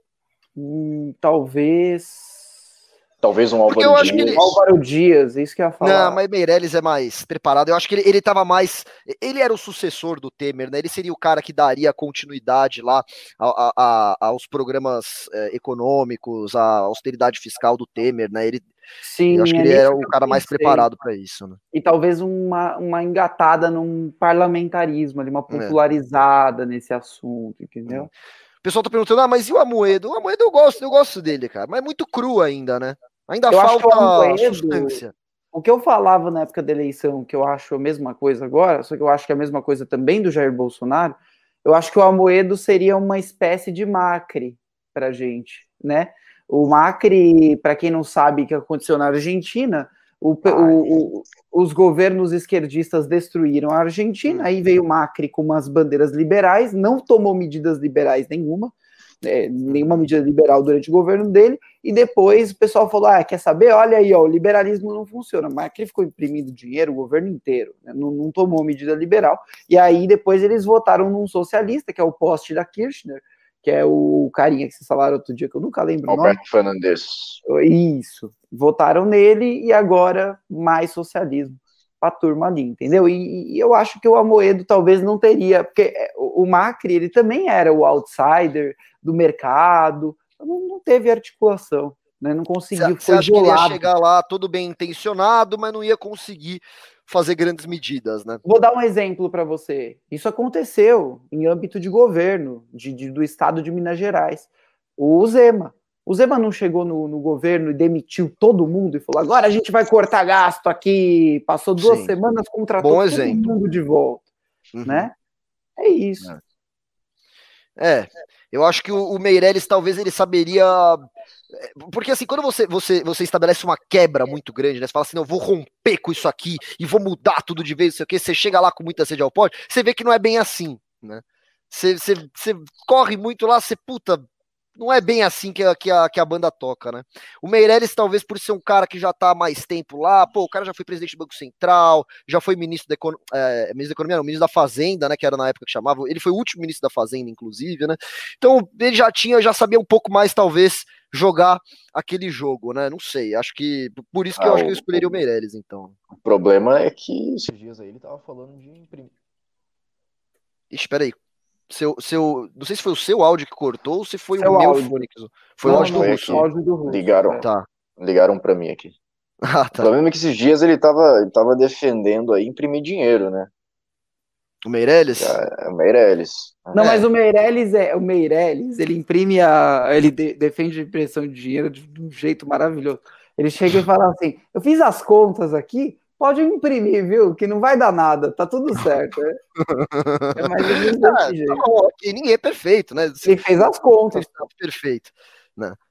talvez um Álvaro Dias. Álvaro Dias, isso que eu ia falar. Não, mas Meirelles é mais preparado. Eu acho que ele tava mais. Ele era o sucessor do Temer, né? Ele seria o cara que daria continuidade lá aos programas econômicos, à austeridade fiscal do Temer, né? Sim, eu acho que ele era o cara mais preparado para isso, né? E talvez uma engatada num parlamentarismo, ali, uma popularizada nesse assunto, entendeu? O pessoal tá perguntando, mas e o Amoedo? O Amoedo eu gosto dele, cara, mas é muito cru ainda, né? Ainda falta substância. O que eu falava na época da eleição, que eu acho a mesma coisa agora, só que eu acho que é a mesma coisa também do Jair Bolsonaro, eu acho que o Amoedo seria uma espécie de Macri pra gente, né? O Macri, para quem não sabe o que aconteceu na Argentina, os governos esquerdistas destruíram a Argentina, aí veio o Macri com umas bandeiras liberais, não tomou medidas liberais nenhuma medida liberal durante o governo dele, e depois o pessoal falou, quer saber? Olha aí, o liberalismo não funciona. Macri ficou imprimindo dinheiro o governo inteiro, né? não tomou medida liberal, e aí depois eles votaram num socialista, que é o Post da Kirchner, que é o carinha que vocês falaram outro dia, que eu nunca lembro o nome. Alberto Fernandes. Isso. Votaram nele e agora mais socialismo para a turma ali, entendeu? E eu acho que o Amoedo talvez não teria, porque o Macri, ele também era o outsider do mercado, não teve articulação, né? Não conseguiu, Você acha que ele ia chegar lá todo bem intencionado, mas não ia conseguir fazer grandes medidas, né? Vou dar um exemplo para você. Isso aconteceu em âmbito de governo do estado de Minas Gerais. O Zema não chegou no governo e demitiu todo mundo e falou, agora a gente vai cortar gasto aqui. Passou 2 semanas, contratou todo mundo de volta. Né? É isso. Eu acho que o Meirelles talvez ele saberia... Porque assim, quando você estabelece uma quebra muito grande, né? Você fala assim, não, eu vou romper com isso aqui e vou mudar tudo de vez, não sei o quê, você chega lá com muita sede ao pote, você vê que não é bem assim, né? Você corre muito lá, não é bem assim que a banda toca, né? O Meirelles, talvez por ser um cara que já tá há mais tempo lá, o cara já foi presidente do Banco Central, já foi ministro da Economia, não, ministro da Fazenda, né, que era na época que chamava, ele foi o último ministro da Fazenda, inclusive, né? Então, ele já sabia um pouco mais, talvez, jogar aquele jogo, né? Não sei, acho que, por isso que eu acho que eu escolheria o Meirelles, então. O problema é que esses dias aí ele tava falando de imprimir. Espera aí. Não sei se foi o seu áudio que cortou ou se foi o meu fone que... Foi o áudio do Russo. Ligaram para mim aqui. Tá. O problema é que esses dias ele tava defendendo aí imprimir dinheiro, né? O Meirelles? O Meirelles. Não, mas o Meirelles, ele imprime ele defende a impressão de dinheiro de um jeito maravilhoso. Ele chega e fala assim, eu fiz as contas aqui, pode imprimir, viu? Que não vai dar nada, tá tudo certo. É mais ou menos desse jeito. Ninguém é perfeito, né? Ele fez as contas. Perfeito. Né?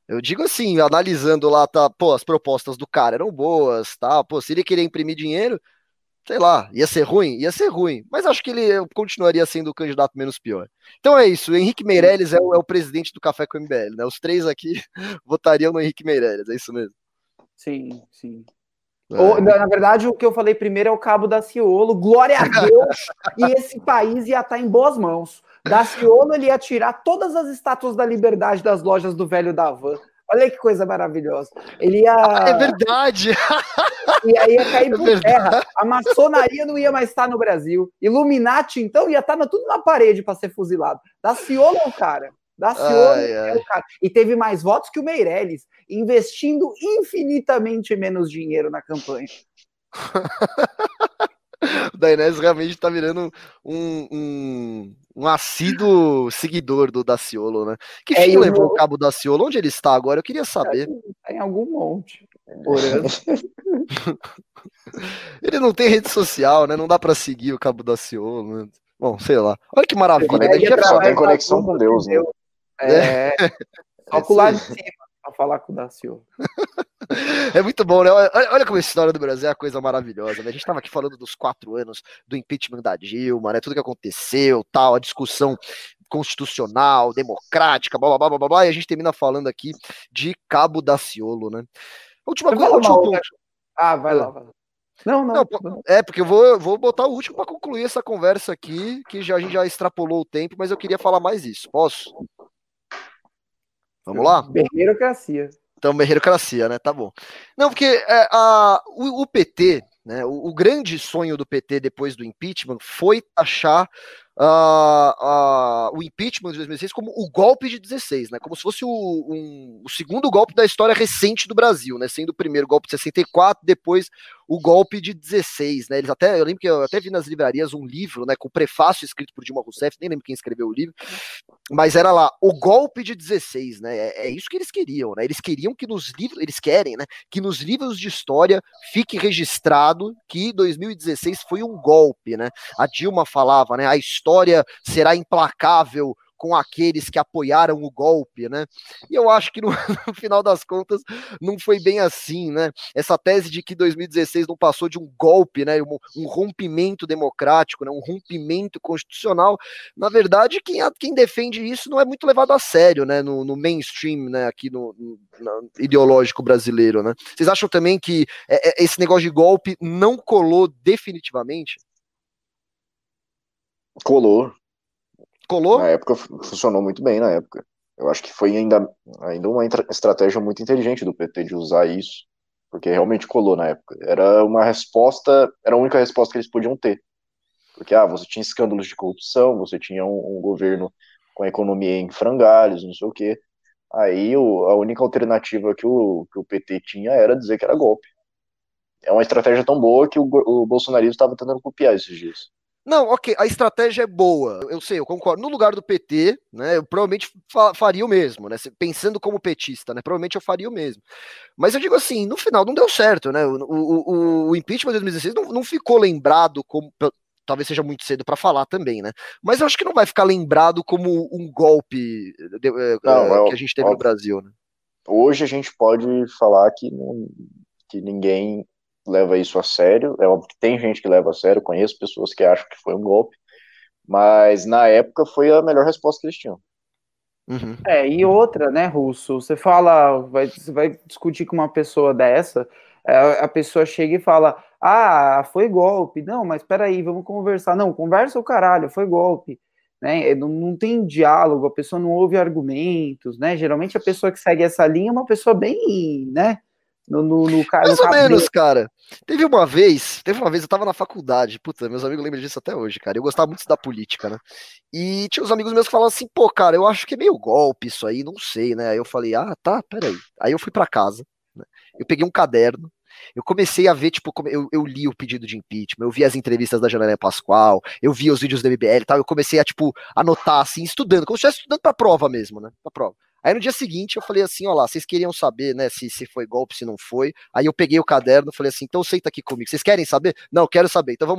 Eu digo assim, analisando lá, tá, pô, as propostas do cara eram boas, tá? Pô, se ele querer imprimir dinheiro, sei lá, ia ser ruim? Ia ser ruim. Mas acho que ele continuaria sendo o candidato menos pior. Então é isso, o Henrique Meirelles é o presidente do Café com o MBL, né? Os três aqui votariam no Henrique Meirelles, é isso mesmo. Sim, sim. É. Na verdade, o que eu falei primeiro é o Cabo Daciolo. Glória a Deus! E esse país ia estar em boas mãos. Daciolo, ele ia tirar todas as estátuas da liberdade das lojas do velho da Van. Olha que coisa maravilhosa. Ele ia. É verdade! E aí ia cair por terra. A maçonaria não ia mais estar no Brasil. Illuminati, então, ia estar tudo na parede para ser fuzilado. Daciolo é o cara. Daciolo é o cara. E teve mais votos que o Meirelles, investindo infinitamente menos dinheiro na campanha. O Dainese realmente tá virando um assíduo seguidor do Daciolo, né? Que fim levou o Cabo Daciolo? Onde ele está agora? Eu queria saber. Tá em algum monte. Orando. Ele não tem rede social, né? Não dá pra seguir o Cabo Daciolo, né? Bom, sei lá. Olha que maravilha. Ele só tem conexão com Deus, né? Só com o lado de cima pra falar com o Daciolo. É muito bom, né? Olha como a história do Brasil é uma coisa maravilhosa, né? A gente tava aqui falando dos 4 anos do impeachment da Dilma, né? Tudo que aconteceu, tal, a discussão constitucional, democrática, blá, blá, blá, blá, blá, e a gente termina falando aqui de Cabo Daciolo, né? Último ponto. Ah, vai lá. Não. É, porque eu vou botar o último para concluir essa conversa aqui, que a gente já extrapolou o tempo, mas eu queria falar mais isso. Posso? Vamos lá? Berreirocracia. Então, berreirocracia, né? Tá bom. Não, porque o PT, né, o grande sonho do PT depois do impeachment foi taxar o impeachment de 2016 como o golpe de 16, né? Como se fosse o segundo golpe da história recente do Brasil, né? Sendo o primeiro golpe de 64, depois o golpe de 16, né? Eu lembro que eu até vi nas livrarias um livro, né, com prefácio escrito por Dilma Rousseff, nem lembro quem escreveu o livro, mas era lá, o golpe de 16, né? É isso que eles queriam, né? Eles queriam que nos livros, eles querem, né? Que nos livros de história fique registrado que 2016 foi um golpe, né? A Dilma falava, né? A história será implacável com aqueles que apoiaram o golpe, né? E eu acho que no final das contas não foi bem assim, né? Essa tese de que 2016 não passou de um golpe, né? Um rompimento democrático, né? Um rompimento constitucional. Na verdade, quem defende isso não é muito levado a sério, né? No mainstream, né? Aqui no ideológico brasileiro, né? Vocês acham também que esse negócio de golpe não colou definitivamente? Colou. Colou? Na época funcionou muito bem na época. Eu acho que foi ainda uma estratégia muito inteligente do PT de usar isso, porque realmente colou na época. Era uma resposta, era a única resposta que eles podiam ter. Porque você tinha escândalos de corrupção, você tinha um governo com a economia em frangalhos, não sei o quê. Aí a única alternativa que o PT tinha era dizer que era golpe. É uma estratégia tão boa que o bolsonarismo estava tentando copiar esses dias. Não, ok, a estratégia é boa, eu sei, eu concordo. No lugar do PT, né, eu provavelmente faria o mesmo, né, pensando como petista, né, provavelmente eu faria o mesmo. Mas eu digo assim, no final não deu certo, né, o impeachment de 2016 não ficou lembrado como, talvez seja muito cedo para falar também, né, mas eu acho que não vai ficar lembrado como um golpe que a gente teve no Brasil, né. Hoje a gente pode falar que ninguém leva isso a sério. É óbvio que tem gente que leva a sério, conheço pessoas que acham que foi um golpe, mas na época foi a melhor resposta que eles tinham. Uhum. E outra, né, Russo? Você você vai discutir com uma pessoa dessa, a pessoa chega e fala, foi golpe. Não, mas peraí, vamos conversar. Não, conversa o caralho, foi golpe. Né? Não tem diálogo, a pessoa não ouve argumentos, né? Geralmente a pessoa que segue essa linha é uma pessoa bem, né? Mais ou menos, cara. Teve uma vez eu tava na faculdade, puta, meus amigos lembram disso até hoje, cara. Eu gostava muito da política, né? E tinha uns amigos meus que falavam assim, pô, cara, eu acho que é meio golpe isso aí, não sei, né? Aí eu falei, tá, peraí. Aí eu fui pra casa, né? Eu peguei um caderno, eu comecei a ver, tipo, eu li o pedido de impeachment, eu vi as entrevistas da Janaína Pascoal, eu vi os vídeos do MBL e tal, eu comecei a, tipo, anotar, assim, estudando, como se estivesse estudando pra prova mesmo, né? Pra prova. Aí no dia seguinte eu falei assim, ó lá, vocês queriam saber, né, se foi golpe, se não foi. Aí eu peguei o caderno e falei assim, então senta aqui comigo, vocês querem saber? Não, quero saber, então vamos lá.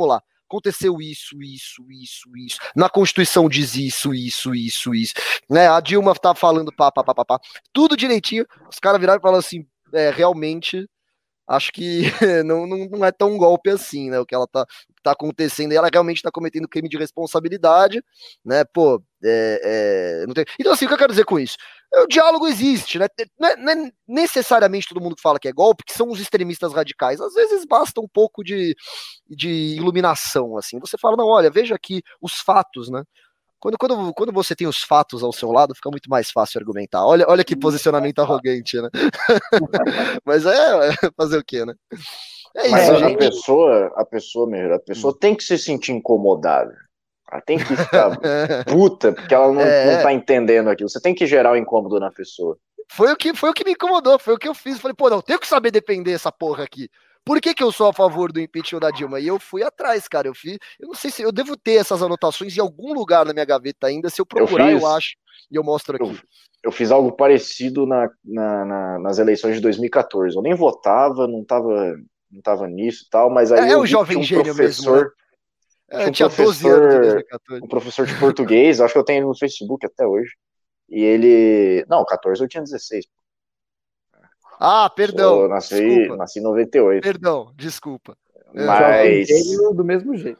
aconteceu isso. Na Constituição diz isso. Né? A Dilma tá falando pá. Tudo direitinho. Os caras viraram e falaram assim, realmente, acho que não é tão um golpe assim, né? O que ela tá acontecendo, e ela realmente tá cometendo crime de responsabilidade, né? Pô, não tem... Então, assim, o que eu quero dizer com isso? O diálogo existe, né? Não é necessariamente todo mundo que fala que é golpe, que são os extremistas radicais. Às vezes basta um pouco de iluminação, assim. Você fala, não, olha, veja aqui os fatos, né? Quando você tem os fatos ao seu lado, fica muito mais fácil argumentar. Olha que posicionamento arrogante, né? Mas fazer o quê, né? É Mas isso, a pessoa tem que se sentir incomodada. Ela tem que ficar puta, porque ela não tá entendendo aquilo. Você tem que gerar o incômodo na pessoa. Foi o que me incomodou, foi o que eu fiz. Falei, pô, não, tenho que saber defender essa porra aqui. Por que eu sou a favor do impeachment da Dilma? E eu fui atrás, cara. Eu não sei se eu devo ter essas anotações em algum lugar na minha gaveta ainda. Se eu procurar, eu acho. E eu mostro aqui. Eu fiz algo parecido nas eleições de 2014. Eu nem votava, não tava nisso e tal, mas aí o jovem gênio professor, mesmo, né? Tinha 12 anos em 2014. Um professor de português, acho que eu tenho ele no Facebook até hoje. E ele... Não, 14 eu tinha 16. Ah, perdão. Eu nasci em 98. Perdão, desculpa. Mas... do mesmo jeito.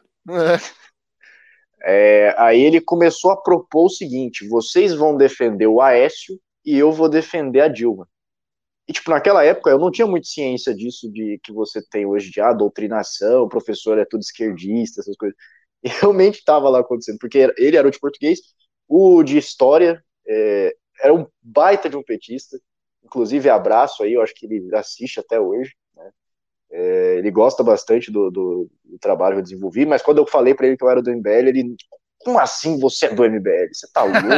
Aí ele começou a propor o seguinte: vocês vão defender o Aécio e eu vou defender a Dilma. E, tipo, naquela época eu não tinha muito ciência disso de que você tem hoje de doutrinação, o professor é tudo esquerdista, essas coisas. E realmente estava lá acontecendo, porque ele era o de português, o de história era um baita de um petista, inclusive abraço aí, eu acho que ele assiste até hoje, né? Ele gosta bastante do trabalho que eu desenvolvi, mas quando eu falei para ele que eu era do MBL, ele... Como assim você é do MBL? Você tá louco?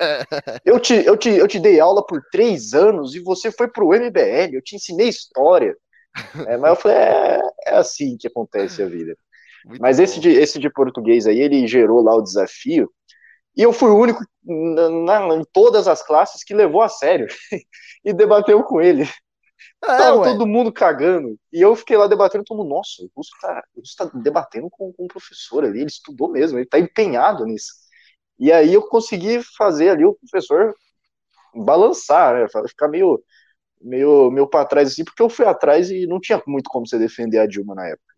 Eu te dei aula por 3 anos e você foi pro MBL, eu te ensinei história. Mas eu falei, é assim que acontece a vida. Muito mas esse de português aí, ele gerou lá o desafio, e eu fui o único em todas as classes que levou a sério e debateu com ele. Tava todo mundo cagando. E eu fiquei lá debatendo, todo mundo, nossa, o Russo tá debatendo com um professor ali, ele estudou mesmo, ele tá empenhado nisso. E aí eu consegui fazer ali o professor balançar, né? Ficar meio pra trás assim, porque eu fui atrás e não tinha muito como você defender a Dilma na época.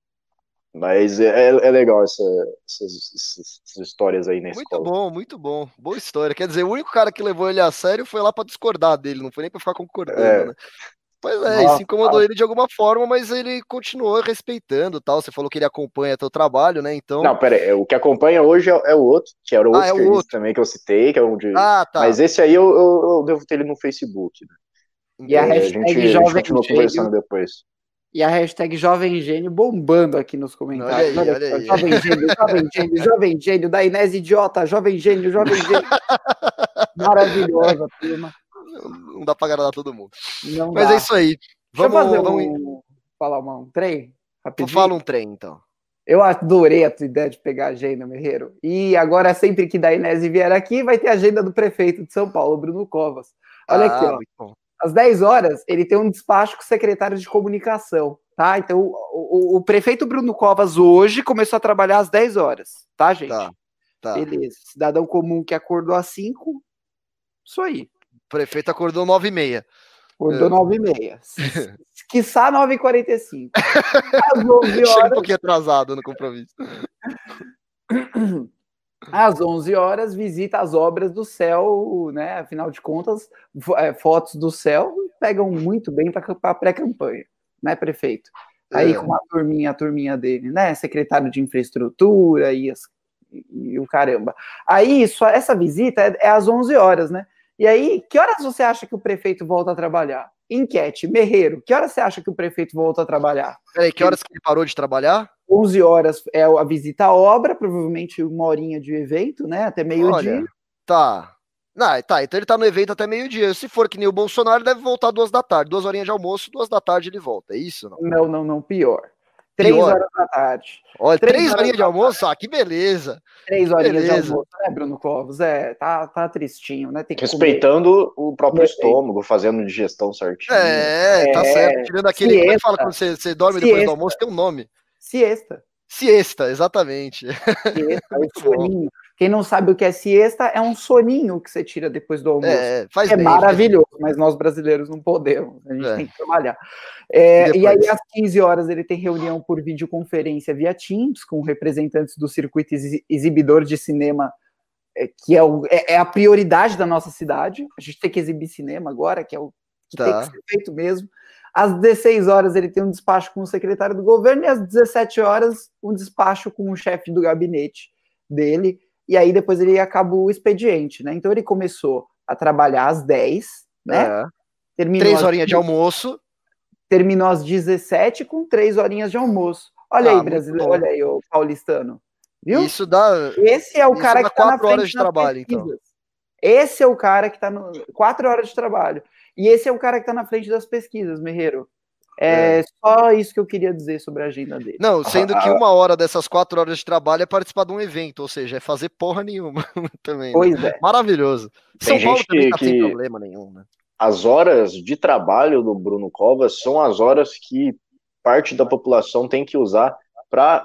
Mas é legal essas histórias aí na escola. Muito bom. Boa história. Quer dizer, o único cara que levou ele a sério foi lá pra discordar dele, não foi nem pra ficar concordando, né? Pois isso incomodou ele de alguma forma, mas ele continuou respeitando tal. Você falou que ele acompanha teu trabalho, né? Então. Não, pera aí, o que acompanha hoje é o outro, que era o outro esquerdista também que eu citei, que é o de. Tá. Mas esse aí eu devo ter ele no Facebook. Né? E a hashtag a gente continua conversando depois. E a hashtag Jovem Gênio bombando aqui nos comentários. Olha aí. Jovem Gênio, da Inés Idiota, Jovem Gênio. Maravilhosa, turma. Não dá pra agradar todo mundo. Não Mas dá. É isso aí. Vamos falar um trem? Rapidinho? Fala um trem, então. Eu adorei a tua ideia de pegar a agenda, Merreiro. E agora, sempre que da Inés vier aqui, vai ter a agenda do prefeito de São Paulo, Bruno Covas. Olha aqui, ó. Muito bom. Às 10 horas, ele tem um despacho com o secretário de comunicação, tá? Então, o prefeito Bruno Covas hoje começou a trabalhar às 10 horas, tá, gente? Tá. Beleza. Cidadão comum que acordou às 5, isso aí. O prefeito acordou 9h30. Acordou 9h30. Quiçá 9h45. Às 11 horas... Chega um pouquinho atrasado no compromisso. Às 11 horas, visita as obras do céu, né? Afinal de contas, fotos do céu pegam muito bem para a pré-campanha, né, prefeito? Aí com a turminha dele, né? Secretário de Infraestrutura e o caramba. Aí, essa visita é às 11 horas, né? E aí, que horas você acha que o prefeito volta a trabalhar? Enquete, Merreiro, que horas você acha que o prefeito volta a trabalhar? Peraí, que horas que ele parou de trabalhar? 11 horas é a visita à obra, provavelmente 1 horinha de evento, né? Até meio-dia. Tá. Então ele tá no evento até meio-dia. Se for que nem o Bolsonaro, deve voltar 2 da tarde. 2 horinhas de almoço, 2 da tarde ele volta. É isso, não? Não, pior. 3 horas da tarde. Olha, 3 horinhas de almoço? Que beleza. 3 horinhas de almoço, né, Bruno Covas? Tá tristinho, né? Tem que respeitando o próprio estômago, fazendo digestão certinho. Tá certo. Tirando aquele. Como é que fala quando você dorme depois do almoço? Tem um nome. Siesta. Siesta, exatamente. Siesta, é o Muito bom. soninho. Quem não sabe o que é siesta, é um soninho que você tira depois do almoço. Faz É bem. maravilhoso, mas nós brasileiros não podemos. A gente tem que trabalhar. E aí, às 15 horas, ele tem reunião por videoconferência via Teams com representantes do circuito exibidor de cinema, que é a prioridade da nossa cidade. A gente tem que exibir cinema agora, que é o que tem que ser feito mesmo. Às 16 horas, ele tem um despacho com o secretário do governo, e às 17 horas, um despacho com o chefe do gabinete dele. E aí, depois, ele acaba o expediente, né? Então, ele começou a trabalhar às 10, né? Terminou 3 horinhas de almoço. Terminou às 17 com 3 horinhas de almoço. Olha aí, brasileiro, olha aí, o paulistano. Viu? Isso dá. Esse é o cara que está na frente 4 horas de trabalho, pesquisas. então. Esse é o cara que está no 4 horas de trabalho. E esse é o cara que está na frente das pesquisas, Merreiro. Só isso que eu queria dizer sobre a agenda dele. Não, sendo que 1 hora dessas 4 horas de trabalho é participar de um evento, ou seja, é fazer porra nenhuma também. Pois né? Maravilhoso. Tem São Paulo gente também tá que sem problema nenhum, né? As horas de trabalho do Bruno Covas são as horas que parte da população tem que usar para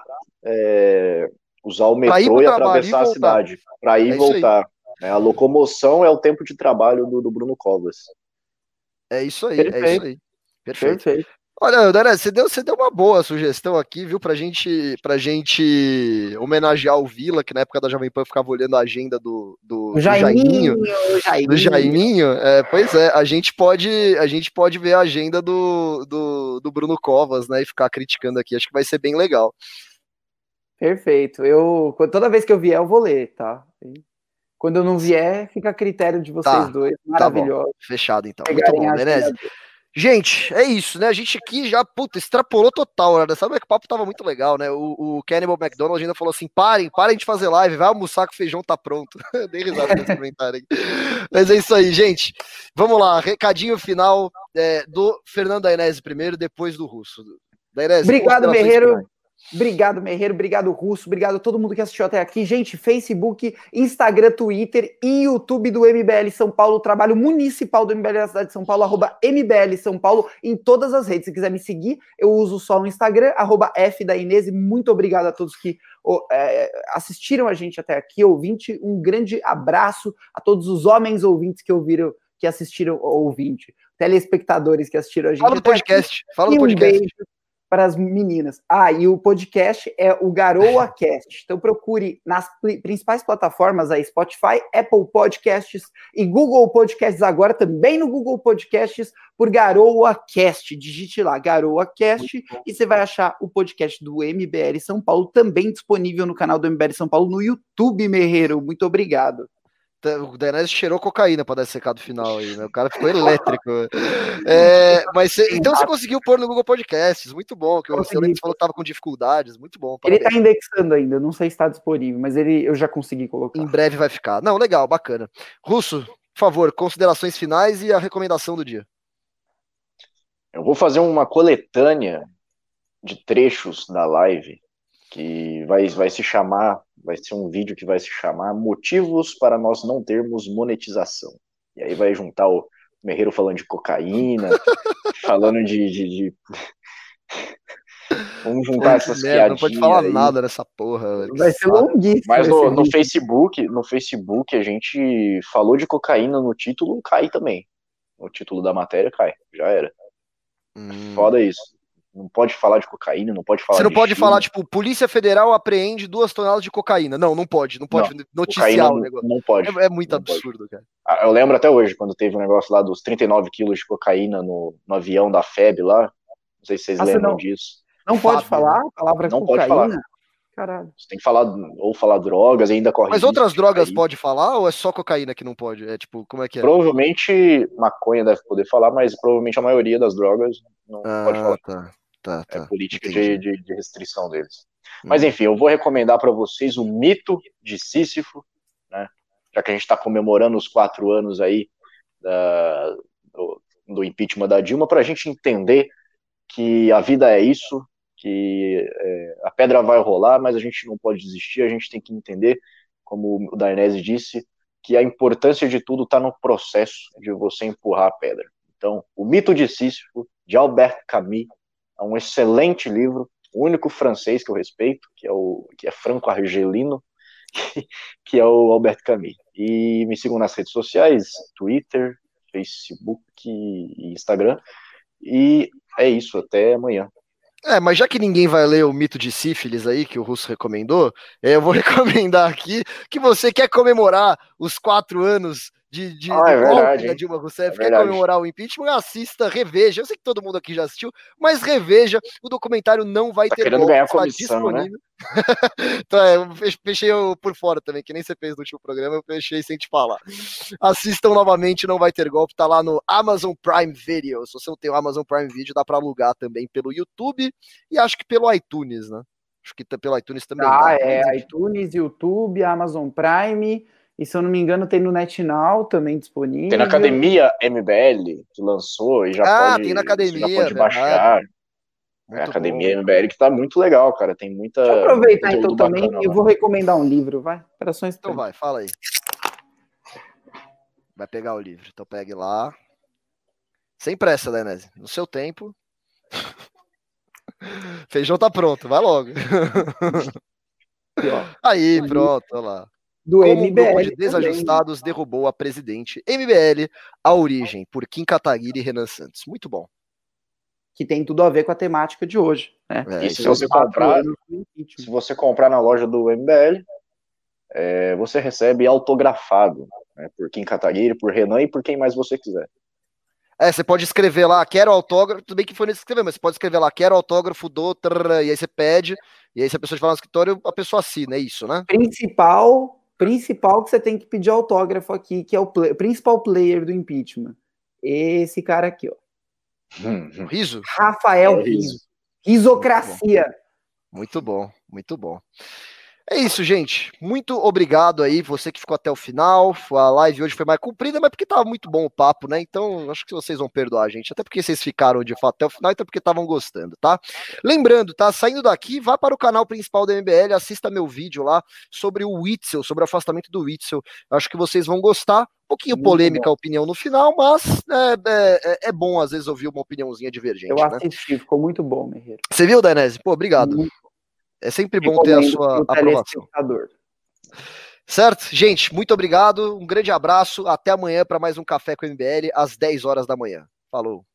usar o metrô e atravessar a cidade, para ir e voltar. A locomoção é o tempo de trabalho do Bruno Covas. É isso aí, Perfeito. é isso aí. Perfeito. Olha, Daniel, você deu uma boa sugestão aqui, viu, pra gente homenagear o Vila, que na época da Jovem Pan ficava olhando a agenda do Jaiminho. Do Jaiminho. Pois é, a gente pode ver a agenda do Bruno Covas, né, e ficar criticando aqui. Acho que vai ser bem legal. Perfeito. Toda vez que eu vier, eu vou ler, tá? Quando eu não vier, fica a critério de vocês dois. Maravilhoso. Tá bom. Fechado, então. Muito bom, Menezes. Gente, é isso, né? A gente aqui já, extrapolou total, né? Sabe que o papo tava muito legal, né? O Cannibal McDonald ainda falou assim: parem de fazer live, vai almoçar que o feijão tá pronto. Dei risada nesse comentário aqui. Mas é isso aí, gente. Vamos lá, recadinho final do Fernando Dainese primeiro, depois do Russo. Dainese, obrigado, Merreiro. Obrigado, Merreiro. Obrigado, Russo. Obrigado a todo mundo que assistiu até aqui. Gente, Facebook, Instagram, Twitter e YouTube do MBL São Paulo. O trabalho municipal do MBL da cidade de São Paulo, @MBL São Paulo, em todas as redes. Se quiser me seguir, eu uso só o Instagram, @FDainese. Muito obrigado a todos que assistiram a gente até aqui, ouvinte. Um grande abraço a todos os homens ouvintes que assistiram ao ouvinte. Telespectadores que assistiram a gente. Fala do podcast. Fala do podcast. Um beijo para as meninas. E o podcast é o Garoa Cast. Então procure nas principais plataformas aí, Spotify, Apple Podcasts e Google Podcasts, agora também no Google Podcasts, por Garoa Cast. Digite lá, Garoa Cast, e você vai achar o podcast do MBL São Paulo, também disponível no canal do MBL São Paulo, no YouTube, Merreiro. Muito obrigado. O Dainese cheirou cocaína para dar esse recado final aí, né? O cara ficou elétrico. Então você conseguiu pôr no Google Podcasts, muito bom. Que o Silêncio falou que estava com dificuldades, muito bom. Parabéns. Ele está indexando ainda, não sei se está disponível, mas eu já consegui colocar. Em breve vai ficar. Não, legal, bacana. Russo, por favor, considerações finais e a recomendação do dia. Eu vou fazer uma coletânea de trechos da live que vai ser um vídeo que vai se chamar Motivos para nós não termos monetização. E aí vai juntar o Merreiro falando de cocaína, falando de... Vamos juntar essas piadinhas. Não pode falar nada nessa porra. Velho. Vai ser longuíssimo. Mas no Facebook a gente falou de cocaína no título, cai também. No título da matéria cai, já era. Foda isso. Não pode falar de cocaína, não pode falar. Você não pode falar, tipo, Polícia Federal apreende 2 toneladas de cocaína. Não pode noticiar o negócio. Não pode. É muito absurdo, cara. Eu lembro até hoje, quando teve um negócio lá dos 39 quilos de cocaína no avião da FEB lá. Não sei se vocês lembram disso. Não pode falar a palavra não cocaína? Pode falar. Caralho. Você tem que falar drogas e ainda corre. Mas outras drogas pode falar ou é só cocaína que não pode? É tipo, como é que é? Provavelmente maconha deve poder falar, mas provavelmente a maioria das drogas não pode falar. Tá. É política de restrição deles. Mas enfim, eu vou recomendar para vocês o Mito de Sísifo, né? Já que a gente está comemorando os 4 anos aí do impeachment da Dilma, para a gente entender que a vida é isso, que a pedra vai rolar, mas a gente não pode desistir, a gente tem que entender, como o Dainese disse, que a importância de tudo está no processo de você empurrar a pedra. Então, o Mito de Sísifo, de Albert Camus, é um excelente livro, o único francês que eu respeito, que é franco-argelino, que é o Albert Camus. E me sigam nas redes sociais, Twitter, Facebook e Instagram. E é isso, até amanhã. Mas já que ninguém vai ler o Mito de Sífilis aí, que o Russo recomendou, eu vou recomendar aqui que você quer comemorar os 4 anos do golpe da Dilma Rousseff, quer comemorar o impeachment, assista, reveja. Eu sei que todo mundo aqui já assistiu, mas reveja. O documentário não vai ter golpe, ganhar comissão, disponível. Né? Então, eu fechei por fora também, que nem você fez no último programa, eu fechei sem te falar. Assistam novamente, não vai ter golpe, tá lá no Amazon Prime Video. Se você não tem o Amazon Prime Video, dá pra alugar também pelo YouTube e acho que pelo iTunes, né? Acho que pelo iTunes também. iTunes, YouTube, Amazon Prime. E se eu não me engano, tem no NetNow também disponível. Tem na Academia MBL, que lançou e já tem na Academia, já pode baixar. É a Academia MBL, que tá muito legal, cara. Tem muita. Deixa eu aproveitar então também e eu vou recomendar um livro, vai? Então vai, fala aí. Vai pegar o livro. Então pegue lá. Sem pressa, né, Nese? No seu tempo. Feijão tá pronto, vai logo. Aí, pronto, olha lá. Do Como MBL, um grupo de desajustados derrubou a presidente. MBL, A Origem, por Kim Kataguiri e Renan Santos. Muito bom. Que tem tudo a ver com a temática de hoje. Né? E se você comprar na loja do MBL, você recebe autografado, né, por Kim Kataguiri, por Renan e por quem mais você quiser. Você pode escrever lá, quero autógrafo, tudo bem que foi nesse escrever, mas você pode escrever lá, quero autógrafo do... E aí você pede, e aí se a pessoa te falar no escritório, a pessoa assina, é isso, né? Principal que você tem que pedir autógrafo aqui, que é o principal player do impeachment. Esse cara aqui, ó. Riso? Rafael Riso. Risocracia. Muito bom, muito bom. É isso, gente. Muito obrigado aí, você que ficou até o final. A live hoje foi mais comprida, mas porque tava muito bom o papo, né? Então, acho que vocês vão perdoar a gente. Até porque vocês ficaram de fato até o final, até porque estavam gostando, tá? Lembrando, tá? Saindo daqui, vá para o canal principal da MBL, assista meu vídeo lá sobre o Witzel, sobre o afastamento do Witzel. Acho que vocês vão gostar. Um pouquinho polêmica a opinião no final, mas é bom às vezes ouvir uma opiniãozinha divergente. Eu assisti, ficou muito bom, Merreiro. Você viu, Dainese? Pô, obrigado. É sempre bom ter a sua aprovação. Certo? Gente, muito obrigado. Um grande abraço. Até amanhã para mais um Café com o MBL às 10 horas da manhã. Falou.